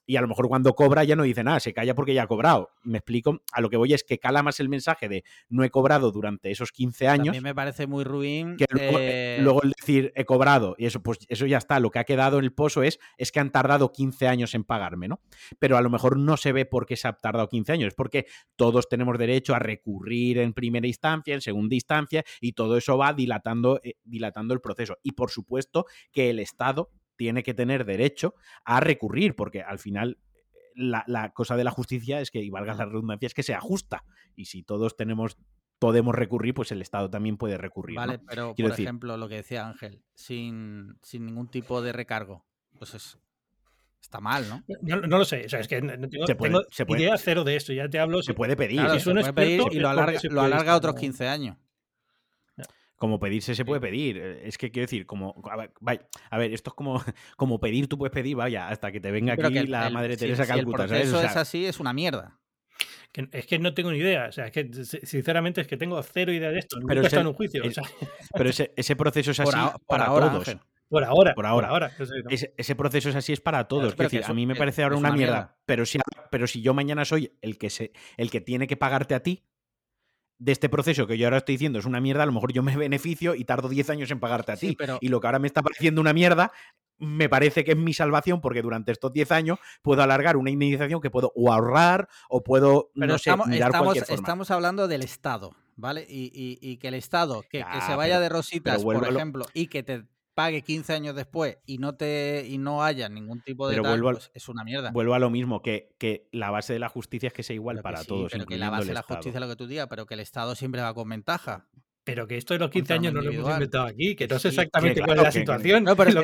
y a lo mejor cuando cobra ya no dice nada, se calla porque ya ha cobrado. Me explico, a lo que voy es que cala más el mensaje de no he cobrado durante esos 15 años. También me parece muy ruin. Que luego el decir he cobrado, y eso, pues eso ya está. Lo que ha quedado en el pozo es que han tardado 15 años en pagarme, ¿no? Pero a lo mejor no se ve por qué se ha tardado 15 años, es porque todos tenemos derecho a recurrir en primera instancia, en segunda instancia, y todo eso va dilatando el proceso. Y por supuesto que el Estado tiene que tener derecho a recurrir, porque al final la cosa de la justicia es que, y valga la redundancia, es que se ajusta. Y si todos podemos recurrir, pues el Estado también puede recurrir. Vale, ¿no? pero por ejemplo, lo que decía Ángel, sin ningún tipo de recargo, pues está mal, ¿no? No lo sé, o sea, es que tengo idea cero de esto, ya te hablo. Se puede pedir. Claro, se puede pedir y lo alarga otros 15 años. Como pedirse se puede pedir. Es que quiero decir, a ver, esto es como pedir, tú puedes pedir, vaya, hasta que te venga aquí la Madre Teresa Calcuta. Si el proceso es así, es una mierda. Es que no tengo ni idea, o sea, es que sinceramente es que tengo cero idea de esto. Nunca he estado en un juicio. O sea. Pero ese proceso es así para todos. Ángel. Por ahora. Ese proceso es así, es para todos. Claro, es decir, a mí me parece ahora una mierda. Pero si yo mañana soy el que tiene que pagarte a ti, de este proceso que yo ahora estoy diciendo es una mierda, a lo mejor yo me beneficio y tardo 10 años en pagarte a ti. Y lo que ahora me está pareciendo una mierda, me parece que es mi salvación, porque durante estos 10 años puedo alargar una indemnización que puedo o ahorrar o puedo, mirar cualquier forma. Estamos hablando del Estado, ¿vale? Y que el Estado, que se vaya de rositas, por ejemplo, y que te pague 15 años después y no haya ningún tipo de pues es una mierda. Vuelvo a lo mismo, que la base de la justicia es que sea igual para todos. Pero que la base de la justicia es lo que tú digas, pero que el Estado siempre va con ventaja. Pero que esto de los 15 años no lo hemos inventado aquí, que no sé exactamente cuál es la situación. No, pero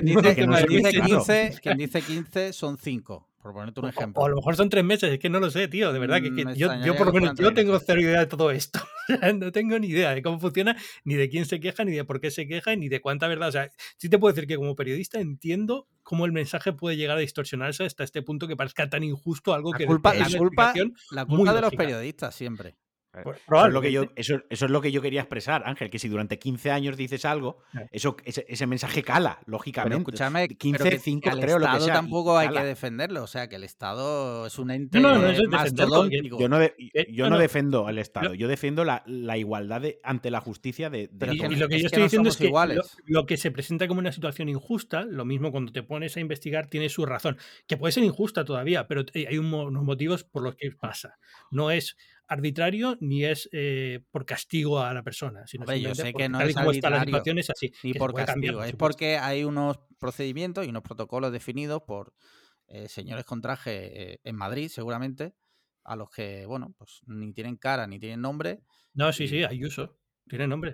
quien dice 15 son 5, por ponerte un ejemplo. O a lo mejor son 3 meses, es que no lo sé, tío, de verdad, que yo por lo menos yo tengo cero idea de todo esto. No tengo ni idea de cómo funciona, ni de quién se queja, ni de por qué se queja, ni de cuánta verdad. O sea, sí te puedo decir que como periodista entiendo cómo el mensaje puede llegar a distorsionarse hasta este punto que parezca tan injusto algo que... La culpa de los periodistas siempre. Pues eso es lo que yo quería expresar, Ángel, que si durante 15 años dices algo, ese mensaje cala, lógicamente. Pero escúchame, 15, 5, al creo, Estado lo que sea. Tampoco hay que defenderlo, o sea, que el Estado es un ente mastodóntico. Yo no defiendo al Estado, yo defiendo la igualdad ante la justicia de y lo que yo estoy diciendo es que lo que se presenta como una situación injusta, lo mismo cuando te pones a investigar, tiene su razón, que puede ser injusta todavía, pero hay unos motivos por los que pasa. No es arbitrario ni es por castigo a la persona, sino yo sé que no tal y es como está la arbitrario situación es así, ni por castigo, es porque hay unos procedimientos y unos protocolos definidos por señores con traje en Madrid, seguramente, a los que, bueno, pues ni tienen cara ni tienen nombre. No, sí, Ayuso. Tiene nombre.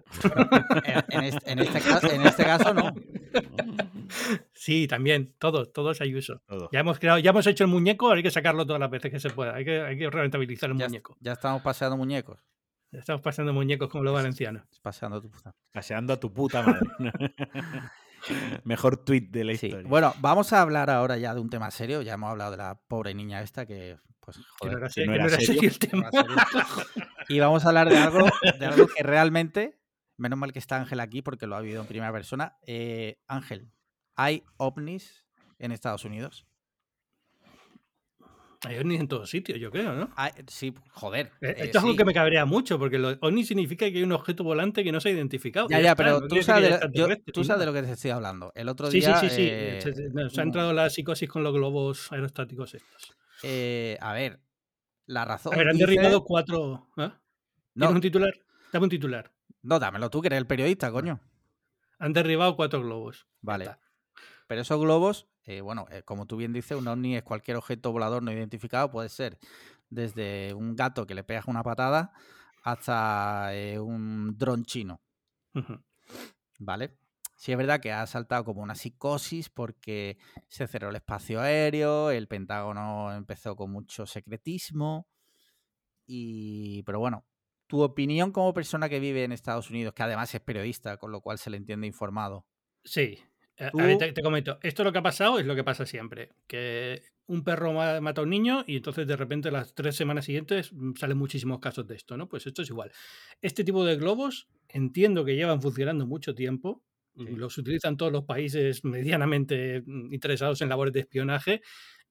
En este caso no. Sí, también, todos Ayuso. Ya hemos hecho el muñeco, hay que sacarlo todas las veces que se pueda. Hay que rentabilizar el muñeco. Ya estamos paseando muñecos. Ya estamos paseando muñecos como los valencianos. Paseando a tu puta. Paseando a tu puta madre. Mejor tweet de la historia. Bueno, vamos a hablar ahora ya de un tema serio. Ya hemos hablado de la pobre niña esta que, pues, joder, que no era serio el tema. Y vamos a hablar de algo que realmente, menos mal que está Ángel aquí porque lo ha vivido en primera persona. Ángel, ¿hay ovnis en Estados Unidos? Hay ovnis en todos sitios, yo creo, ¿no? Sí, joder. Esto es algo que me cabrea mucho, porque ovni significa que hay un objeto volante que no se ha identificado. Pero tú sabes de lo que te estoy hablando. El otro día... Sí. Se ha entrado la psicosis con los globos aerostáticos estos. A ver, la razón... A ver, han derribado 4... ¿Tienes un titular? Dame un titular. No, dámelo tú, que eres el periodista, coño. Han derribado 4 globos. Vale. Pero esos globos, como tú bien dices, un ovni es cualquier objeto volador no identificado. Puede ser desde un gato que le pegas una patada hasta un dron chino. ¿Vale? Sí es verdad que ha saltado como una psicosis porque se cerró el espacio aéreo, el Pentágono empezó con mucho secretismo. Pero bueno, tu opinión como persona que vive en Estados Unidos, que además es periodista, con lo cual se le entiende informado. Sí. A ver, te comento. Esto lo que ha pasado es lo que pasa siempre. Que un perro mata a un niño y entonces de repente las 3 semanas siguientes salen muchísimos casos de esto, ¿no? Pues esto es igual. Este tipo de globos entiendo que llevan funcionando mucho tiempo. Sí. Los utilizan todos los países medianamente interesados en labores de espionaje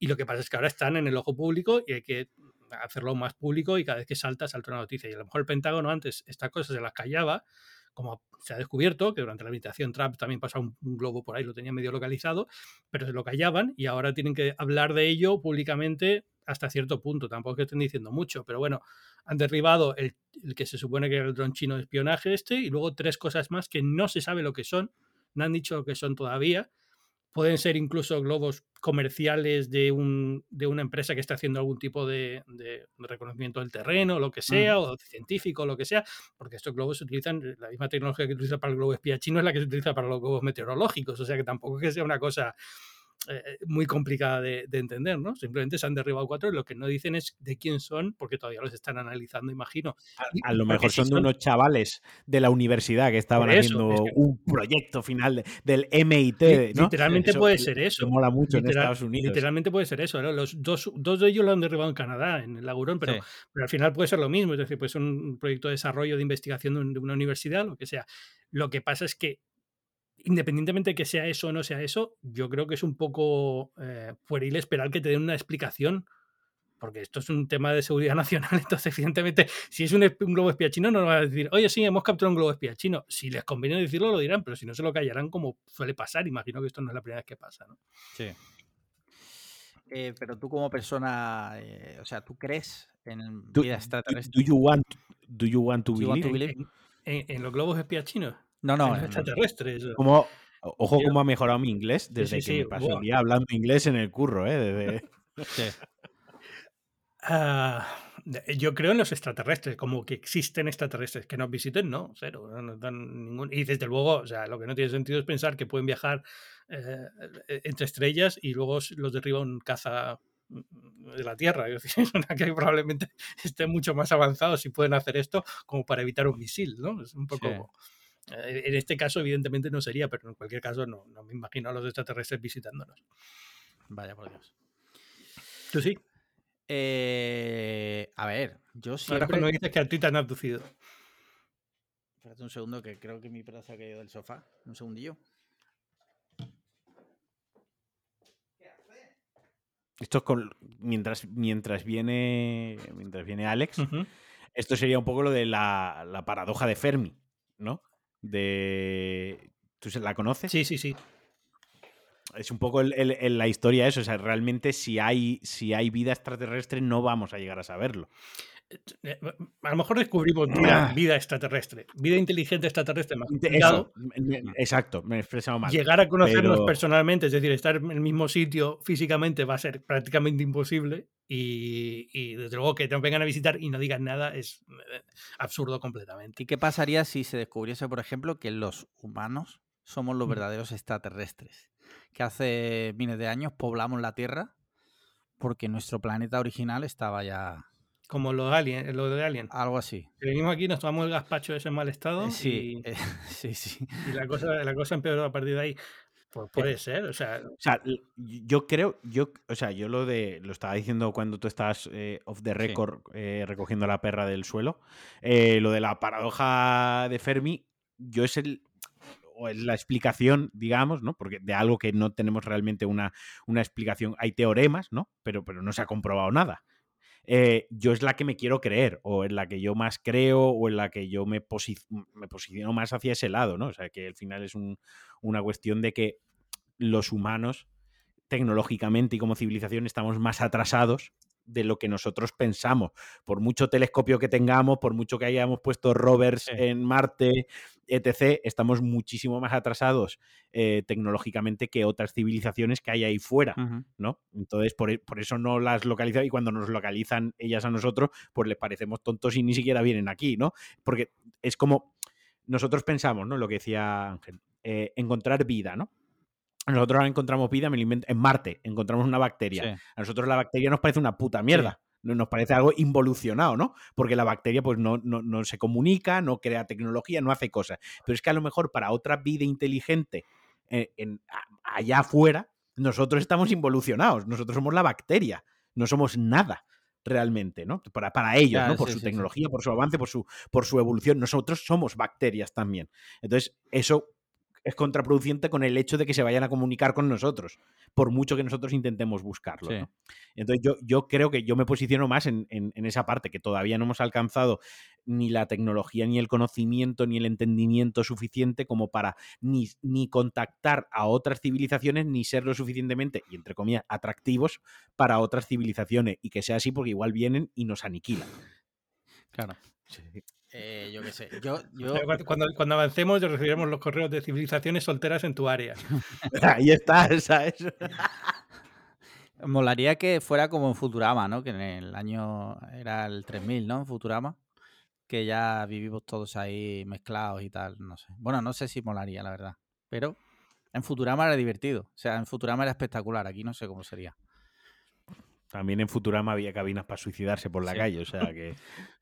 Y lo que pasa es que ahora están en el ojo público y hay que hacerlo más público y cada vez que salta una noticia. Y a lo mejor el Pentágono antes estas cosas se las callaba, como se ha descubierto, que durante la administración Trump también pasaba un globo por ahí, lo tenía medio localizado, pero se lo callaban y ahora tienen que hablar de ello públicamente hasta cierto punto. Tampoco es que estén diciendo mucho, pero bueno, han derribado el que se supone que era el dron chino de espionaje y luego 3 cosas más que no se sabe lo que son, no han dicho lo que son todavía. Pueden ser incluso globos comerciales de una empresa que está haciendo algún tipo de reconocimiento del terreno, lo que sea, o científico, lo que sea, porque estos globos se utilizan, la misma tecnología que se utiliza para el globo espía chino es la que se utiliza para los globos meteorológicos, o sea que tampoco es que sea una cosa muy complicada de entender, ¿no? Simplemente se han derribado 4 y lo que no dicen es de quién son, porque todavía los están analizando, imagino. A lo mejor son de unos chavales de la universidad que estaban haciendo un proyecto final del MIT, ¿no? Literalmente eso puede ser eso. Mola mucho en Estados Unidos. Literalmente puede ser eso, ¿no? Los dos de ellos lo han derribado en Canadá, en el Lagurón, pero al final puede ser lo mismo. Es decir, puede ser un proyecto de desarrollo de investigación de una universidad, lo que sea. Lo que pasa es que independientemente de que sea eso o no sea eso, yo creo que es un poco pueril esperar que te den una explicación, porque esto es un tema de seguridad nacional, entonces evidentemente si es un globo espía chino no nos van a decir, oye sí, hemos capturado un globo espía chino. Si les conviene decirlo lo dirán, pero si no se lo callarán como suele pasar. Imagino que esto no es la primera vez que pasa, ¿no? Sí. Pero tú como persona, o sea, ¿tú crees en vida extraterrestre? Do you want to believe? ¿En los globos espías chinos? No, en los extraterrestres. Ojo cómo ha mejorado mi inglés desde que me pasó el día hablando inglés en el curro, Yo creo en los extraterrestres, como que existen extraterrestres. Que nos visiten, no, cero. No dan ningún... Y desde luego, o sea, lo que no tiene sentido es pensar que pueden viajar entre estrellas y luego los derriba un caza de la Tierra. Es decir, que probablemente estén mucho más avanzados si pueden hacer esto como para evitar un misil, ¿no? Es un poco... Sí. En este caso, evidentemente, no sería, pero en cualquier caso, no me imagino a los extraterrestres visitándonos. Vaya por Dios. ¿Tú sí? A ver, yo siempre... Ahora cuando dices que a ti te han abducido. Espérate un segundo, que creo que mi perro se ha caído del sofá. Un segundillo. ¿Qué hace? Esto es mientras viene Alex, esto sería un poco lo de la paradoja de Fermi, ¿no? ¿Tú la conoces? Sí. Es un poco la historia eso, o sea, realmente si hay vida extraterrestre no vamos a llegar a saberlo. A lo mejor descubrimos vida extraterrestre, vida inteligente extraterrestre más complicado. Exacto, me he expresado mal. Llegar a conocernos personalmente, es decir, estar en el mismo sitio físicamente va a ser prácticamente imposible y desde luego que nos vengan a visitar y no digan nada es absurdo completamente. ¿Y qué pasaría si se descubriese, por ejemplo, que los humanos somos los verdaderos extraterrestres? Que hace miles de años poblamos la Tierra porque nuestro planeta original estaba ya... Como lo de Alien. Algo así. Venimos aquí, nos tomamos el gazpacho ese en mal estado sí. Y la cosa empeoró a partir de ahí. Pues puede ser, o sea, yo creo, yo lo estaba diciendo cuando tú estabas off the record recogiendo la perra del suelo, lo de la paradoja de Fermi, es la explicación, digamos, ¿no? Porque de algo que no tenemos realmente una explicación, hay teoremas, ¿no? Pero no se ha comprobado nada. Yo es la que me quiero creer, o en la que yo más creo, o en la que yo me posiciono más hacia ese lado, ¿no? O sea, que al final es una cuestión de que los humanos, tecnológicamente y como civilización, estamos más atrasados de lo que nosotros pensamos. Por mucho telescopio que tengamos, por mucho que hayamos puesto rovers en Marte, etc., estamos muchísimo más atrasados tecnológicamente que otras civilizaciones que hay ahí fuera, ¿no? Entonces, por eso no las localizan, y cuando nos localizan ellas a nosotros, pues les parecemos tontos y ni siquiera vienen aquí, ¿no? Porque es como nosotros pensamos, ¿no? Lo que decía Ángel, encontrar vida, ¿no? Nosotros ahora encontramos vida, en Marte encontramos una bacteria. Sí. A nosotros la bacteria nos parece una puta mierda. Sí. Nos parece algo involucionado, ¿no? Porque la bacteria pues no se comunica, no crea tecnología, no hace cosas. Pero es que a lo mejor para otra vida inteligente allá afuera, nosotros estamos involucionados. Nosotros somos la bacteria. No somos nada realmente, ¿no? Para ellos, ¿no? Por su tecnología, por su avance, por su evolución. Nosotros somos bacterias también. Entonces, eso es contraproducente con el hecho de que se vayan a comunicar con nosotros, por mucho que nosotros intentemos buscarlo, ¿no? Entonces yo creo que yo me posiciono más en esa parte, que todavía no hemos alcanzado ni la tecnología, ni el conocimiento, ni el entendimiento suficiente como para ni contactar a otras civilizaciones, ni ser lo suficientemente, y entre comillas, atractivos para otras civilizaciones, y que sea así porque igual vienen y nos aniquilan. Claro. Sí. Yo qué sé. Cuando avancemos, recibiremos los correos de civilizaciones solteras en tu área. Ahí está, ¿sabes? Molaría que fuera como en Futurama, ¿no? Que en el año era el 3000, ¿no? En Futurama. Que ya vivimos todos ahí mezclados y tal, no sé. Bueno, no sé si molaría, la verdad. Pero en Futurama era divertido. O sea, en Futurama era espectacular. Aquí no sé cómo sería. También en Futurama había cabinas para suicidarse por la calle, o sea que...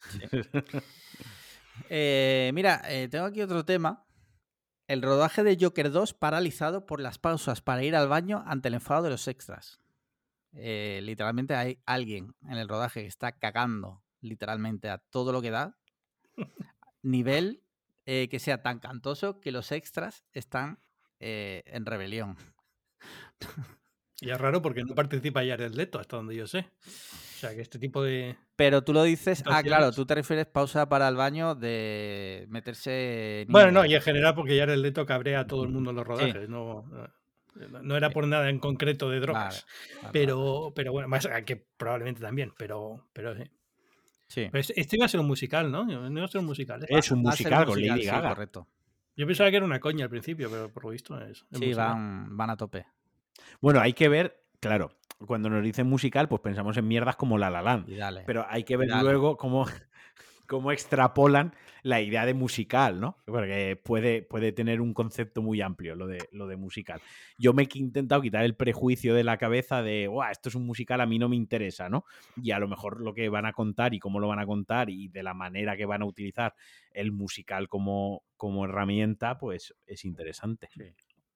Mira, tengo aquí otro tema. El rodaje de Joker 2 paralizado por las pausas para ir al baño ante el enfado de los extras. Literalmente hay alguien en el rodaje que está cagando literalmente a todo lo que da. Nivel que sea tan cantoso que los extras están en rebelión. Y es raro porque no participa Jared Leto, hasta donde yo sé. O sea, que este tipo de... Pero tú lo dices... claro, tú te refieres pausa para el baño de meterse... Bueno, no, y en general porque Jared Leto cabrea a todo el mundo en los rodajes. Sí. No era por nada en concreto de drogas. Vale. Pero bueno, más que probablemente también, pero sí. Sí. Pero este iba a ser un musical, ¿no? No iba a ser un musical. Es un musical con Lady Gaga. Sí, correcto. Yo pensaba que era una coña al principio, pero por lo visto es sí, van a tope. Bueno, hay que ver, claro, cuando nos dicen musical, pues pensamos en mierdas como La La Land. Pero hay que ver luego cómo extrapolan la idea de musical, ¿no? Porque puede tener un concepto muy amplio lo de musical. Yo me he intentado quitar el prejuicio de la cabeza de, esto es un musical, a mí no me interesa, ¿no? Y a lo mejor lo que van a contar y cómo lo van a contar y de la manera que van a utilizar el musical como herramienta, pues es interesante. Sí.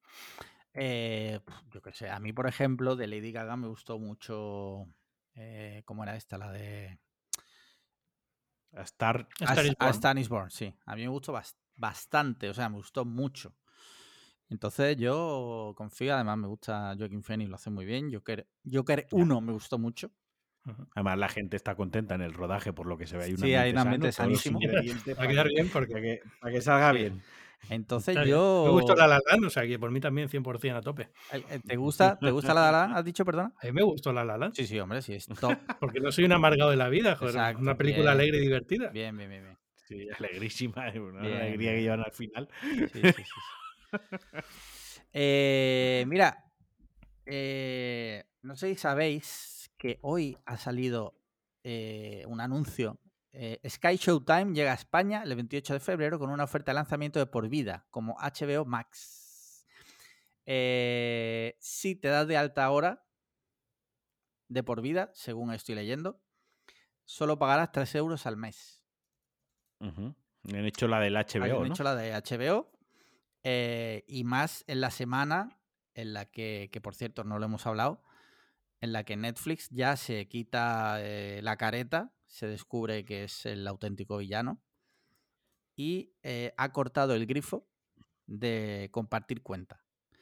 Yo qué sé, a mí, por ejemplo, de Lady Gaga me gustó mucho... ¿cómo era esta? La de... A Star is Born, sí. A mí me gustó bastante, o sea, me gustó mucho. Entonces yo confío, además me gusta Joaquin Phoenix, lo hace muy bien. Joker 1 me gustó mucho. Además la gente está contenta en el rodaje por lo que se ve. Hay un ambiente sanísimo. Va a quedar bien para que salga bien. Entonces me gusta La La Land, o sea que por mí también 100% a tope. ¿Te gusta La La Land? ¿Has dicho, perdona? A mí me gustó La La Land. Sí, hombre, sí, es top. Porque no soy un amargado de la vida, joder. Exacto, una película alegre y divertida. Bien. Sí, alegrísima, una alegría que llevan al final. Sí. Mira, no sé si sabéis que hoy ha salido un anuncio. Sky Showtime llega a España el 28 de febrero con una oferta de lanzamiento de por vida, como HBO Max. Si te das de alta ahora, de por vida, según estoy leyendo, solo pagarás 3 euros al mes. Han hecho la del HBO, Han hecho la de HBO y más en la semana en la que por cierto no lo hemos hablado, en la que Netflix ya se quita la careta, se descubre que es el auténtico villano y ha cortado el grifo de compartir cuenta.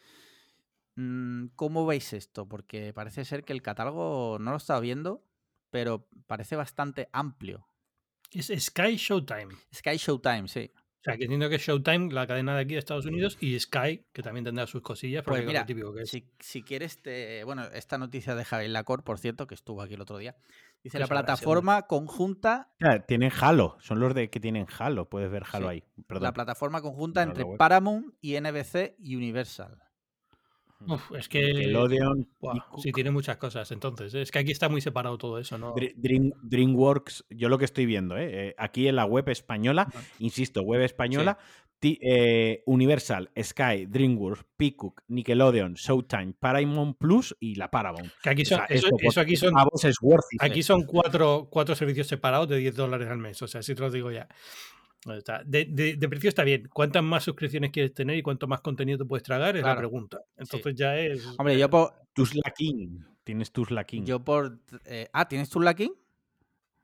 ¿Cómo veis esto? Porque parece ser que el catálogo no lo he estado viendo, pero parece bastante amplio. Es Sky Showtime. Sky Showtime, sí. O sea, que entiendo que es Showtime, la cadena de aquí de Estados Unidos, y Sky, que también tendrá sus cosillas, porque pues mira, es lo típico que es. Si quieres, bueno, esta noticia de Javier Lacor, por cierto, que estuvo aquí el otro día, dice la plataforma conjunta... Tienen Halo, son los de que tienen Halo, puedes ver Halo ahí. Perdón. La plataforma conjunta entre Paramount y NBC Universal. Es que Nickelodeon, sí, tiene muchas cosas. Entonces, es que aquí está muy separado todo eso, ¿no? DreamWorks, yo lo que estoy viendo, aquí en la web española, insisto, web española, Universal, Sky, DreamWorks, Peacock, Nickelodeon, Showtime, Paramount Plus y la Paramount. Que aquí son, aquí son cuatro servicios separados de $10 al mes. O sea, si te lo digo ya. De precio está bien. ¿Cuántas más suscripciones quieres tener y cuánto más contenido te puedes tragar? Es la pregunta. Entonces ya es... Hombre, yo por... Tusla King. Tienes Tusla King. Yo por... ¿tienes Tusla King?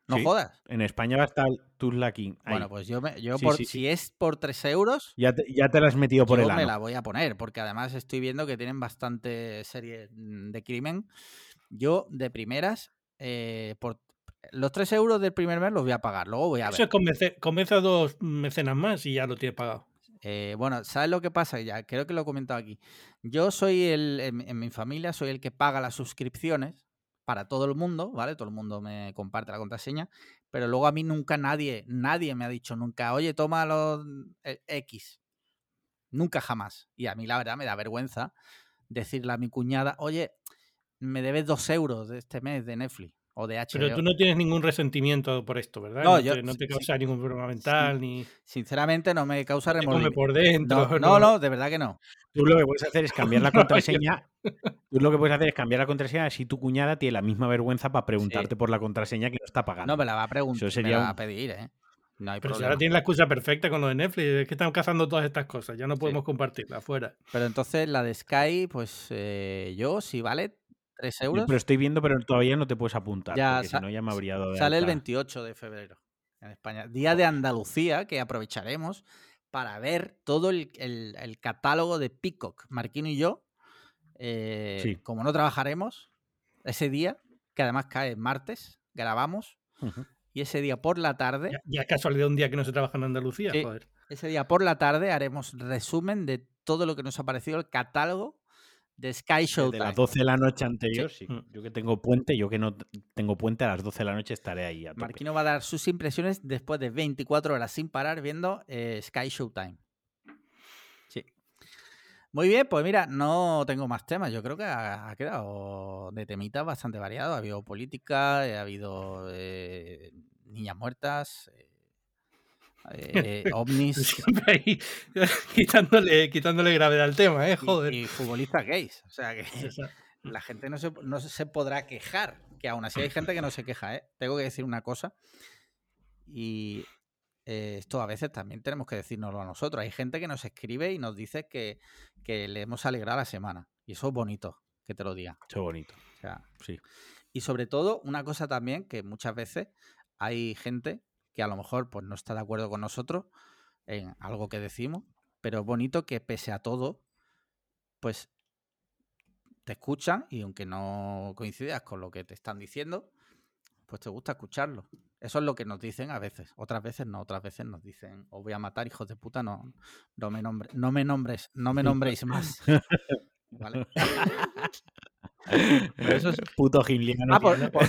No jodas. En España va a estar Too Lucky. Bueno, pues si es por 3 euros... Ya te la has metido por el ano. Yo me la voy a poner, porque además estoy viendo que tienen bastante series de crimen. Yo, de primeras, por los 3 euros del primer mes los voy a pagar. Luego voy a ver. Eso es convence a 2 mecenas más y ya lo tienes pagado. Bueno, ¿sabes lo que pasa? Ya creo que lo he comentado aquí. Yo soy en mi familia soy el que paga las suscripciones para todo el mundo, ¿vale? Todo el mundo me comparte la contraseña, pero luego a mí nunca nadie me ha dicho nunca, oye, toma los X. Nunca jamás. Y a mí la verdad me da vergüenza decirle a mi cuñada, oye, me debes 2 euros de este mes de Netflix o de HBO. Pero tú no tienes ningún resentimiento por esto, ¿verdad? No te causa ningún problema mental ni... Sinceramente no me causa remordimiento. Por dentro. No, de verdad que no. Tú lo que puedes hacer es cambiar la contraseña. Si tu cuñada tiene la misma vergüenza para preguntarte por la contraseña que no está pagando. No, me la va a preguntar, me la va a pedir, ¿eh? No hay pero problema. si ahora tienes la excusa perfecta con lo de Netflix, es que están cazando todas estas cosas, ya no podemos compartirla afuera. Pero entonces la de Sky, pues yo, si vale 3 euros... Pero estoy viendo, pero todavía no te puedes apuntar, porque si no ya me habría dado de Sale alta. el 28 de febrero en España. Día de Andalucía, que aprovecharemos para ver todo el catálogo de Peacock. Marquino y yo, como no trabajaremos ese día, que además cae martes, grabamos, y ese día por la tarde... Ya es casualidad un día que no se trabaja en Andalucía, sí, joder. Ese día por la tarde haremos resumen de todo lo que nos ha parecido el catálogo de Sky Showtime. De las 12 de la noche anterior, sí. Yo que tengo puente, yo que no tengo puente, a las 12 de la noche estaré ahí a tope. Marquino va a dar sus impresiones después de 24 horas sin parar viendo Sky Showtime. Sí. Muy bien, pues mira, no tengo más temas. Yo creo que ha quedado de temitas bastante variado. Ha habido política, ha habido niñas muertas, ovnis. Siempre ahí quitándole gravedad al tema, joder. Y futbolistas gays. O sea que la gente no se podrá quejar. Que aún así hay gente que no se queja, Tengo que decir una cosa. Y esto a veces también tenemos que decírnoslo a nosotros. Hay gente que nos escribe y nos dice que le hemos alegrado la semana. Y eso es bonito, que te lo digan. Eso es bonito. O sea, sí. Y sobre todo, una cosa también, que muchas veces hay gente que a lo mejor pues, no está de acuerdo con nosotros en algo que decimos, pero es bonito que pese a todo, pues te escuchan y aunque no coincidas con lo que te están diciendo, pues te gusta escucharlo. Eso es lo que nos dicen a veces. Otras veces no, otras veces nos dicen, os voy a matar, hijos de puta, no me nombréis más. ¿Vale? Pero eso es puto giliano.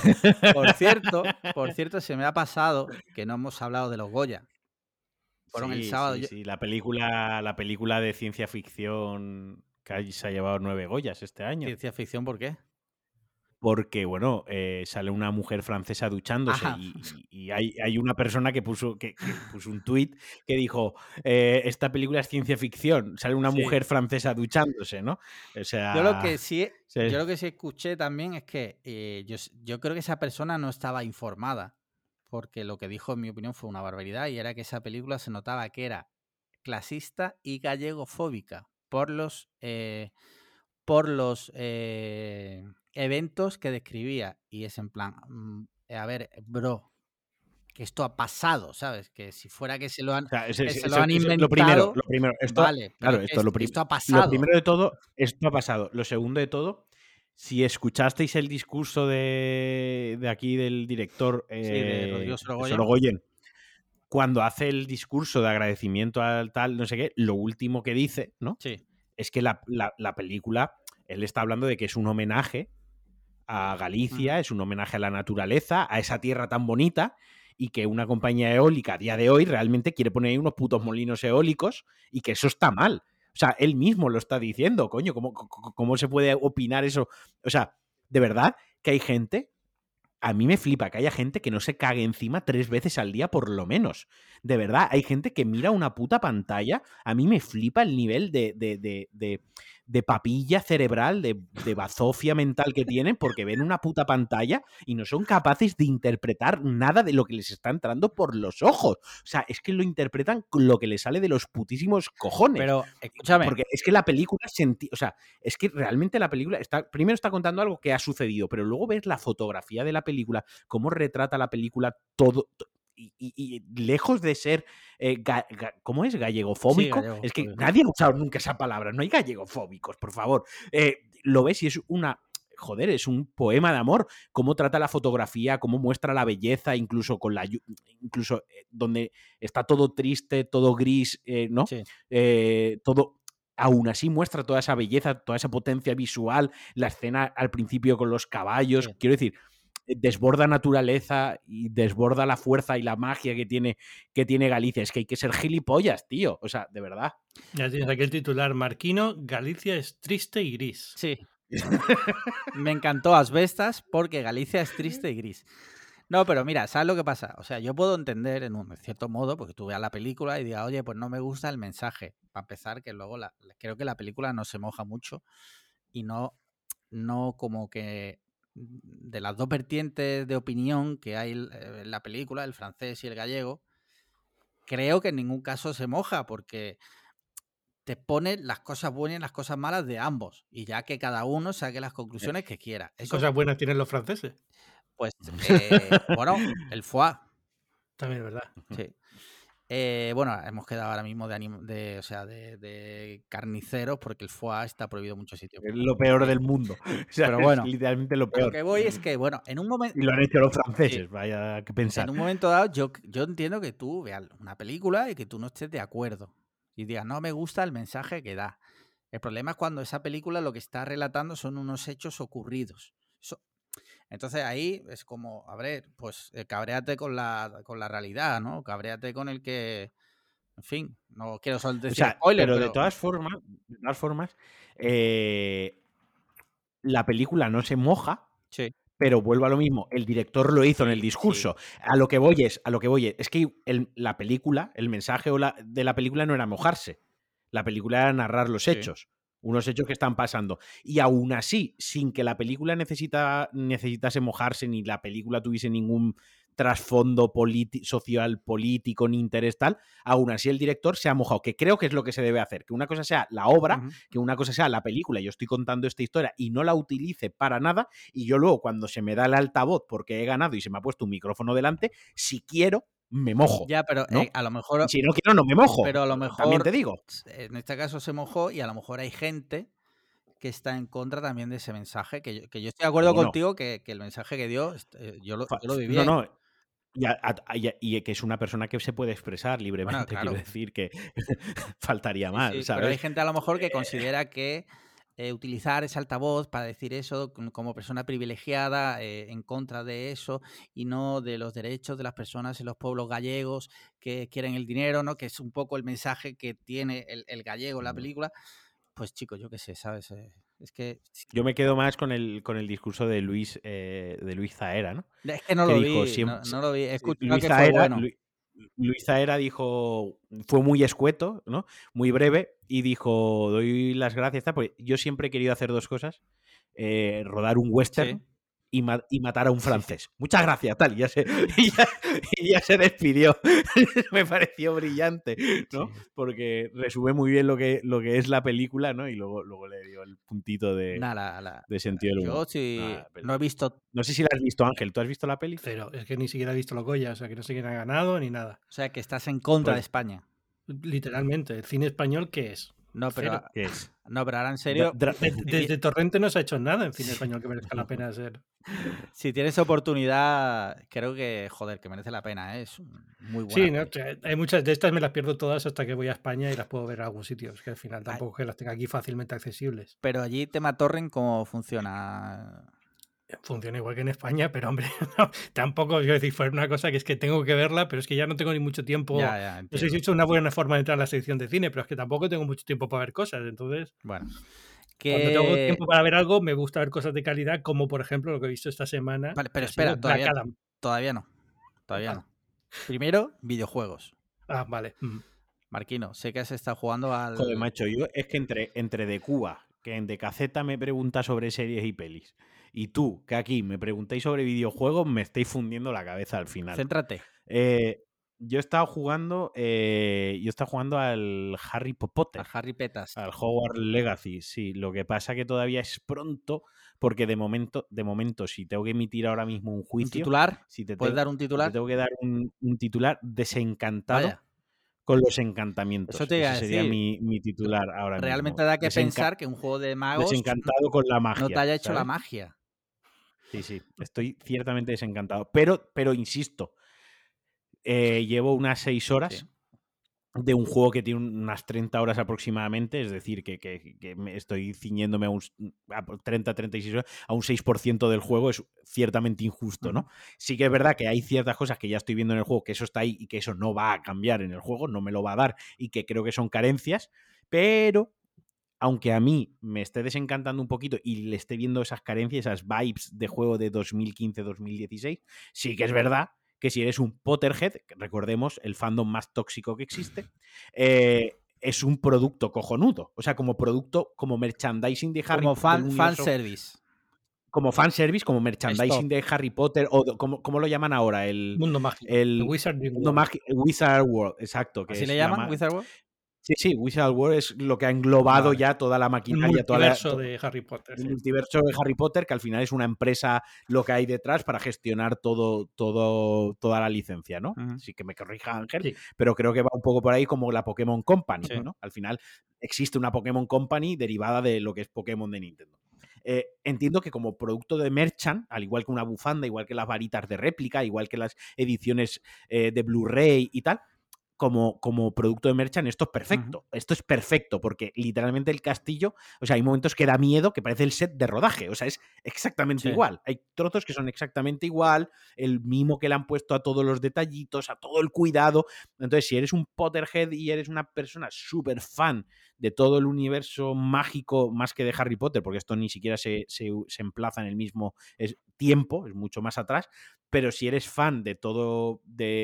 Por cierto, se me ha pasado que no hemos hablado de los Goya. Fueron el sábado. Sí, la película de ciencia ficción que se ha llevado 9 Goyas este año. ¿Ciencia ficción por qué? Porque, bueno, sale una mujer francesa duchándose y hay una persona que puso un tuit que dijo, esta película es ciencia ficción, sale una mujer francesa duchándose, ¿no? O sea... Yo lo que sí escuché también es que yo creo que esa persona no estaba informada, porque lo que dijo, en mi opinión, fue una barbaridad, y era que esa película se notaba que era clasista y gallegofóbica por los eventos que describía, y es en plan, a ver, bro, que esto ha pasado, ¿sabes? Que si fuera que se lo han, han inventado... Lo primero, esto, vale, claro, esto ha pasado. Lo primero de todo, esto ha pasado. Lo segundo de todo, si escuchasteis el discurso de aquí del director de Rodrigo Sorogoyen, cuando hace el discurso de agradecimiento al tal, no sé qué, lo último que dice, ¿no? Sí. Es que la película, él está hablando de que es un homenaje a Galicia, es un homenaje a la naturaleza, a esa tierra tan bonita, y que una compañía eólica a día de hoy realmente quiere poner ahí unos putos molinos eólicos y que eso está mal. O sea, él mismo lo está diciendo, coño, ¿cómo se puede opinar eso? O sea, de verdad que hay gente... A mí me flipa que haya gente que no se cague encima 3 veces al día por lo menos. De verdad, hay gente que mira una puta pantalla. A mí me flipa el nivel de de papilla cerebral, de bazofia mental que tienen, porque ven una puta pantalla y no son capaces de interpretar nada de lo que les está entrando por los ojos. O sea, es que lo interpretan con lo que les sale de los putísimos cojones. Pero, escúchame. Porque es que la película o sea, es que realmente la película primero está contando algo que ha sucedido, pero luego ves la fotografía de la película, cómo retrata la película todo. Y lejos de ser, ¿cómo es? Gallegofóbico. Sí, es que nadie ha usado nunca esa palabra. No hay gallegofóbicos, por favor. Lo ves y es joder, es un poema de amor. Cómo trata la fotografía, cómo muestra la belleza, incluso donde está todo triste, todo gris, ¿no? Sí. Todo. Aún así muestra toda esa belleza, toda esa potencia visual, la escena al principio con los caballos. Sí. Quiero decir, desborda naturaleza y desborda la fuerza y la magia que tiene Galicia. Es que hay que ser gilipollas, tío. O sea, de verdad. Ya tienes aquí el titular. Marquino, Galicia es triste y gris. Sí. Me encantó Asbestas porque Galicia es triste y gris. No, pero mira, ¿sabes lo que pasa? O sea, yo puedo entender en un cierto modo, porque tú veas la película y digas, oye, pues no me gusta el mensaje. Para empezar, que luego creo que la película no se moja mucho y no como que de las dos vertientes de opinión que hay en la película, el francés y el gallego, creo que en ningún caso se moja porque te pone las cosas buenas y las cosas malas de ambos y ya que cada uno saque las conclusiones que quiera. ¿Qué cosas buenas tienen los franceses? Pues, bueno, el foie. También es verdad. Sí. Bueno, hemos quedado ahora mismo de carniceros porque el foie está prohibido en muchos sitios. Es lo peor del mundo. O sea, pero bueno, es literalmente lo peor. Lo que voy es que, bueno, en un momento... Y lo han hecho los franceses, sí. Vaya que pensar. En un momento dado, yo entiendo que tú veas una película y que tú no estés de acuerdo. Y digas, no me gusta el mensaje que da. El problema es cuando esa película lo que está relatando son unos hechos ocurridos. Entonces ahí es como, a ver, pues cabréate con la realidad, ¿no? Cabréate con el que... En fin, no quiero decir spoiler, pero de todas formas, la película no se moja, sí. Pero vuelvo a lo mismo, el director lo hizo en el discurso. Sí. A lo que voy es que la película, el mensaje de la película no era mojarse. La película era narrar los hechos. Unos hechos que están pasando. Y aún así, sin que la película necesitase mojarse, ni la película tuviese ningún trasfondo social, político, ni interés tal, aún así el director se ha mojado, que creo que es lo que se debe hacer, que una cosa sea la obra, que una cosa sea la película, yo estoy contando esta historia y no la utilice para nada, y yo luego cuando se me da el altavoz porque he ganado y se me ha puesto un micrófono delante, si quiero, me mojo. Ya, pero ¿no? A lo mejor... Y si no quiero, no me mojo. Pero a lo mejor... También te digo. En este caso se mojó y a lo mejor hay gente que está en contra también de ese mensaje, que yo estoy de acuerdo contigo que el mensaje que dio, yo lo viví. No, y que es una persona que se puede expresar libremente, bueno, claro. Quiero decir que faltaría más, sí, ¿sabes? Pero hay gente a lo mejor que considera que utilizar ese altavoz para decir eso como persona privilegiada en contra de eso y no de los derechos de las personas en los pueblos gallegos que quieren el dinero, ¿no? Que es un poco el mensaje que tiene el gallego en la película. Pues chicos, yo qué sé, ¿sabes? Es que... Yo me quedo más con el discurso de Luis Zahera, ¿no? Es que no lo vi, no lo vi. Luis Zahera, bueno. Luis Zahera dijo, fue muy escueto, ¿no? Muy breve, y dijo, doy las gracias, porque yo siempre he querido hacer dos cosas, rodar un western y matar a un francés. Sí. Muchas gracias, tal, y ya se despidió. Me pareció brillante, ¿no? Sí. Porque resume muy bien lo que es la película, ¿no? Y luego le dio el puntito de sentido del humor. Yo sí no he visto... No sé si la has visto, Ángel. ¿Tú has visto la peli? Pero es que ni siquiera he visto los Goya, o sea, que no sé quién ha ganado ni nada. O sea, que estás en contra de España. Literalmente. ¿El cine español qué es? No, pero, ¿qué es? No, pero ahora en serio... Desde Torrente no se ha hecho nada en cine español que merezca la pena ser. Si tienes oportunidad, creo que, joder, que merece la pena, ¿eh? Es muy buena. Sí, ¿no? Hay muchas de estas, me las pierdo todas hasta que voy a España y las puedo ver en algún sitio. Es que al final tampoco que las tenga aquí fácilmente accesibles. Pero allí tema Torrent, ¿cómo funciona? Funciona igual que en España, pero hombre, no, tampoco, quiero decir, fue una cosa que es que tengo que verla, pero es que ya no tengo ni mucho tiempo. No sé si he hecho una buena forma de entrar a la sección de cine, pero es que tampoco tengo mucho tiempo para ver cosas, entonces... Bueno. Cuando tengo tiempo para ver algo, me gusta ver cosas de calidad, como por ejemplo lo que he visto esta semana. Vale, pero espera, todavía no. Primero, videojuegos. Vale. Marquino, sé que has estado jugando al... Joder, macho, yo es que entre de Cuba que en Decaceta me pregunta sobre series y pelis, y tú, que aquí me preguntáis sobre videojuegos, me estáis fundiendo la cabeza al final. Céntrate. Yo he estado jugando al Harry Potter. Al Harry Petas. Al Hogwarts Legacy, sí. Lo que pasa que todavía es pronto, porque de momento, si tengo que emitir ahora mismo un juicio... ¿Un titular? ¿Puedes dar un titular? Si te tengo que dar un titular, desencantado con los encantamientos. Eso te iba a Ese decir. sería mi titular ahora mismo. Realmente da que pensar que un juego de magos... Desencantado con la magia. No te haya hecho ¿sabes? la magia. Sí. Estoy ciertamente desencantado. Pero insisto, llevo unas 6 horas de un juego que tiene unas 30 horas aproximadamente, es decir, que me estoy ciñéndome a 36 horas, a un 6% del juego, es ciertamente injusto, ¿no? Sí que es verdad que hay ciertas cosas que ya estoy viendo en el juego, que eso está ahí y que eso no va a cambiar en el juego, no me lo va a dar y que creo que son carencias, pero... aunque a mí me esté desencantando un poquito y le esté viendo esas carencias, esas vibes de juego de 2015-2016, sí que es verdad que si eres un Potterhead, recordemos, el fandom más tóxico que existe, es un producto cojonudo. O sea, como producto, como merchandising de Harry Potter. Como fanservice. Como fanservice, como merchandising de Harry Potter, o ¿cómo lo llaman ahora? El mundo mágico. El Wizarding World. Wizard World, exacto. ¿Así le llaman? ¿Wizard World? Sí, Wizard World es lo que ha englobado ya toda la maquinaria. El multiverso de Harry Potter. El multiverso de Harry Potter, que al final es una empresa lo que hay detrás para gestionar toda la licencia, ¿no? Sí que me corrija Ángel, pero creo que va un poco por ahí como la Pokémon Company, ¿no? Al final existe una Pokémon Company derivada de lo que es Pokémon de Nintendo. Entiendo que como producto de merchant, al igual que una bufanda, igual que las varitas de réplica, igual que las ediciones de Blu-ray y tal, como producto de merchant, esto es perfecto. Esto es perfecto, porque literalmente el castillo, o sea, hay momentos que da miedo, que parece el set de rodaje, o sea, es exactamente igual. Hay trozos que son exactamente igual, el mimo que le han puesto a todos los detallitos, a todo el cuidado. Entonces, si eres un Potterhead y eres una persona súper fan de todo el universo mágico, más que de Harry Potter, porque esto ni siquiera se emplaza en el mismo tiempo, es mucho más atrás, pero si eres fan de todo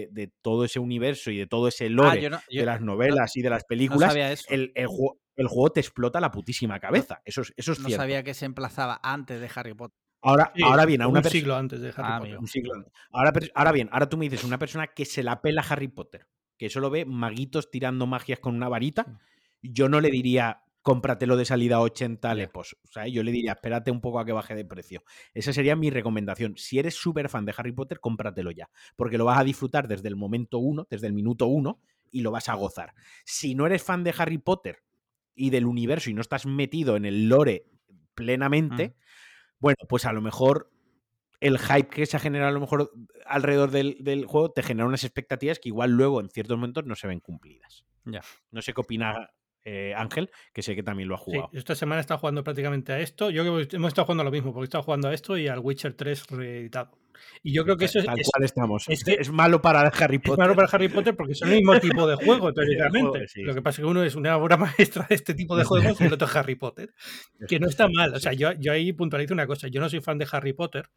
ese universo y de todo ese lore de las novelas y de las películas, no sabía eso. El juego te explota la putísima cabeza. Eso es cierto. No sabía que se emplazaba antes de Harry Potter. Ahora bien, a una un siglo antes de Harry Potter. Un siglo antes. Ahora bien, ahora tú me dices una persona que se la pela Harry Potter, que solo ve maguitos tirando magias con una varita, yo no le diría cómpratelo de salida a 80 lepos. O sea, yo le diría, espérate un poco a que baje de precio. Esa sería mi recomendación. Si eres súper fan de Harry Potter, cómpratelo ya. Porque lo vas a disfrutar desde el momento 1, desde el minuto 1, y lo vas a gozar. Si no eres fan de Harry Potter y del universo y no estás metido en el lore plenamente, bueno, pues a lo mejor el hype que se ha generado a lo mejor alrededor del juego te genera unas expectativas que igual luego en ciertos momentos no se ven cumplidas. Ya. No sé qué opina Ángel, que sé que también lo ha jugado. Sí, esta semana he estado jugando prácticamente a esto. Yo creo que hemos estado jugando a lo mismo, porque he estado jugando a esto y al Witcher 3 reeditado. Y yo creo que eso tal cual estamos. Es malo para Harry Potter. Es malo para Harry Potter porque son el mismo tipo de juego, teóricamente. Lo que pasa es que uno es una obra maestra de este tipo de juegos y el otro es Harry Potter. Que no está mal. O sea, yo ahí puntualizo una cosa. Yo no soy fan de Harry Potter.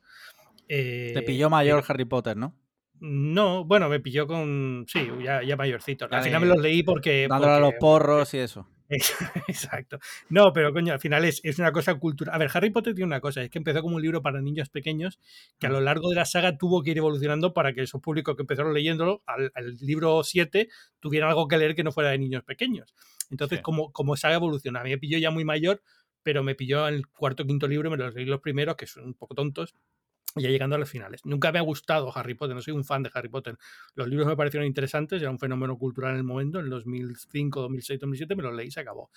Te pilló mayor Harry Potter, ¿no? No, bueno, me pilló con... Sí, ya mayorcito. Al final me los leí porque... Dándole a los porros y eso. Exacto. No, pero coño, al final es una cosa cultural. A ver, Harry Potter tiene una cosa, es que empezó como un libro para niños pequeños que a lo largo de la saga tuvo que ir evolucionando para que esos públicos que empezaron leyéndolo al libro 7 tuvieran algo que leer que no fuera de niños pequeños. Entonces, como saga evoluciona. A mí me pilló ya muy mayor, pero me pilló en el cuarto o quinto libro, me los leí los primeros, que son un poco tontos, ya llegando a los finales. Nunca me ha gustado Harry Potter, no soy un fan de Harry Potter. Los libros me parecieron interesantes, era un fenómeno cultural en el momento, en el 2005, 2006, 2007 me los leí y se acabó.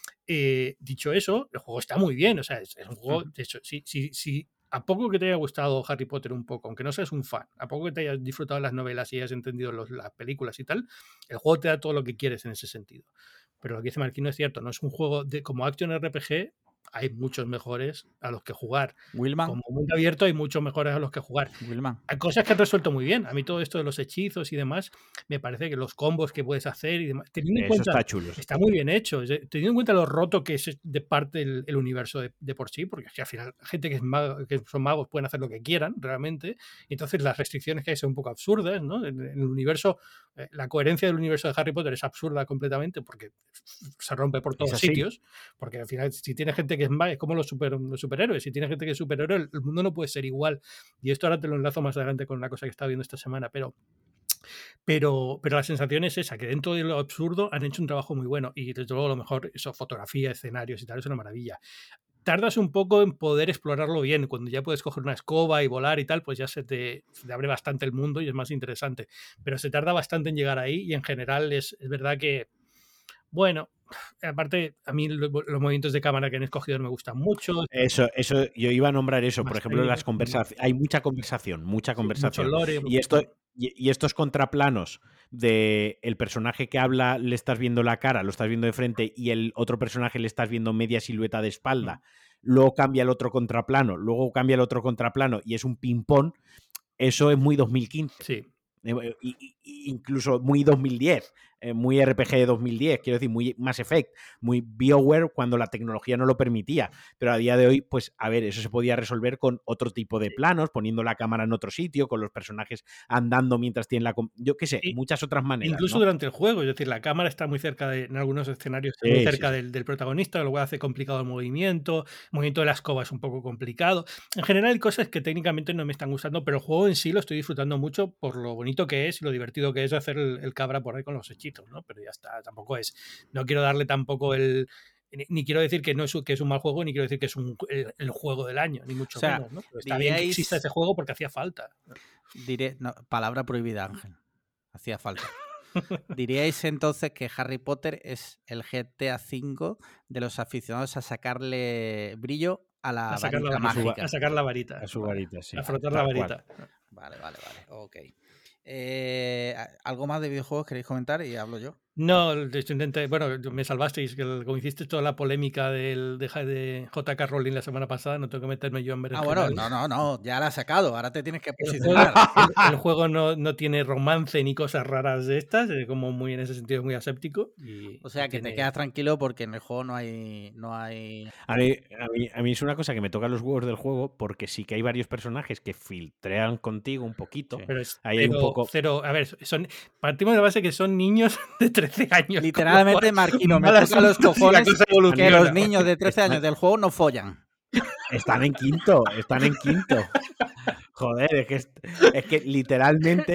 Dicho eso, el juego está muy bien, o sea, es un juego, de hecho, si a poco que te haya gustado Harry Potter un poco, aunque no seas un fan, a poco que te hayas disfrutado las novelas y hayas entendido las películas y tal, el juego te da todo lo que quieres en ese sentido. Pero lo que dice Marquino es cierto, no es un juego como Action RPG, hay muchos mejores a los que jugar. Willman. Como mundo abierto hay muchos mejores a los que jugar. Willman. Hay cosas que han resuelto muy bien. A mí todo esto de los hechizos y demás, me parece que los combos que puedes hacer y demás, teniendo en cuenta, está chulo. Está muy bien hecho. Teniendo en cuenta lo roto que es de parte el universo de por sí, porque es que al final gente que son magos pueden hacer lo que quieran realmente. Entonces las restricciones que hay son un poco absurdas, ¿no? En el universo, la coherencia del universo de Harry Potter es absurda completamente porque se rompe por todos sitios. Porque al final, si tienes gente gente que es como los superhéroes. Si tienes gente que es superhéroe, el mundo no puede ser igual. Y esto ahora te lo enlazo más adelante con una cosa que estaba viendo esta semana, pero la sensación es esa, que dentro de lo absurdo han hecho un trabajo muy bueno. Y desde luego, a lo mejor, eso, fotografía, escenarios y tal, es una maravilla. Tardas un poco en poder explorarlo bien. Cuando ya puedes coger una escoba y volar y tal, pues ya se te abre bastante el mundo y es más interesante. Pero se tarda bastante en llegar ahí y en general es verdad que, bueno, aparte, a mí los movimientos de cámara que han escogido me gustan mucho. Eso, yo iba a nombrar eso. Por ejemplo, las conversaciones. Hay mucha conversación. Sí, mucho lore, y estos contraplanos de el personaje que habla, le estás viendo la cara, lo estás viendo de frente, y el otro personaje le estás viendo media silueta de espalda. Luego cambia el otro contraplano, luego cambia el otro contraplano, y es un ping-pong. Eso es muy 2015. Sí. Incluso muy 2010, muy RPG de 2010, quiero decir, muy Mass Effect, muy BioWare cuando la tecnología no lo permitía, pero a día de hoy, pues a ver, eso se podía resolver con otro tipo de planos, poniendo la cámara en otro sitio, con los personajes andando mientras tienen yo qué sé, muchas otras maneras. Incluso, ¿no?, durante el juego, es decir, la cámara está muy cerca en algunos escenarios, muy cerca del protagonista, lo cual hace complicado el movimiento de la escoba es un poco complicado. En general hay cosas que técnicamente no me están gustando, pero el juego en sí lo estoy disfrutando mucho por lo bonito que es y lo divertido que es hacer el cabra por ahí con los hechitos, ¿no? Pero ya está, tampoco es, no quiero darle tampoco ni quiero decir que es un mal juego, ni quiero decir que es el juego del año, ni mucho menos, ¿no? Pero está bien que exista ese juego porque hacía falta. Palabra prohibida, Ángel. Hacía falta. ¿Diríais entonces que Harry Potter es el GTA V de los aficionados a sacarle brillo a la varita mágica? A sacar la varita. A su varita, sí. A frotar la varita. Vale. Ok. ¿Algo más de videojuegos queréis comentar? Y hablo yo. No, bueno, me salvasteis, que como hiciste toda la polémica de J.K. Rowling la semana pasada, no tengo que meterme yo en ver. Bueno, no, ya la has sacado, ahora te tienes que posicionar. El juego no tiene romance ni cosas raras de estas, como muy en ese sentido muy aséptico. O sea que te quedas tranquilo porque en el juego no hay... A mí es una cosa que me toca los huevos del juego, porque sí que hay varios personajes que filtrean contigo un poquito. Sí, pero un poco... a ver, partimos de la base que son niños de 13 años. Literalmente, Marquino, me toca los cojones que los niños de 13 años del juego no follan. Están en quinto. Joder, es que literalmente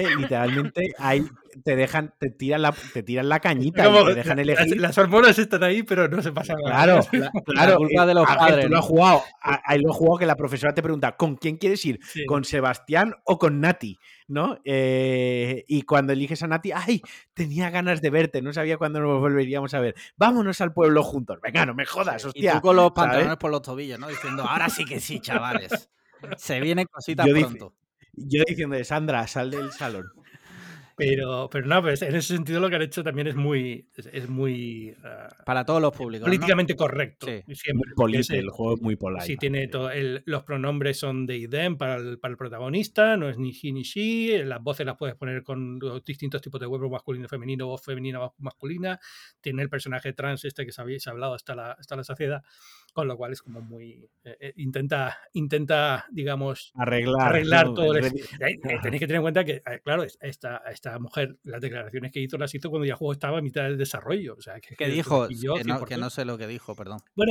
te tiran la cañita y te dejan elegir. Las hormonas están ahí, pero no se pasa nada. Claro. Culpa de los padres. Tú lo has jugado. Ahí lo he jugado, que la profesora te pregunta, ¿con quién quieres ir? Sí. ¿Con Sebastián o con Nati? ¿No? Y cuando eliges a Nati, ¡ay! Tenía ganas de verte, no sabía cuándo nos volveríamos a ver. Vámonos al pueblo juntos. Venga, no me jodas, hostia. Y tú con los pantalones por los tobillos, ¿no? Diciendo, ahora sí que sí, chavales. Se vienen cositas pronto. Yo diciendo, Sandra, sal del salón. Pero no, pues en ese sentido lo que han hecho también es muy para todos los públicos, políticamente, ¿no?, correcto. Sí. Siempre. El juego es muy polite. Sí, tiene todo. Los pronombres son they, them para el protagonista, no es ni he ni she. Las voces las puedes poner con los distintos tipos de verbo masculino, femenino, voz femenina, voz masculina. Tiene el personaje trans que se ha hablado hasta la saciedad, con lo cual es como muy... intenta, digamos, arreglar todo. Tenéis que tener en cuenta que, claro, esta mujer, las declaraciones que hizo las hizo cuando ya el juego estaba a mitad del desarrollo. O sea, ¿qué dijo? Que no sé lo que dijo, perdón. Bueno,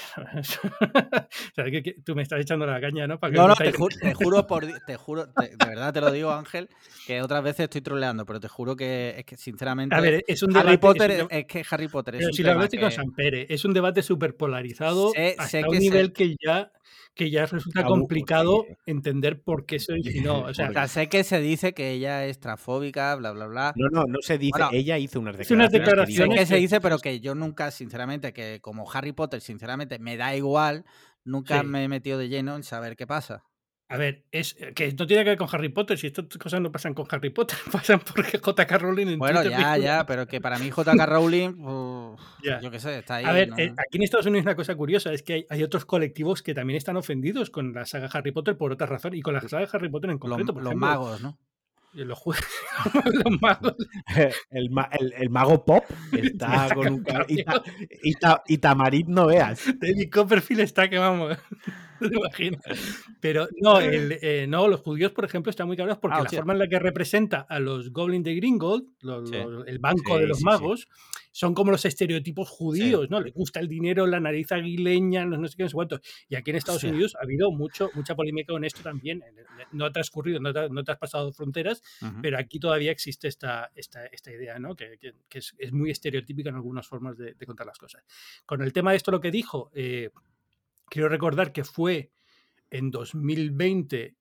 o sea, que tú me estás echando la caña, ¿no? Te juro, de verdad te lo digo, Ángel, que otras veces estoy troleando, pero te juro que es que sinceramente, a ver, es un Harry debate, Potter es que Harry Potter es un si lo hablaste con Sampere, es un debate súper polarizado hasta un nivel que ya resulta complicado entender por qué se originó. O sea, sé que se dice que ella es transfóbica, bla, bla, bla. No se dice. Bueno, ella hizo unas declaraciones. Sé que se dice, pero que yo nunca, sinceramente, que como Harry Potter, sinceramente, me da igual, nunca me he metido de lleno en saber qué pasa. A ver, es que no tiene que ver con Harry Potter, si estas cosas no pasan con Harry Potter, pasan porque J.K. Rowling en Twitter. Ya, pero que para mí J.K. Rowling, yo qué sé, está ahí. A ver, ¿no? Aquí en Estados Unidos una cosa curiosa es que hay otros colectivos que también están ofendidos con la saga Harry Potter por otras razones, y con la saga Harry Potter en concreto. Los magos, ¿no? Los magos. El mago Pop está con un... y Tamarit no veas. David Copperfield está que vamos... ¿Te imaginas? Pero no, no, los judíos, por ejemplo, están muy cabreados porque la forma en la que representa a los Goblin de Gringold, el banco de los magos, son como los estereotipos judíos, ¿no? Les gusta el dinero, la nariz aguileña, no sé qué, no sé cuántos. Y aquí en Estados Unidos ha habido mucha polémica con esto también. No te has ocurrido, no te has pasado fronteras, pero aquí todavía existe esta idea, ¿no? Que es muy estereotípica en algunas formas de contar las cosas. Con el tema de esto, lo que dijo, quiero recordar que fue en 2020.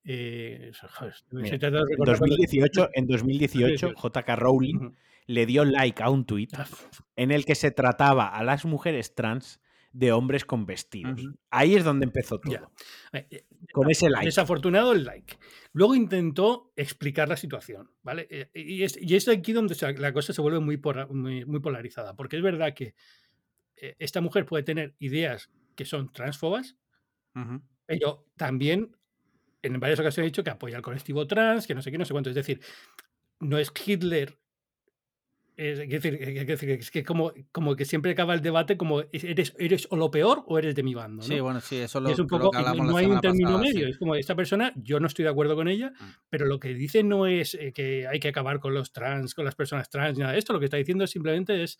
En 2018, J.K. Rowling le dio like a un tuit en el que se trataba a las mujeres trans de hombres con vestidos. Ahí es donde empezó todo. Con ese like. Desafortunado el like. Luego intentó explicar la situación, ¿vale? Y es aquí donde la cosa se vuelve muy polarizada, porque es verdad que esta mujer puede tener ideas que son transfobas, pero también en varias ocasiones ha dicho que apoya al colectivo trans, que no sé qué, no sé cuánto. Es decir, no es Hitler. Es que como que siempre acaba el debate como eres o lo peor o eres de mi bando, ¿no? Sí, bueno, sí, eso es un poco, que hablamos no hay un término medio. Sí. Es como esta persona, yo no estoy de acuerdo con ella, pero lo que dice no es que hay que acabar con los trans, con las personas trans, nada de esto. Lo que está diciendo simplemente es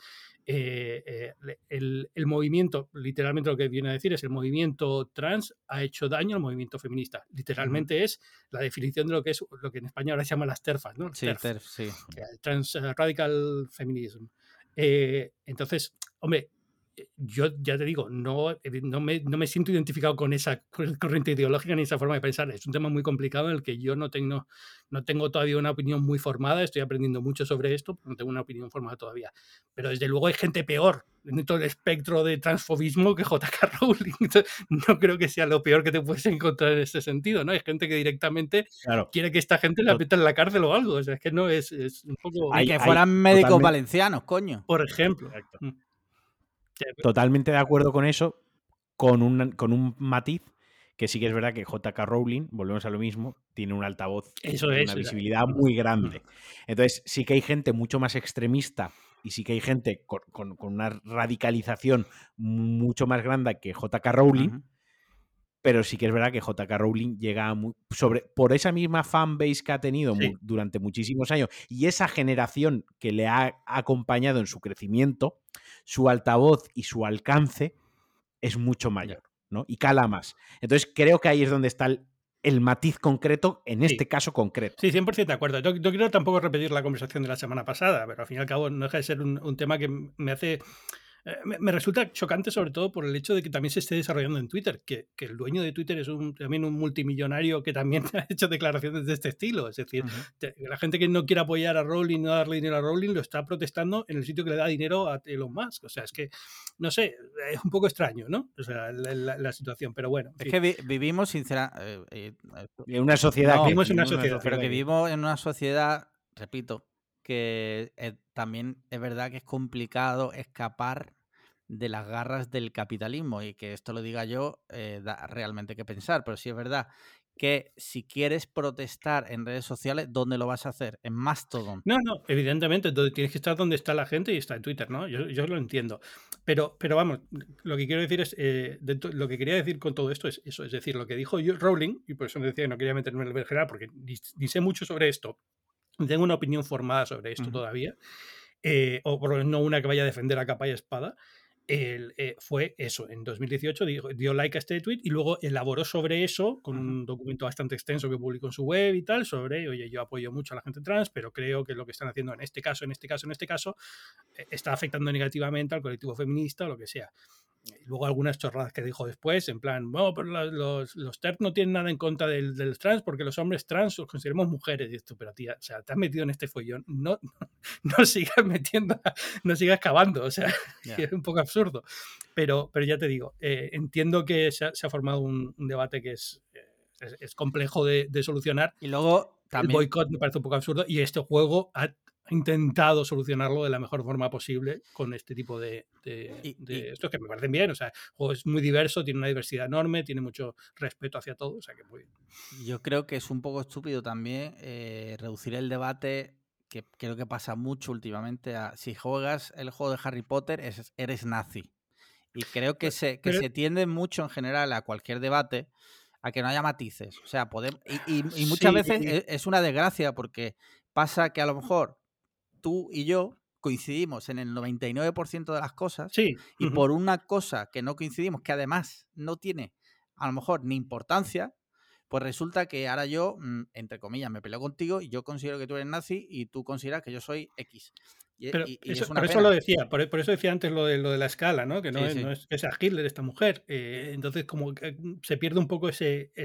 el movimiento, literalmente lo que viene a decir es el movimiento trans ha hecho daño al movimiento feminista. Literalmente es la definición de lo que en España ahora se llama las TERFas, ¿no? Sí, TERF, sí. Trans Radical Feminism. Entonces, hombre, yo ya te digo, no me siento identificado con esa corriente ideológica ni esa forma de pensar. Es un tema muy complicado en el que yo no tengo todavía una opinión muy formada. Estoy aprendiendo mucho sobre esto, pero no tengo una opinión formada todavía. Pero desde luego hay gente peor en todo el espectro de transfobismo que J.K. Rowling. Entonces, no creo que sea lo peor que te puedes encontrar en ese sentido, ¿no? Hay gente que directamente quiere que esta gente la meta en la cárcel o algo. O sea, es que no es un poco... Y que fueran médicos valencianos, coño. Por ejemplo. Totalmente de acuerdo con eso, con un matiz, que sí que es verdad que J.K. Rowling, volvemos a lo mismo, tiene un altavoz, una visibilidad muy grande. Entonces sí que hay gente mucho más extremista y sí que hay gente con una radicalización mucho más grande que J.K. Rowling, pero sí que es verdad que J.K. Rowling llega por esa misma fanbase que ha tenido durante muchísimos años y esa generación que le ha acompañado en su crecimiento, su altavoz y su alcance es mucho mayor, ¿no? Y cala más. Entonces creo que ahí es donde está el matiz concreto en este caso concreto. Sí, 100% de acuerdo. Yo quiero tampoco repetir la conversación de la semana pasada, pero al fin y al cabo no deja de ser un tema que me hace... Me resulta chocante sobre todo por el hecho de que también se esté desarrollando en Twitter, que el dueño de Twitter es también un multimillonario que también ha hecho declaraciones de este estilo. Es decir, la gente que no quiere apoyar a Rowling, no darle dinero a Rowling, lo está protestando en el sitio que le da dinero a Elon Musk. O sea, es que, no sé, es un poco extraño, ¿no? O sea, la situación, pero bueno. Es que vivimos, sinceramente... en una sociedad. No, vivimos en una sociedad. Pero que vivimos en una sociedad, repito, que también es verdad que es complicado escapar de las garras del capitalismo, y que esto lo diga yo da realmente que pensar, pero sí es verdad que si quieres protestar en redes sociales, ¿dónde lo vas a hacer? En Mastodon. No, evidentemente, tienes que estar donde está la gente y está en Twitter, ¿no? Yo lo entiendo. Pero vamos, lo que quiero decir es, lo que quería decir con todo esto es eso, es decir, lo que dijo Rowling, y por eso me decía que no quería meterme en el vergel porque ni sé mucho sobre esto, tengo una opinión formada sobre esto todavía, o por lo menos no una que vaya a defender a capa y espada. Fue eso, en 2018 dio like a este tweet y luego elaboró sobre eso con un documento bastante extenso que publicó en su web y tal, sobre, oye, yo apoyo mucho a la gente trans, pero creo que lo que están haciendo en este caso, está afectando negativamente al colectivo feminista o lo que sea. Y luego algunas chorradas que dijo después, en plan, bueno, pero los TERF no tienen nada en contra del trans porque los hombres trans los consideramos mujeres. Y esto, pero tía, o sea, te has metido en este follón, no sigas metiendo, no sigas cavando, o sea, es un poco absurdo. Pero ya te digo, entiendo que se ha formado un debate que es complejo de solucionar. Y luego también... El boicot me parece un poco absurdo y este juego ha intentado solucionarlo de la mejor forma posible con este tipo de estos que me parecen bien. O sea, el juego es muy diverso, tiene una diversidad enorme, tiene mucho respeto hacia todo, o sea que muy bien. Yo creo que es un poco estúpido también reducir el debate, que creo que pasa mucho últimamente, a si juegas el juego de Harry Potter eres nazi. Y creo que se tiende mucho en general a cualquier debate a que no haya matices. O sea, y muchas veces es una desgracia porque pasa que a lo mejor tú y yo coincidimos en el 99% de las cosas y por una cosa que no coincidimos, que además no tiene a lo mejor ni importancia, pues resulta que ahora yo, entre comillas, me peleo contigo y yo considero que tú eres nazi y tú consideras que yo soy X. Pero eso lo decía, por eso decía antes lo de la escala, ¿no? Que no es que sea Hitler esta mujer. Entonces, como que se pierde un poco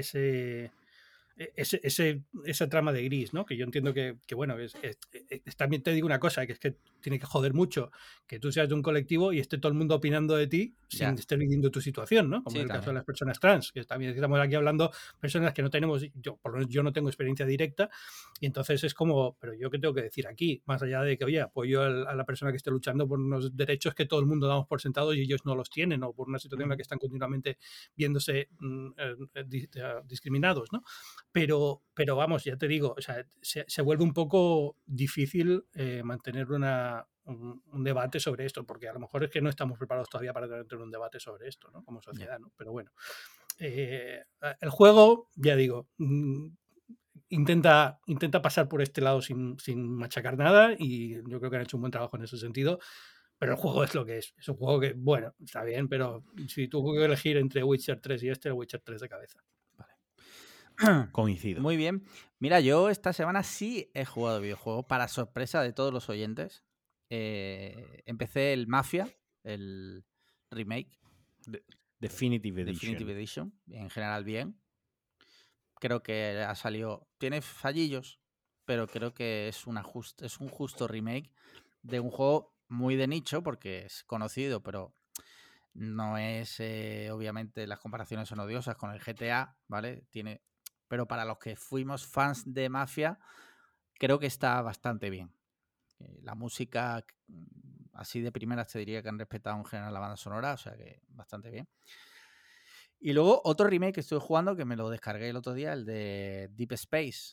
esa trama de gris, ¿no? Que yo entiendo que bueno, también te digo una cosa, que es que tiene que joder mucho que tú seas de un colectivo y esté todo el mundo opinando de ti sin estar viviendo tu situación, ¿no? Como en el caso de las personas trans, que también estamos aquí hablando personas que no tenemos, por lo menos yo no tengo experiencia directa, y entonces es como, pero yo qué tengo que decir aquí, más allá de que, oye, apoyo a la persona que esté luchando por unos derechos que todo el mundo damos por sentados y ellos no los tienen, o por una situación en la que están continuamente viéndose discriminados, ¿no? Pero vamos, ya te digo, o sea, se vuelve un poco difícil mantener un debate sobre esto, porque a lo mejor es que no estamos preparados todavía para tener un debate sobre esto, ¿no? Como sociedad, ¿no? Pero bueno, el juego, ya digo, intenta pasar por este lado sin machacar nada, y yo creo que han hecho un buen trabajo en ese sentido. Pero el juego es lo que es. Es un juego que, bueno, está bien, pero si tuve que elegir entre Witcher 3 y el Witcher 3 de cabeza. Coincido. Muy bien. Mira, yo esta semana sí he jugado videojuegos, para sorpresa de todos los oyentes. Empecé el Mafia, el remake. Definitive Edition. En general bien. Creo que ha salido... Tiene fallillos, pero creo que es un justo remake de un juego muy de nicho, porque es conocido, pero no es... obviamente las comparaciones son odiosas con el GTA, ¿vale? Pero para los que fuimos fans de Mafia, creo que está bastante bien. La música, así de primeras te diría que han respetado en general la banda sonora, o sea que bastante bien. Y luego otro remake que estoy jugando, que me lo descargué el otro día, el de Deep Space.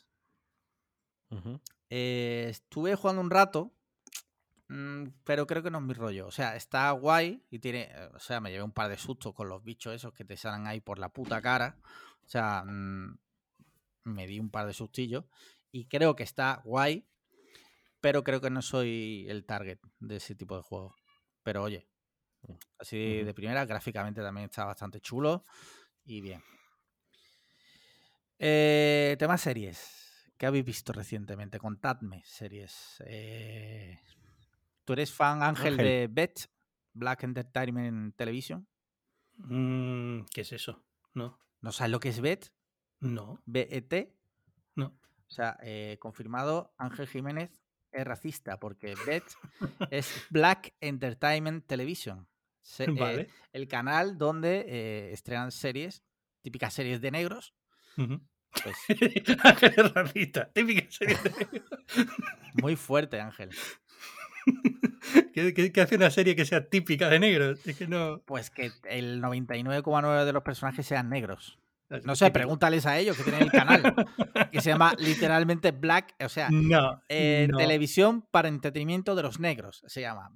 Estuve jugando un rato, pero creo que no es mi rollo. O sea, está guay y tiene... O sea, me llevé un par de sustos con los bichos esos que te salen ahí por la puta cara. O sea, me di un par de sustillos y creo que está guay, pero creo que no soy el target de ese tipo de juego. Pero oye, así de primera, gráficamente también está bastante chulo y bien. Tema series. ¿Qué habéis visto recientemente? Contadme series. ¿Tú eres fan, Ángel, de BET? Black Entertainment Television. ¿Qué es eso? No. ¿No sabes lo que es BET? No. ¿BET? No. O sea, confirmado, Ángel Jiménez es racista, porque BET es Black Entertainment Television. Vale. El canal donde estrenan series, típicas series de negros. Pues, Ángel es racista, típicas series de negros. Muy fuerte, Ángel. ¿Qué hace una serie que sea típica de negros? Es que no... Pues que el 99,9% de los personajes sean negros. No sé, pregúntales a ellos que tienen el canal, que se llama literalmente Black, o sea, no. televisión para entretenimiento de los negros, se llama.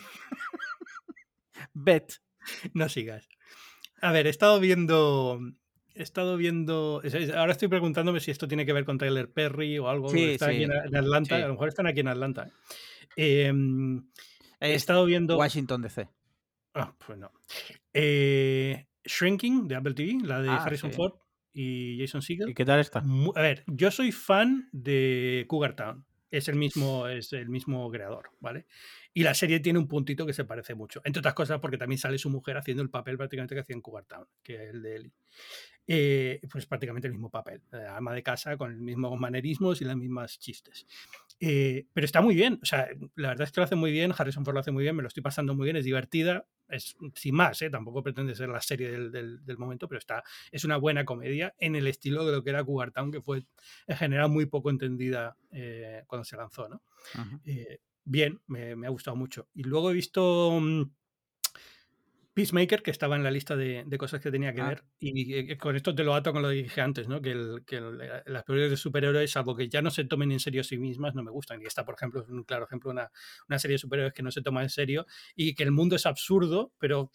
Bet. No sigas. A ver, he estado viendo... Ahora estoy preguntándome si esto tiene que ver con Tyler Perry o algo. Sí, Están aquí en Atlanta. Sí. A lo mejor están aquí en Atlanta. He estado viendo... Washington DC. Pues no. Shrinking, de Apple TV, la de Harrison Ford y Jason Segel. ¿Y qué tal está? A ver, yo soy fan de Cougar Town. Es el mismo creador, ¿vale? Y la serie tiene un puntito que se parece mucho. Entre otras cosas porque también sale su mujer haciendo el papel prácticamente que hacía en Cougar Town, que es el de Ellie. Pues prácticamente el mismo papel. Ama de casa con los mismos manerismos y las mismas chistes. Pero está muy bien. O sea, la verdad es que lo hace muy bien. Harrison Ford lo hace muy bien. Me lo estoy pasando muy bien. Es divertida. Es sin más, tampoco pretende ser la serie del momento, pero es una buena comedia en el estilo de lo que era Cougar Town, que fue en general muy poco entendida cuando se lanzó, ¿no? Bien, me ha gustado mucho. Y luego he visto Peacemaker, que estaba en la lista de cosas que tenía que ver. Y con esto te lo ato con lo que dije antes, ¿no? Que las películas de superhéroes, salvo que ya no se tomen en serio a sí mismas, no me gustan. Y esta, por ejemplo, es un claro ejemplo, una serie de superhéroes que no se toma en serio y que el mundo es absurdo, pero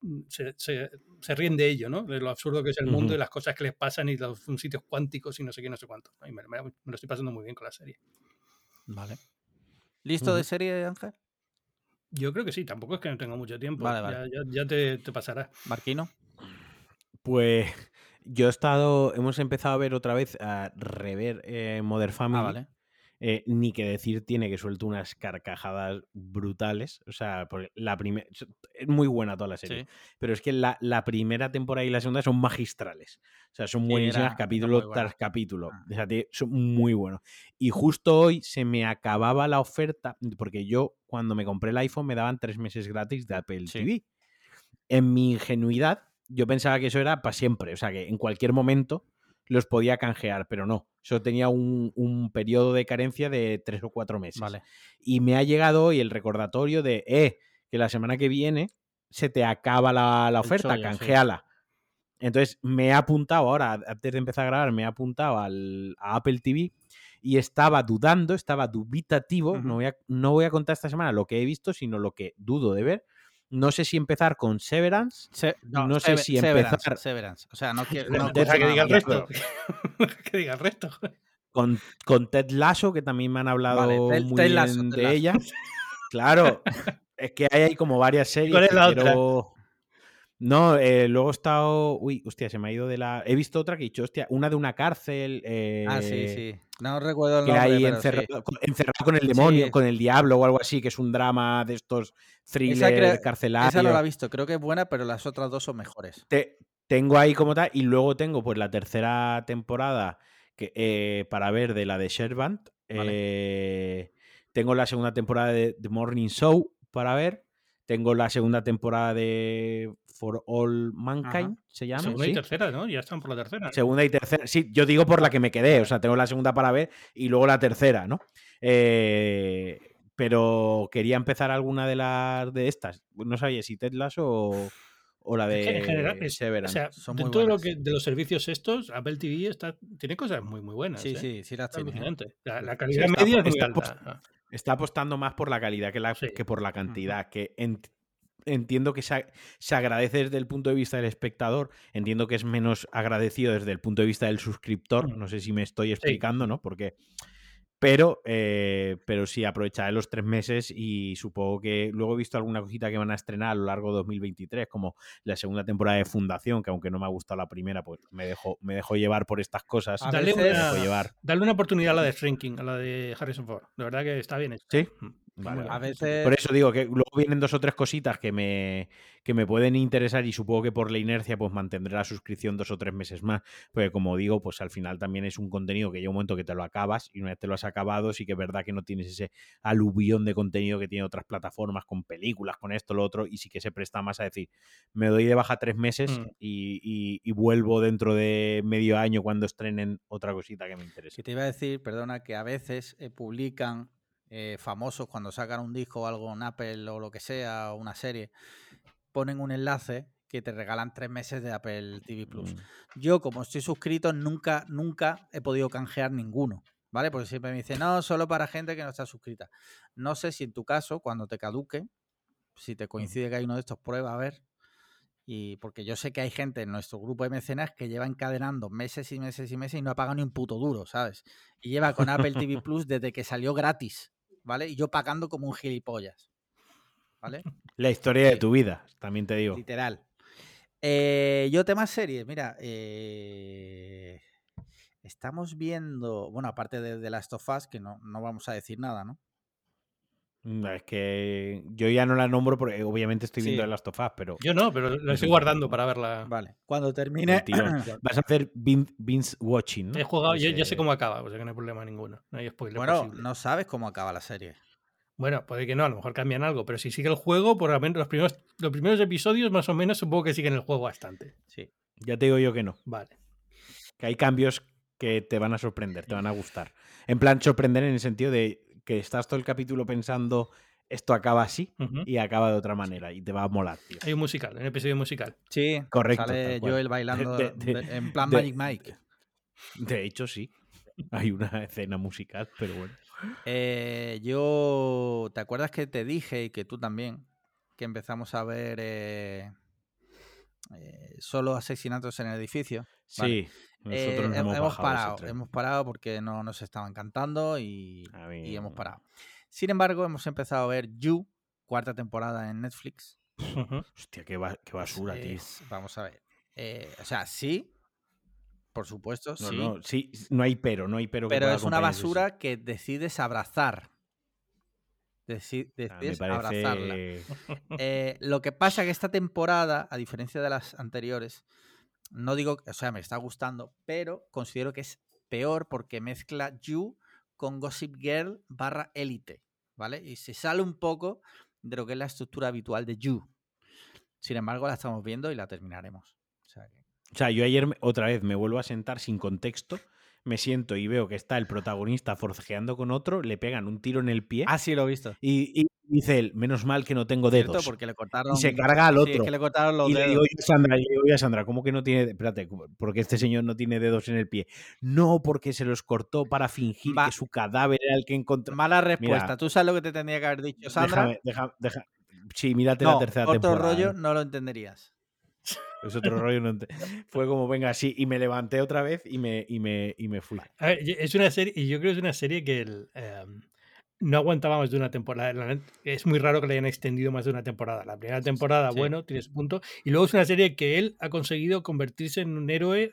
se ríen de ello, ¿no? De lo absurdo que es el mundo y las cosas que les pasan y los sitios cuánticos y no sé qué, no sé cuánto. Y me lo estoy pasando muy bien con la serie. Vale. ¿Listo de serie, Ángel? Yo creo que sí, tampoco es que no tenga mucho tiempo. Vale. Ya te pasará. ¿Marquino? Pues hemos empezado a ver otra vez, a rever Modern Family. Vale. Ni que decir tiene que suelto unas carcajadas brutales. O sea, es muy buena toda la serie. Sí. Pero es que la primera temporada y la segunda son magistrales. O sea, son buenísimas capítulo tras capítulo. O sea, son muy buenos. Y justo hoy se me acababa la oferta, porque yo cuando me compré el iPhone me daban 3 meses gratis de Apple TV. En mi ingenuidad, yo pensaba que eso era para siempre. O sea, que en cualquier momento los podía canjear, pero no. Eso tenía un periodo de carencia de 3 o 4 meses. Vale. Y me ha llegado hoy el recordatorio de que la semana que viene se te acaba la oferta, canjeala. Entonces me he apuntado ahora, antes de empezar a grabar, me he apuntado a Apple TV y estaba dudando, estaba dubitativo. No voy a contar esta semana lo que he visto, sino lo que dudo de ver. No sé si empezar con Severance. No sé si empezar. Severance. O sea, no quiero. Que diga el resto. Que diga el resto. Con Ted Lasso, que también me han hablado muy bien de ella. Claro, es que hay como varias series. ¿Cuál es la otra? No, luego he estado. Uy, hostia, se me ha ido de la. He visto otra que he dicho, hostia, una de una cárcel. Sí. No recuerdo el que nombre. hay pero encerrado con el demonio, con el diablo o algo así, que es un drama de estos thriller carcelarios. Esa no la he visto, creo que es buena, pero las otras dos son mejores. Tengo ahí como tal, y luego tengo pues la tercera temporada para ver de la de Servant. Vale. Tengo la segunda temporada de The Morning Show para ver. Tengo la segunda temporada de For All Mankind, se llama. Segunda y tercera, ¿no? Ya están por la tercera. Segunda y tercera. Sí, yo digo por la que me quedé. O sea, tengo la segunda para ver y luego la tercera, ¿no? Pero quería empezar alguna de estas. No sabía si Ted Lasso o la de en general, Severance. O sea, de todo lo que de los servicios estos, Apple TV tiene cosas muy, muy buenas. Sí, las tiene. La calidad media es muy alta. Está apostando más por la calidad que por la cantidad. Que entiendo que se agradece desde el punto de vista del espectador. Entiendo que es menos agradecido desde el punto de vista del suscriptor. No sé si me estoy explicando, ¿no? Porque... Pero sí, aprovecharé los 3 meses y supongo que luego he visto alguna cosita que van a estrenar a lo largo de 2023, como la segunda temporada de Fundación, que aunque no me ha gustado la primera, pues me dejo llevar por estas cosas. Dale una oportunidad a la de Shrinking, a la de Harrison Ford. De verdad que está bien hecho. Sí. Vale. A veces... Por eso digo que luego vienen 2 o 3 cositas que me pueden interesar y supongo que por la inercia pues mantendré la suscripción 2 o 3 meses más, porque como digo, pues al final también es un contenido que llega un momento que te lo acabas y una vez te lo has acabado sí que es verdad que no tienes ese aluvión de contenido que tiene otras plataformas con películas, con esto, lo otro, y sí que se presta más a decir, me doy de baja 3 meses y vuelvo dentro de medio año cuando estrenen otra cosita que me interese. Y te iba a decir, perdona, que a veces publican famosos cuando sacan un disco o algo en Apple o lo que sea, o una serie, ponen un enlace que te regalan 3 meses de Apple TV Plus. Yo, como estoy suscrito, nunca he podido canjear ninguno, ¿vale? Porque siempre me dicen, no, solo para gente que no está suscrita. No sé si en tu caso, cuando te caduque, si te coincide que hay uno de estos, prueba a ver. Y porque yo sé que hay gente en nuestro grupo de mecenas que lleva encadenando meses y meses y meses y no ha pagado ni un puto duro, ¿sabes? Y lleva con Apple TV Plus desde que salió gratis, ¿vale? Y yo pagando como un gilipollas, ¿vale? La historia de tu vida, también te digo. Literal. Yo temas series, mira, estamos viendo, bueno, aparte de The Last of Us, que no vamos a decir nada, ¿no? Es que yo ya no la nombro porque obviamente estoy viendo The Last of Us, pero... Yo no, pero la estoy guardando para verla. Vale, cuando termine... Vas a hacer binge watching, ¿no? He jugado, ya sé cómo acaba, o sea que no hay problema ninguno. No hay spoiler posible. No sabes cómo acaba la serie. Bueno, puede que no, a lo mejor cambian algo, pero si sigue el juego, por lo menos los primeros episodios más o menos supongo que siguen el juego bastante. Sí. Ya te digo yo que no. Vale. Que hay cambios que te van a sorprender, te van a gustar. En plan, sorprender en el sentido de que estás todo el capítulo pensando esto acaba así y acaba de otra manera y te va a molar, tío. Hay un musical, un episodio musical. Sí, correcto. Sale Joel bailando en plan Magic Mike. De hecho, sí. Hay una escena musical, pero bueno. ¿Te acuerdas que te dije y que tú también, que empezamos a ver solo asesinatos en el edificio? Sí, vale. Nosotros nos hemos parado porque no nos estaban cantando y hemos parado. Sin embargo, hemos empezado a ver You, 4ª temporada en Netflix. Hostia, qué basura, tío. Vamos a ver. O sea, sí, por supuesto, no, sí. No, sí, no hay pero Pero es una basura que decides abrazar. Decides abrazarla. Lo que pasa es que esta temporada, a diferencia de las anteriores, no digo, o sea, me está gustando, pero considero que es peor porque mezcla You con Gossip Girl / Élite, ¿vale? Y se sale un poco de lo que es la estructura habitual de You. Sin embargo, la estamos viendo y la terminaremos. O sea, yo ayer otra vez me vuelvo a sentar sin contexto, me siento y veo que está el protagonista forcejeando con otro, le pegan un tiro en el pie. Ah, sí, lo he visto. Y dice él, menos mal que no tengo dedos. Porque le cortaron, y se carga al otro. Sí, es que le cortaron los y dedos. Le digo yo a Sandra, ¿cómo que no tiene? Espérate, porque este señor no tiene dedos en el pie. No, porque se los cortó para fingir que su cadáver era el que encontró. Mala respuesta. Mira, ¿tú sabes lo que te tendría que haber dicho, Sandra? Déjame. Sí, mírate la tercera temporada. Otro rollo no lo entenderías. Es otro rollo. Fue como, venga, sí, y me levanté otra vez y me fui. A ver, es una serie, y yo creo que es una serie que no aguantaba más de una temporada. Es muy raro que le hayan extendido más de una temporada. La primera temporada, sí, bueno, tiene su punto. Y luego es una serie que él ha conseguido convertirse en un héroe,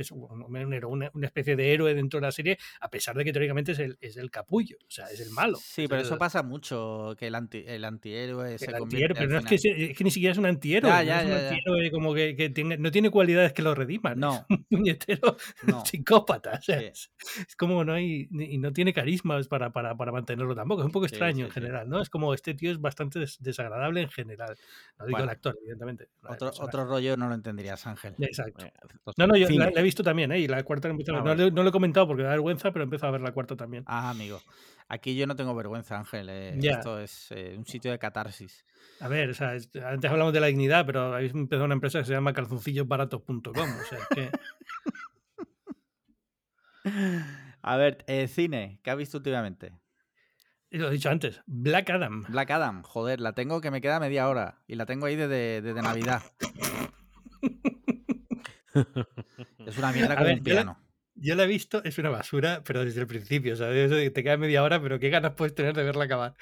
una especie de héroe dentro de la serie, a pesar de que teóricamente es el capullo, o sea, es el malo. Sí, pero eso pasa mucho, que el antihéroe se convierte. Pero no es que ni siquiera es un antihéroe. No es un antihéroe como que no tiene cualidades que lo rediman. No. Es un puñetero psicópata. O sea, sí, es como no hay, y no tiene carismas para mantenerlo tampoco. Es un poco extraño en general, ¿no? Es como este tío es bastante desagradable en general. No digo el actor, evidentemente. Otro rollo no lo entenderías, Ángel. Exacto. No, yo la he visto también, y la cuarta no lo he comentado porque da vergüenza, pero he empezado a ver la cuarta también. Ah, amigo. Aquí yo no tengo vergüenza, Ángel. Esto es un sitio de catarsis. A ver, o sea, antes hablamos de la dignidad, pero habéis empezado una empresa que se llama calzoncillosbaratos.com. O sea, que... A ver, cine, ¿qué has visto últimamente? Lo he dicho antes, Black Adam. Black Adam, joder, la tengo que me queda media hora y la tengo ahí desde Navidad. Es una mierda como un piano. Yo la he visto, es una basura, pero desde el principio, ¿sabes? Te queda media hora, pero qué ganas puedes tener de verla acabar.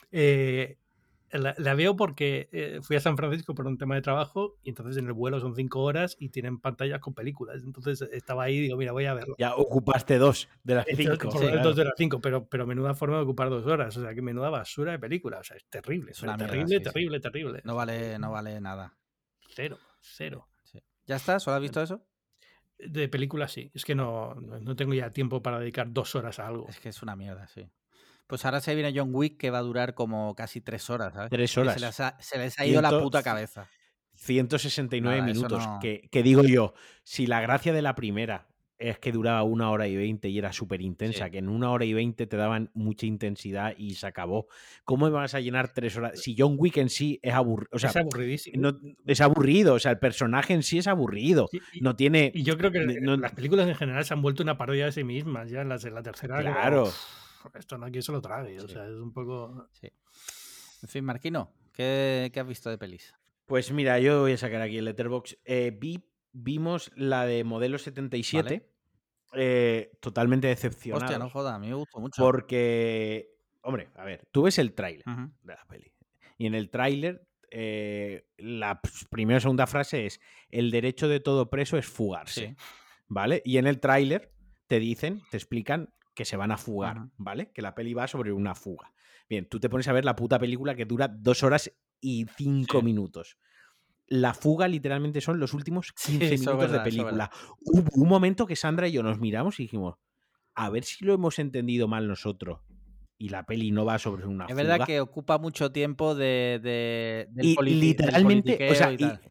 La veo porque fui a San Francisco por un tema de trabajo y entonces en el vuelo son 5 horas y tienen pantallas con películas. Entonces estaba ahí y digo, mira, voy a verlo. Ya ocupaste 2 de las 5. Por lo menos 2 de las 5, pero menuda forma de ocupar 2 horas. O sea, que menuda basura de película. O sea, es terrible. Es una terrible. No vale nada. Cero. Sí. ¿Ya está? ¿Solo has visto eso? De películas sí. Es que no tengo ya tiempo para dedicar 2 horas a algo. Es que es una mierda, sí. Pues ahora se viene John Wick, que va a durar como casi 3 horas, ¿sabes? 3 horas. Se les ha ido la puta cabeza. 169 minutos. No... Que digo yo, si la gracia de la primera es que duraba 1 hora y 20 y era súper intensa, que en 1 hora y 20 te daban mucha intensidad y se acabó. ¿Cómo me vas a llenar 3 horas? Si John Wick en sí es aburrido. O sea, es aburridísimo. No, es aburrido. O sea, el personaje en sí es aburrido. Sí, no tiene. Y yo creo que las películas en general se han vuelto una parodia de sí mismas. Ya en la tercera. Claro. Esto no hay quien se lo trague, o sea, es un poco... Sí. En fin, Marquino, ¿qué has visto de pelis? Pues mira, yo voy a sacar aquí el Letterboxd. Vimos la de Modelo 77, ¿vale? Totalmente decepcionado. Hostia, no joda, a mí me gustó mucho. Porque, hombre, a ver, tú ves el tráiler de la peli. Y en el tráiler, la primera o segunda frase es: el derecho de todo preso es fugarse. Sí. ¿Vale? Y en el tráiler te explican que se van a fugar, ¿vale? Que la peli va sobre una fuga. Bien, tú te pones a ver la puta película que dura 2 horas y 5 minutos. La fuga literalmente son los últimos 15 minutos de película. Hubo un momento que Sandra y yo nos miramos y dijimos, a ver si lo hemos entendido mal nosotros. Y la peli no va sobre una fuga. Es verdad que ocupa mucho tiempo del literalmente, o sea,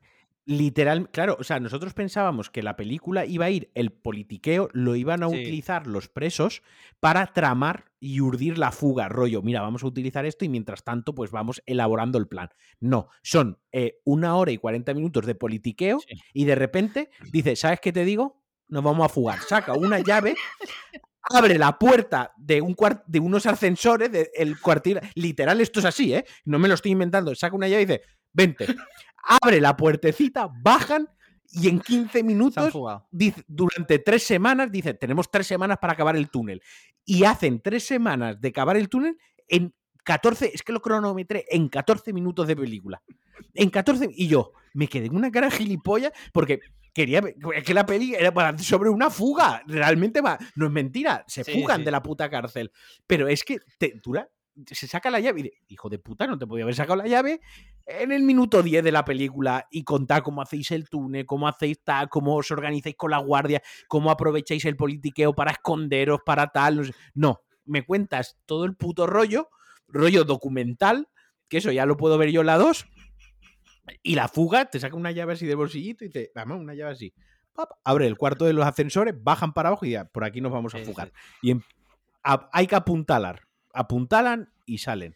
Literal, claro, o sea, nosotros pensábamos que la película iba a ir, el politiqueo lo iban a utilizar los presos para tramar y urdir la fuga, rollo, mira, vamos a utilizar esto y mientras tanto pues vamos elaborando el plan. No, son 1 hora y 40 minutos de politiqueo y de repente dice, ¿sabes qué te digo? Nos vamos a fugar. Saca una llave, abre la puerta de unos ascensores del cuartil, literal, esto es así, no me lo estoy inventando, saca una llave y dice, vente. Abre la puertecita, bajan y en 15 minutos, dice, durante 3 semanas, dice, tenemos 3 semanas para acabar el túnel. Y hacen 3 semanas de acabar el túnel en 14, es que lo cronometré, en 14 minutos de película. En 14, y yo me quedé en una cara de gilipollas porque quería, es que la peli era sobre una fuga, realmente va, no es mentira, se fugan de la puta cárcel. Pero es que dura, se saca la llave y dice, hijo de puta, no te podía haber sacado la llave en el minuto 10 de la película y contar cómo hacéis el túnel, cómo hacéis tal, cómo os organizáis con la guardia, cómo aprovecháis el politiqueo para esconderos, para tal. No sé. No, me cuentas todo el puto rollo documental, que eso ya lo puedo ver yo en la 2, y la fuga, te saca una llave así del bolsillito y dice, vamos, una llave así. Pap, abre el cuarto de los ascensores, bajan para abajo y ya, por aquí nos vamos a fugar. Y hay que apuntalan y salen.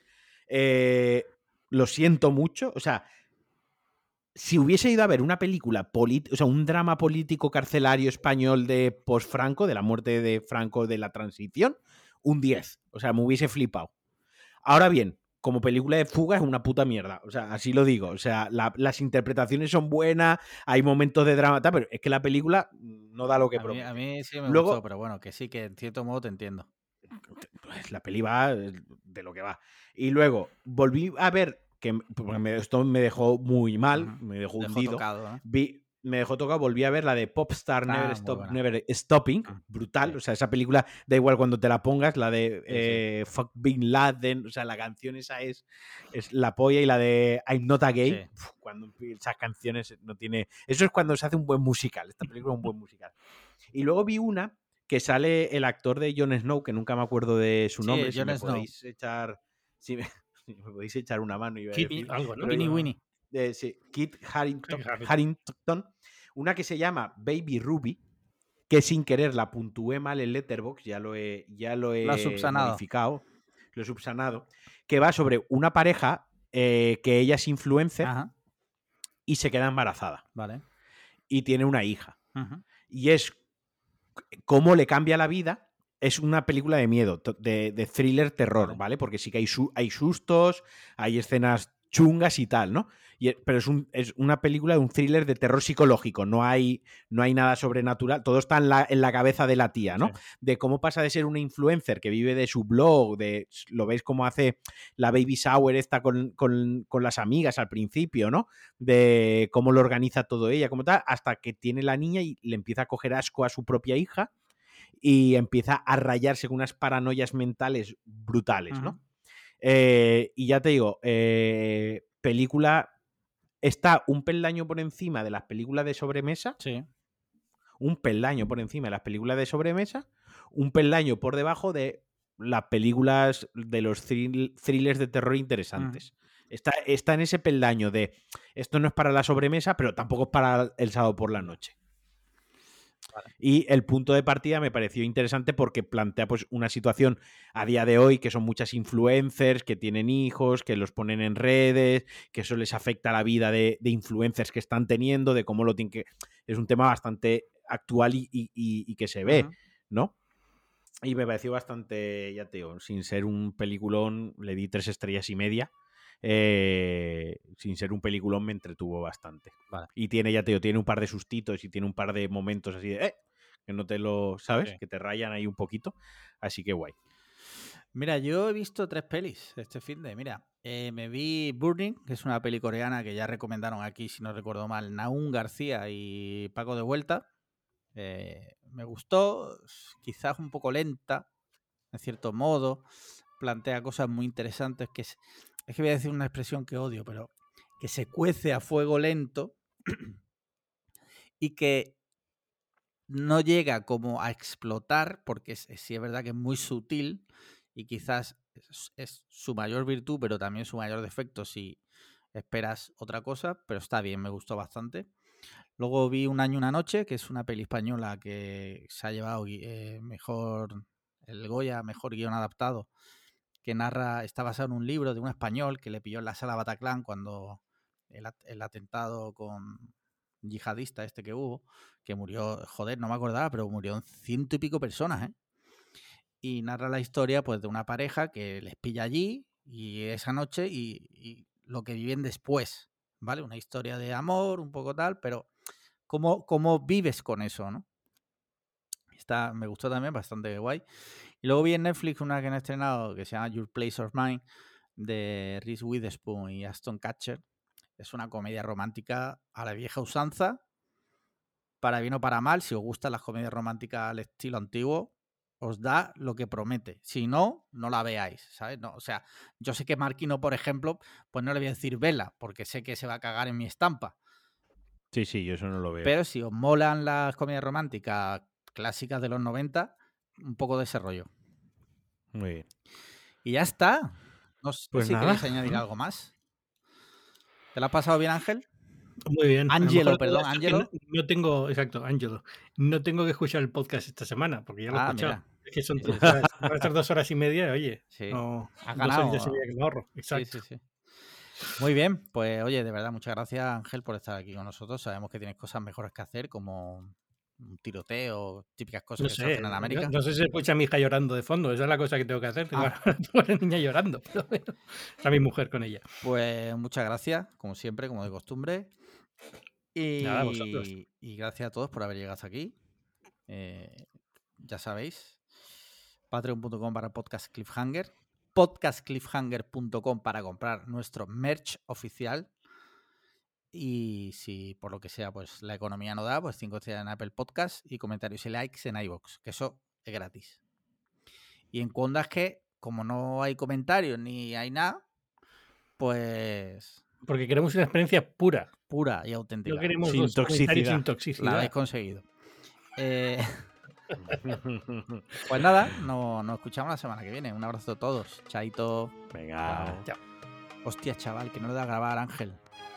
Lo siento mucho, o sea, si hubiese ido a ver una película, o sea, un drama político carcelario español de post-Franco, de la muerte de Franco, de la transición, un 10. O sea, me hubiese flipado. Ahora bien, como película de fuga es una puta mierda. O sea, así lo digo. O sea, las interpretaciones son buenas, hay momentos de drama, pero es que la película no da lo que promete. A mí sí me gustó, pero bueno, que sí, que en cierto modo te entiendo. Pues la peli va de lo que va. Y luego volví a ver, esto me dejó muy mal, me dejó hundido. Tocado, ¿no? Me dejó tocado, volví a ver la de Popstar Never Stopping, brutal. O sea, esa película, da igual cuando te la pongas, la de Fuck Bin Laden, o sea, la canción esa es la polla, y la de I'm Not a Gay, cuando esas canciones no tiene... Eso es cuando se hace un buen musical, esta película es un buen musical. Y luego vi una que sale el actor de Jon Snow, que nunca me acuerdo de su nombre, si me podéis echar... Si me podéis echar una mano. Winnie. Sí, Kit Harington, una que se llama Baby Ruby, que sin querer la puntué mal en Letterboxd, ya lo he modificado, lo he subsanado, que va sobre una pareja que ella es influencer y se queda embarazada. Vale. Y tiene una hija. Y es cómo le cambia la vida. Es una película de miedo, de thriller terror, ¿vale? Porque sí que hay sustos, hay escenas chungas y tal, ¿no? Pero es una película de un thriller de terror psicológico, no hay nada sobrenatural, todo está en la cabeza de la tía, ¿no? Sí. De cómo pasa de ser una influencer que vive de su blog, lo veis cómo hace la baby shower esta con las amigas al principio, ¿no? De cómo lo organiza todo ella, como tal, hasta que tiene la niña y le empieza a coger asco a su propia hija y empieza a rayarse con unas paranoias mentales brutales, ¿no? Y ya te digo, película está un peldaño por encima de las películas de sobremesa. Sí. Un peldaño por encima de las películas de sobremesa. Un peldaño por debajo de las películas de los thrillers de terror interesantes. Está en ese peldaño de esto no es para la sobremesa, pero tampoco es para el sábado por la noche. Vale. Y el punto de partida me pareció interesante porque plantea pues una situación a día de hoy que son muchas influencers que tienen hijos, que los ponen en redes, que eso les afecta a la vida de influencers que están teniendo, de cómo lo tienen que... Es un tema bastante actual y que se ve, ¿no? Y me pareció bastante, ya te digo, sin ser un peliculón, le di 3 estrellas y media. Sin ser un peliculón me entretuvo bastante. Vale. Y tiene, ya te digo, tiene un par de sustitos y tiene un par de momentos así de que no te lo sabes, sí, que te rayan ahí un poquito, así que guay. Mira, yo he visto 3 pelis este fin de, mira, me vi Burning, que es una peli coreana que ya recomendaron aquí, si no recuerdo mal, Nahum García y Paco de Vuelta. Me gustó, quizás un poco lenta, en cierto modo, plantea cosas muy interesantes que es que voy a decir una expresión que odio, pero que se cuece a fuego lento y que no llega como a explotar, porque sí es verdad que es muy sutil y quizás es su mayor virtud, pero también su mayor defecto si esperas otra cosa, pero está bien, me gustó bastante. Luego vi Un año, una noche, que es una peli española que se ha llevado el Goya, mejor guión adaptado, que está basado en un libro de un español que le pilló en la sala Bataclan cuando el atentado con yihadista que hubo, que murió, joder, no me acordaba, pero murió 100 y pico personas, ¿eh? Y narra la historia pues de una pareja que les pilla allí y esa noche y lo que viven después, ¿vale? Una historia de amor, un poco tal, pero cómo vives con eso, ¿no? Me gustó también, bastante guay. Y luego vi en Netflix una que han estrenado que se llama Your Place or Mine, de Reese Witherspoon y Ashton Kutcher. Es una comedia romántica a la vieja usanza, para bien o para mal. Si os gustan las comedias románticas al estilo antiguo, os da lo que promete. Si no, no la veáis, ¿sabes? No, o sea, yo sé que Marquino, por ejemplo, pues no le voy a decir vela, porque sé que se va a cagar en mi estampa. Sí, yo eso no lo veo. Pero si os molan las comedias románticas clásicas de los 90, un poco de ese rollo. Muy bien. Y ya está. No sé pues si nada. queréis añadir algo más. ¿Te lo has pasado bien, Ángel? Muy bien. Ángelo, perdón, Ángelo. No tengo, exacto, Ángelo. No tengo que escuchar el podcast esta semana, porque ya lo he escuchado. Mira. Es que son 3 horas, van a ser 2 horas y media, oye. Sí. No, Has ganado. 2 horas y media que lo ahorro. Exacto. Sí. Muy bien, pues oye, de verdad, muchas gracias, Ángel, por estar aquí con nosotros. Sabemos que tienes cosas mejores que hacer, como un tiroteo, típicas cosas que se hacen en América. No sé si se escucha a mi hija llorando de fondo, esa es la cosa que tengo que hacer. Tengo a la niña llorando, pero bueno, está mi mujer con ella. Pues muchas gracias, como siempre, como de costumbre. Nada, vosotros. Y gracias a todos por haber llegado hasta aquí. Ya sabéis, patreon.com/podcast cliffhanger, podcastcliffhanger.com para comprar nuestro merch oficial. Y si por lo que sea pues la economía no da, pues 5 estrellas en Apple Podcast y comentarios y likes en iVoox, que eso es gratis. Y en Conda es que, como no hay comentarios ni hay nada, pues... Porque queremos una experiencia pura. Pura y auténtica. No queremos sin toxicidad. Sin toxicidad. La habéis conseguido. Pues nada, nos escuchamos la semana que viene. Un abrazo a todos. Chaito. Venga. Chao. Hostia, chaval, que no le da a grabar, Ángel.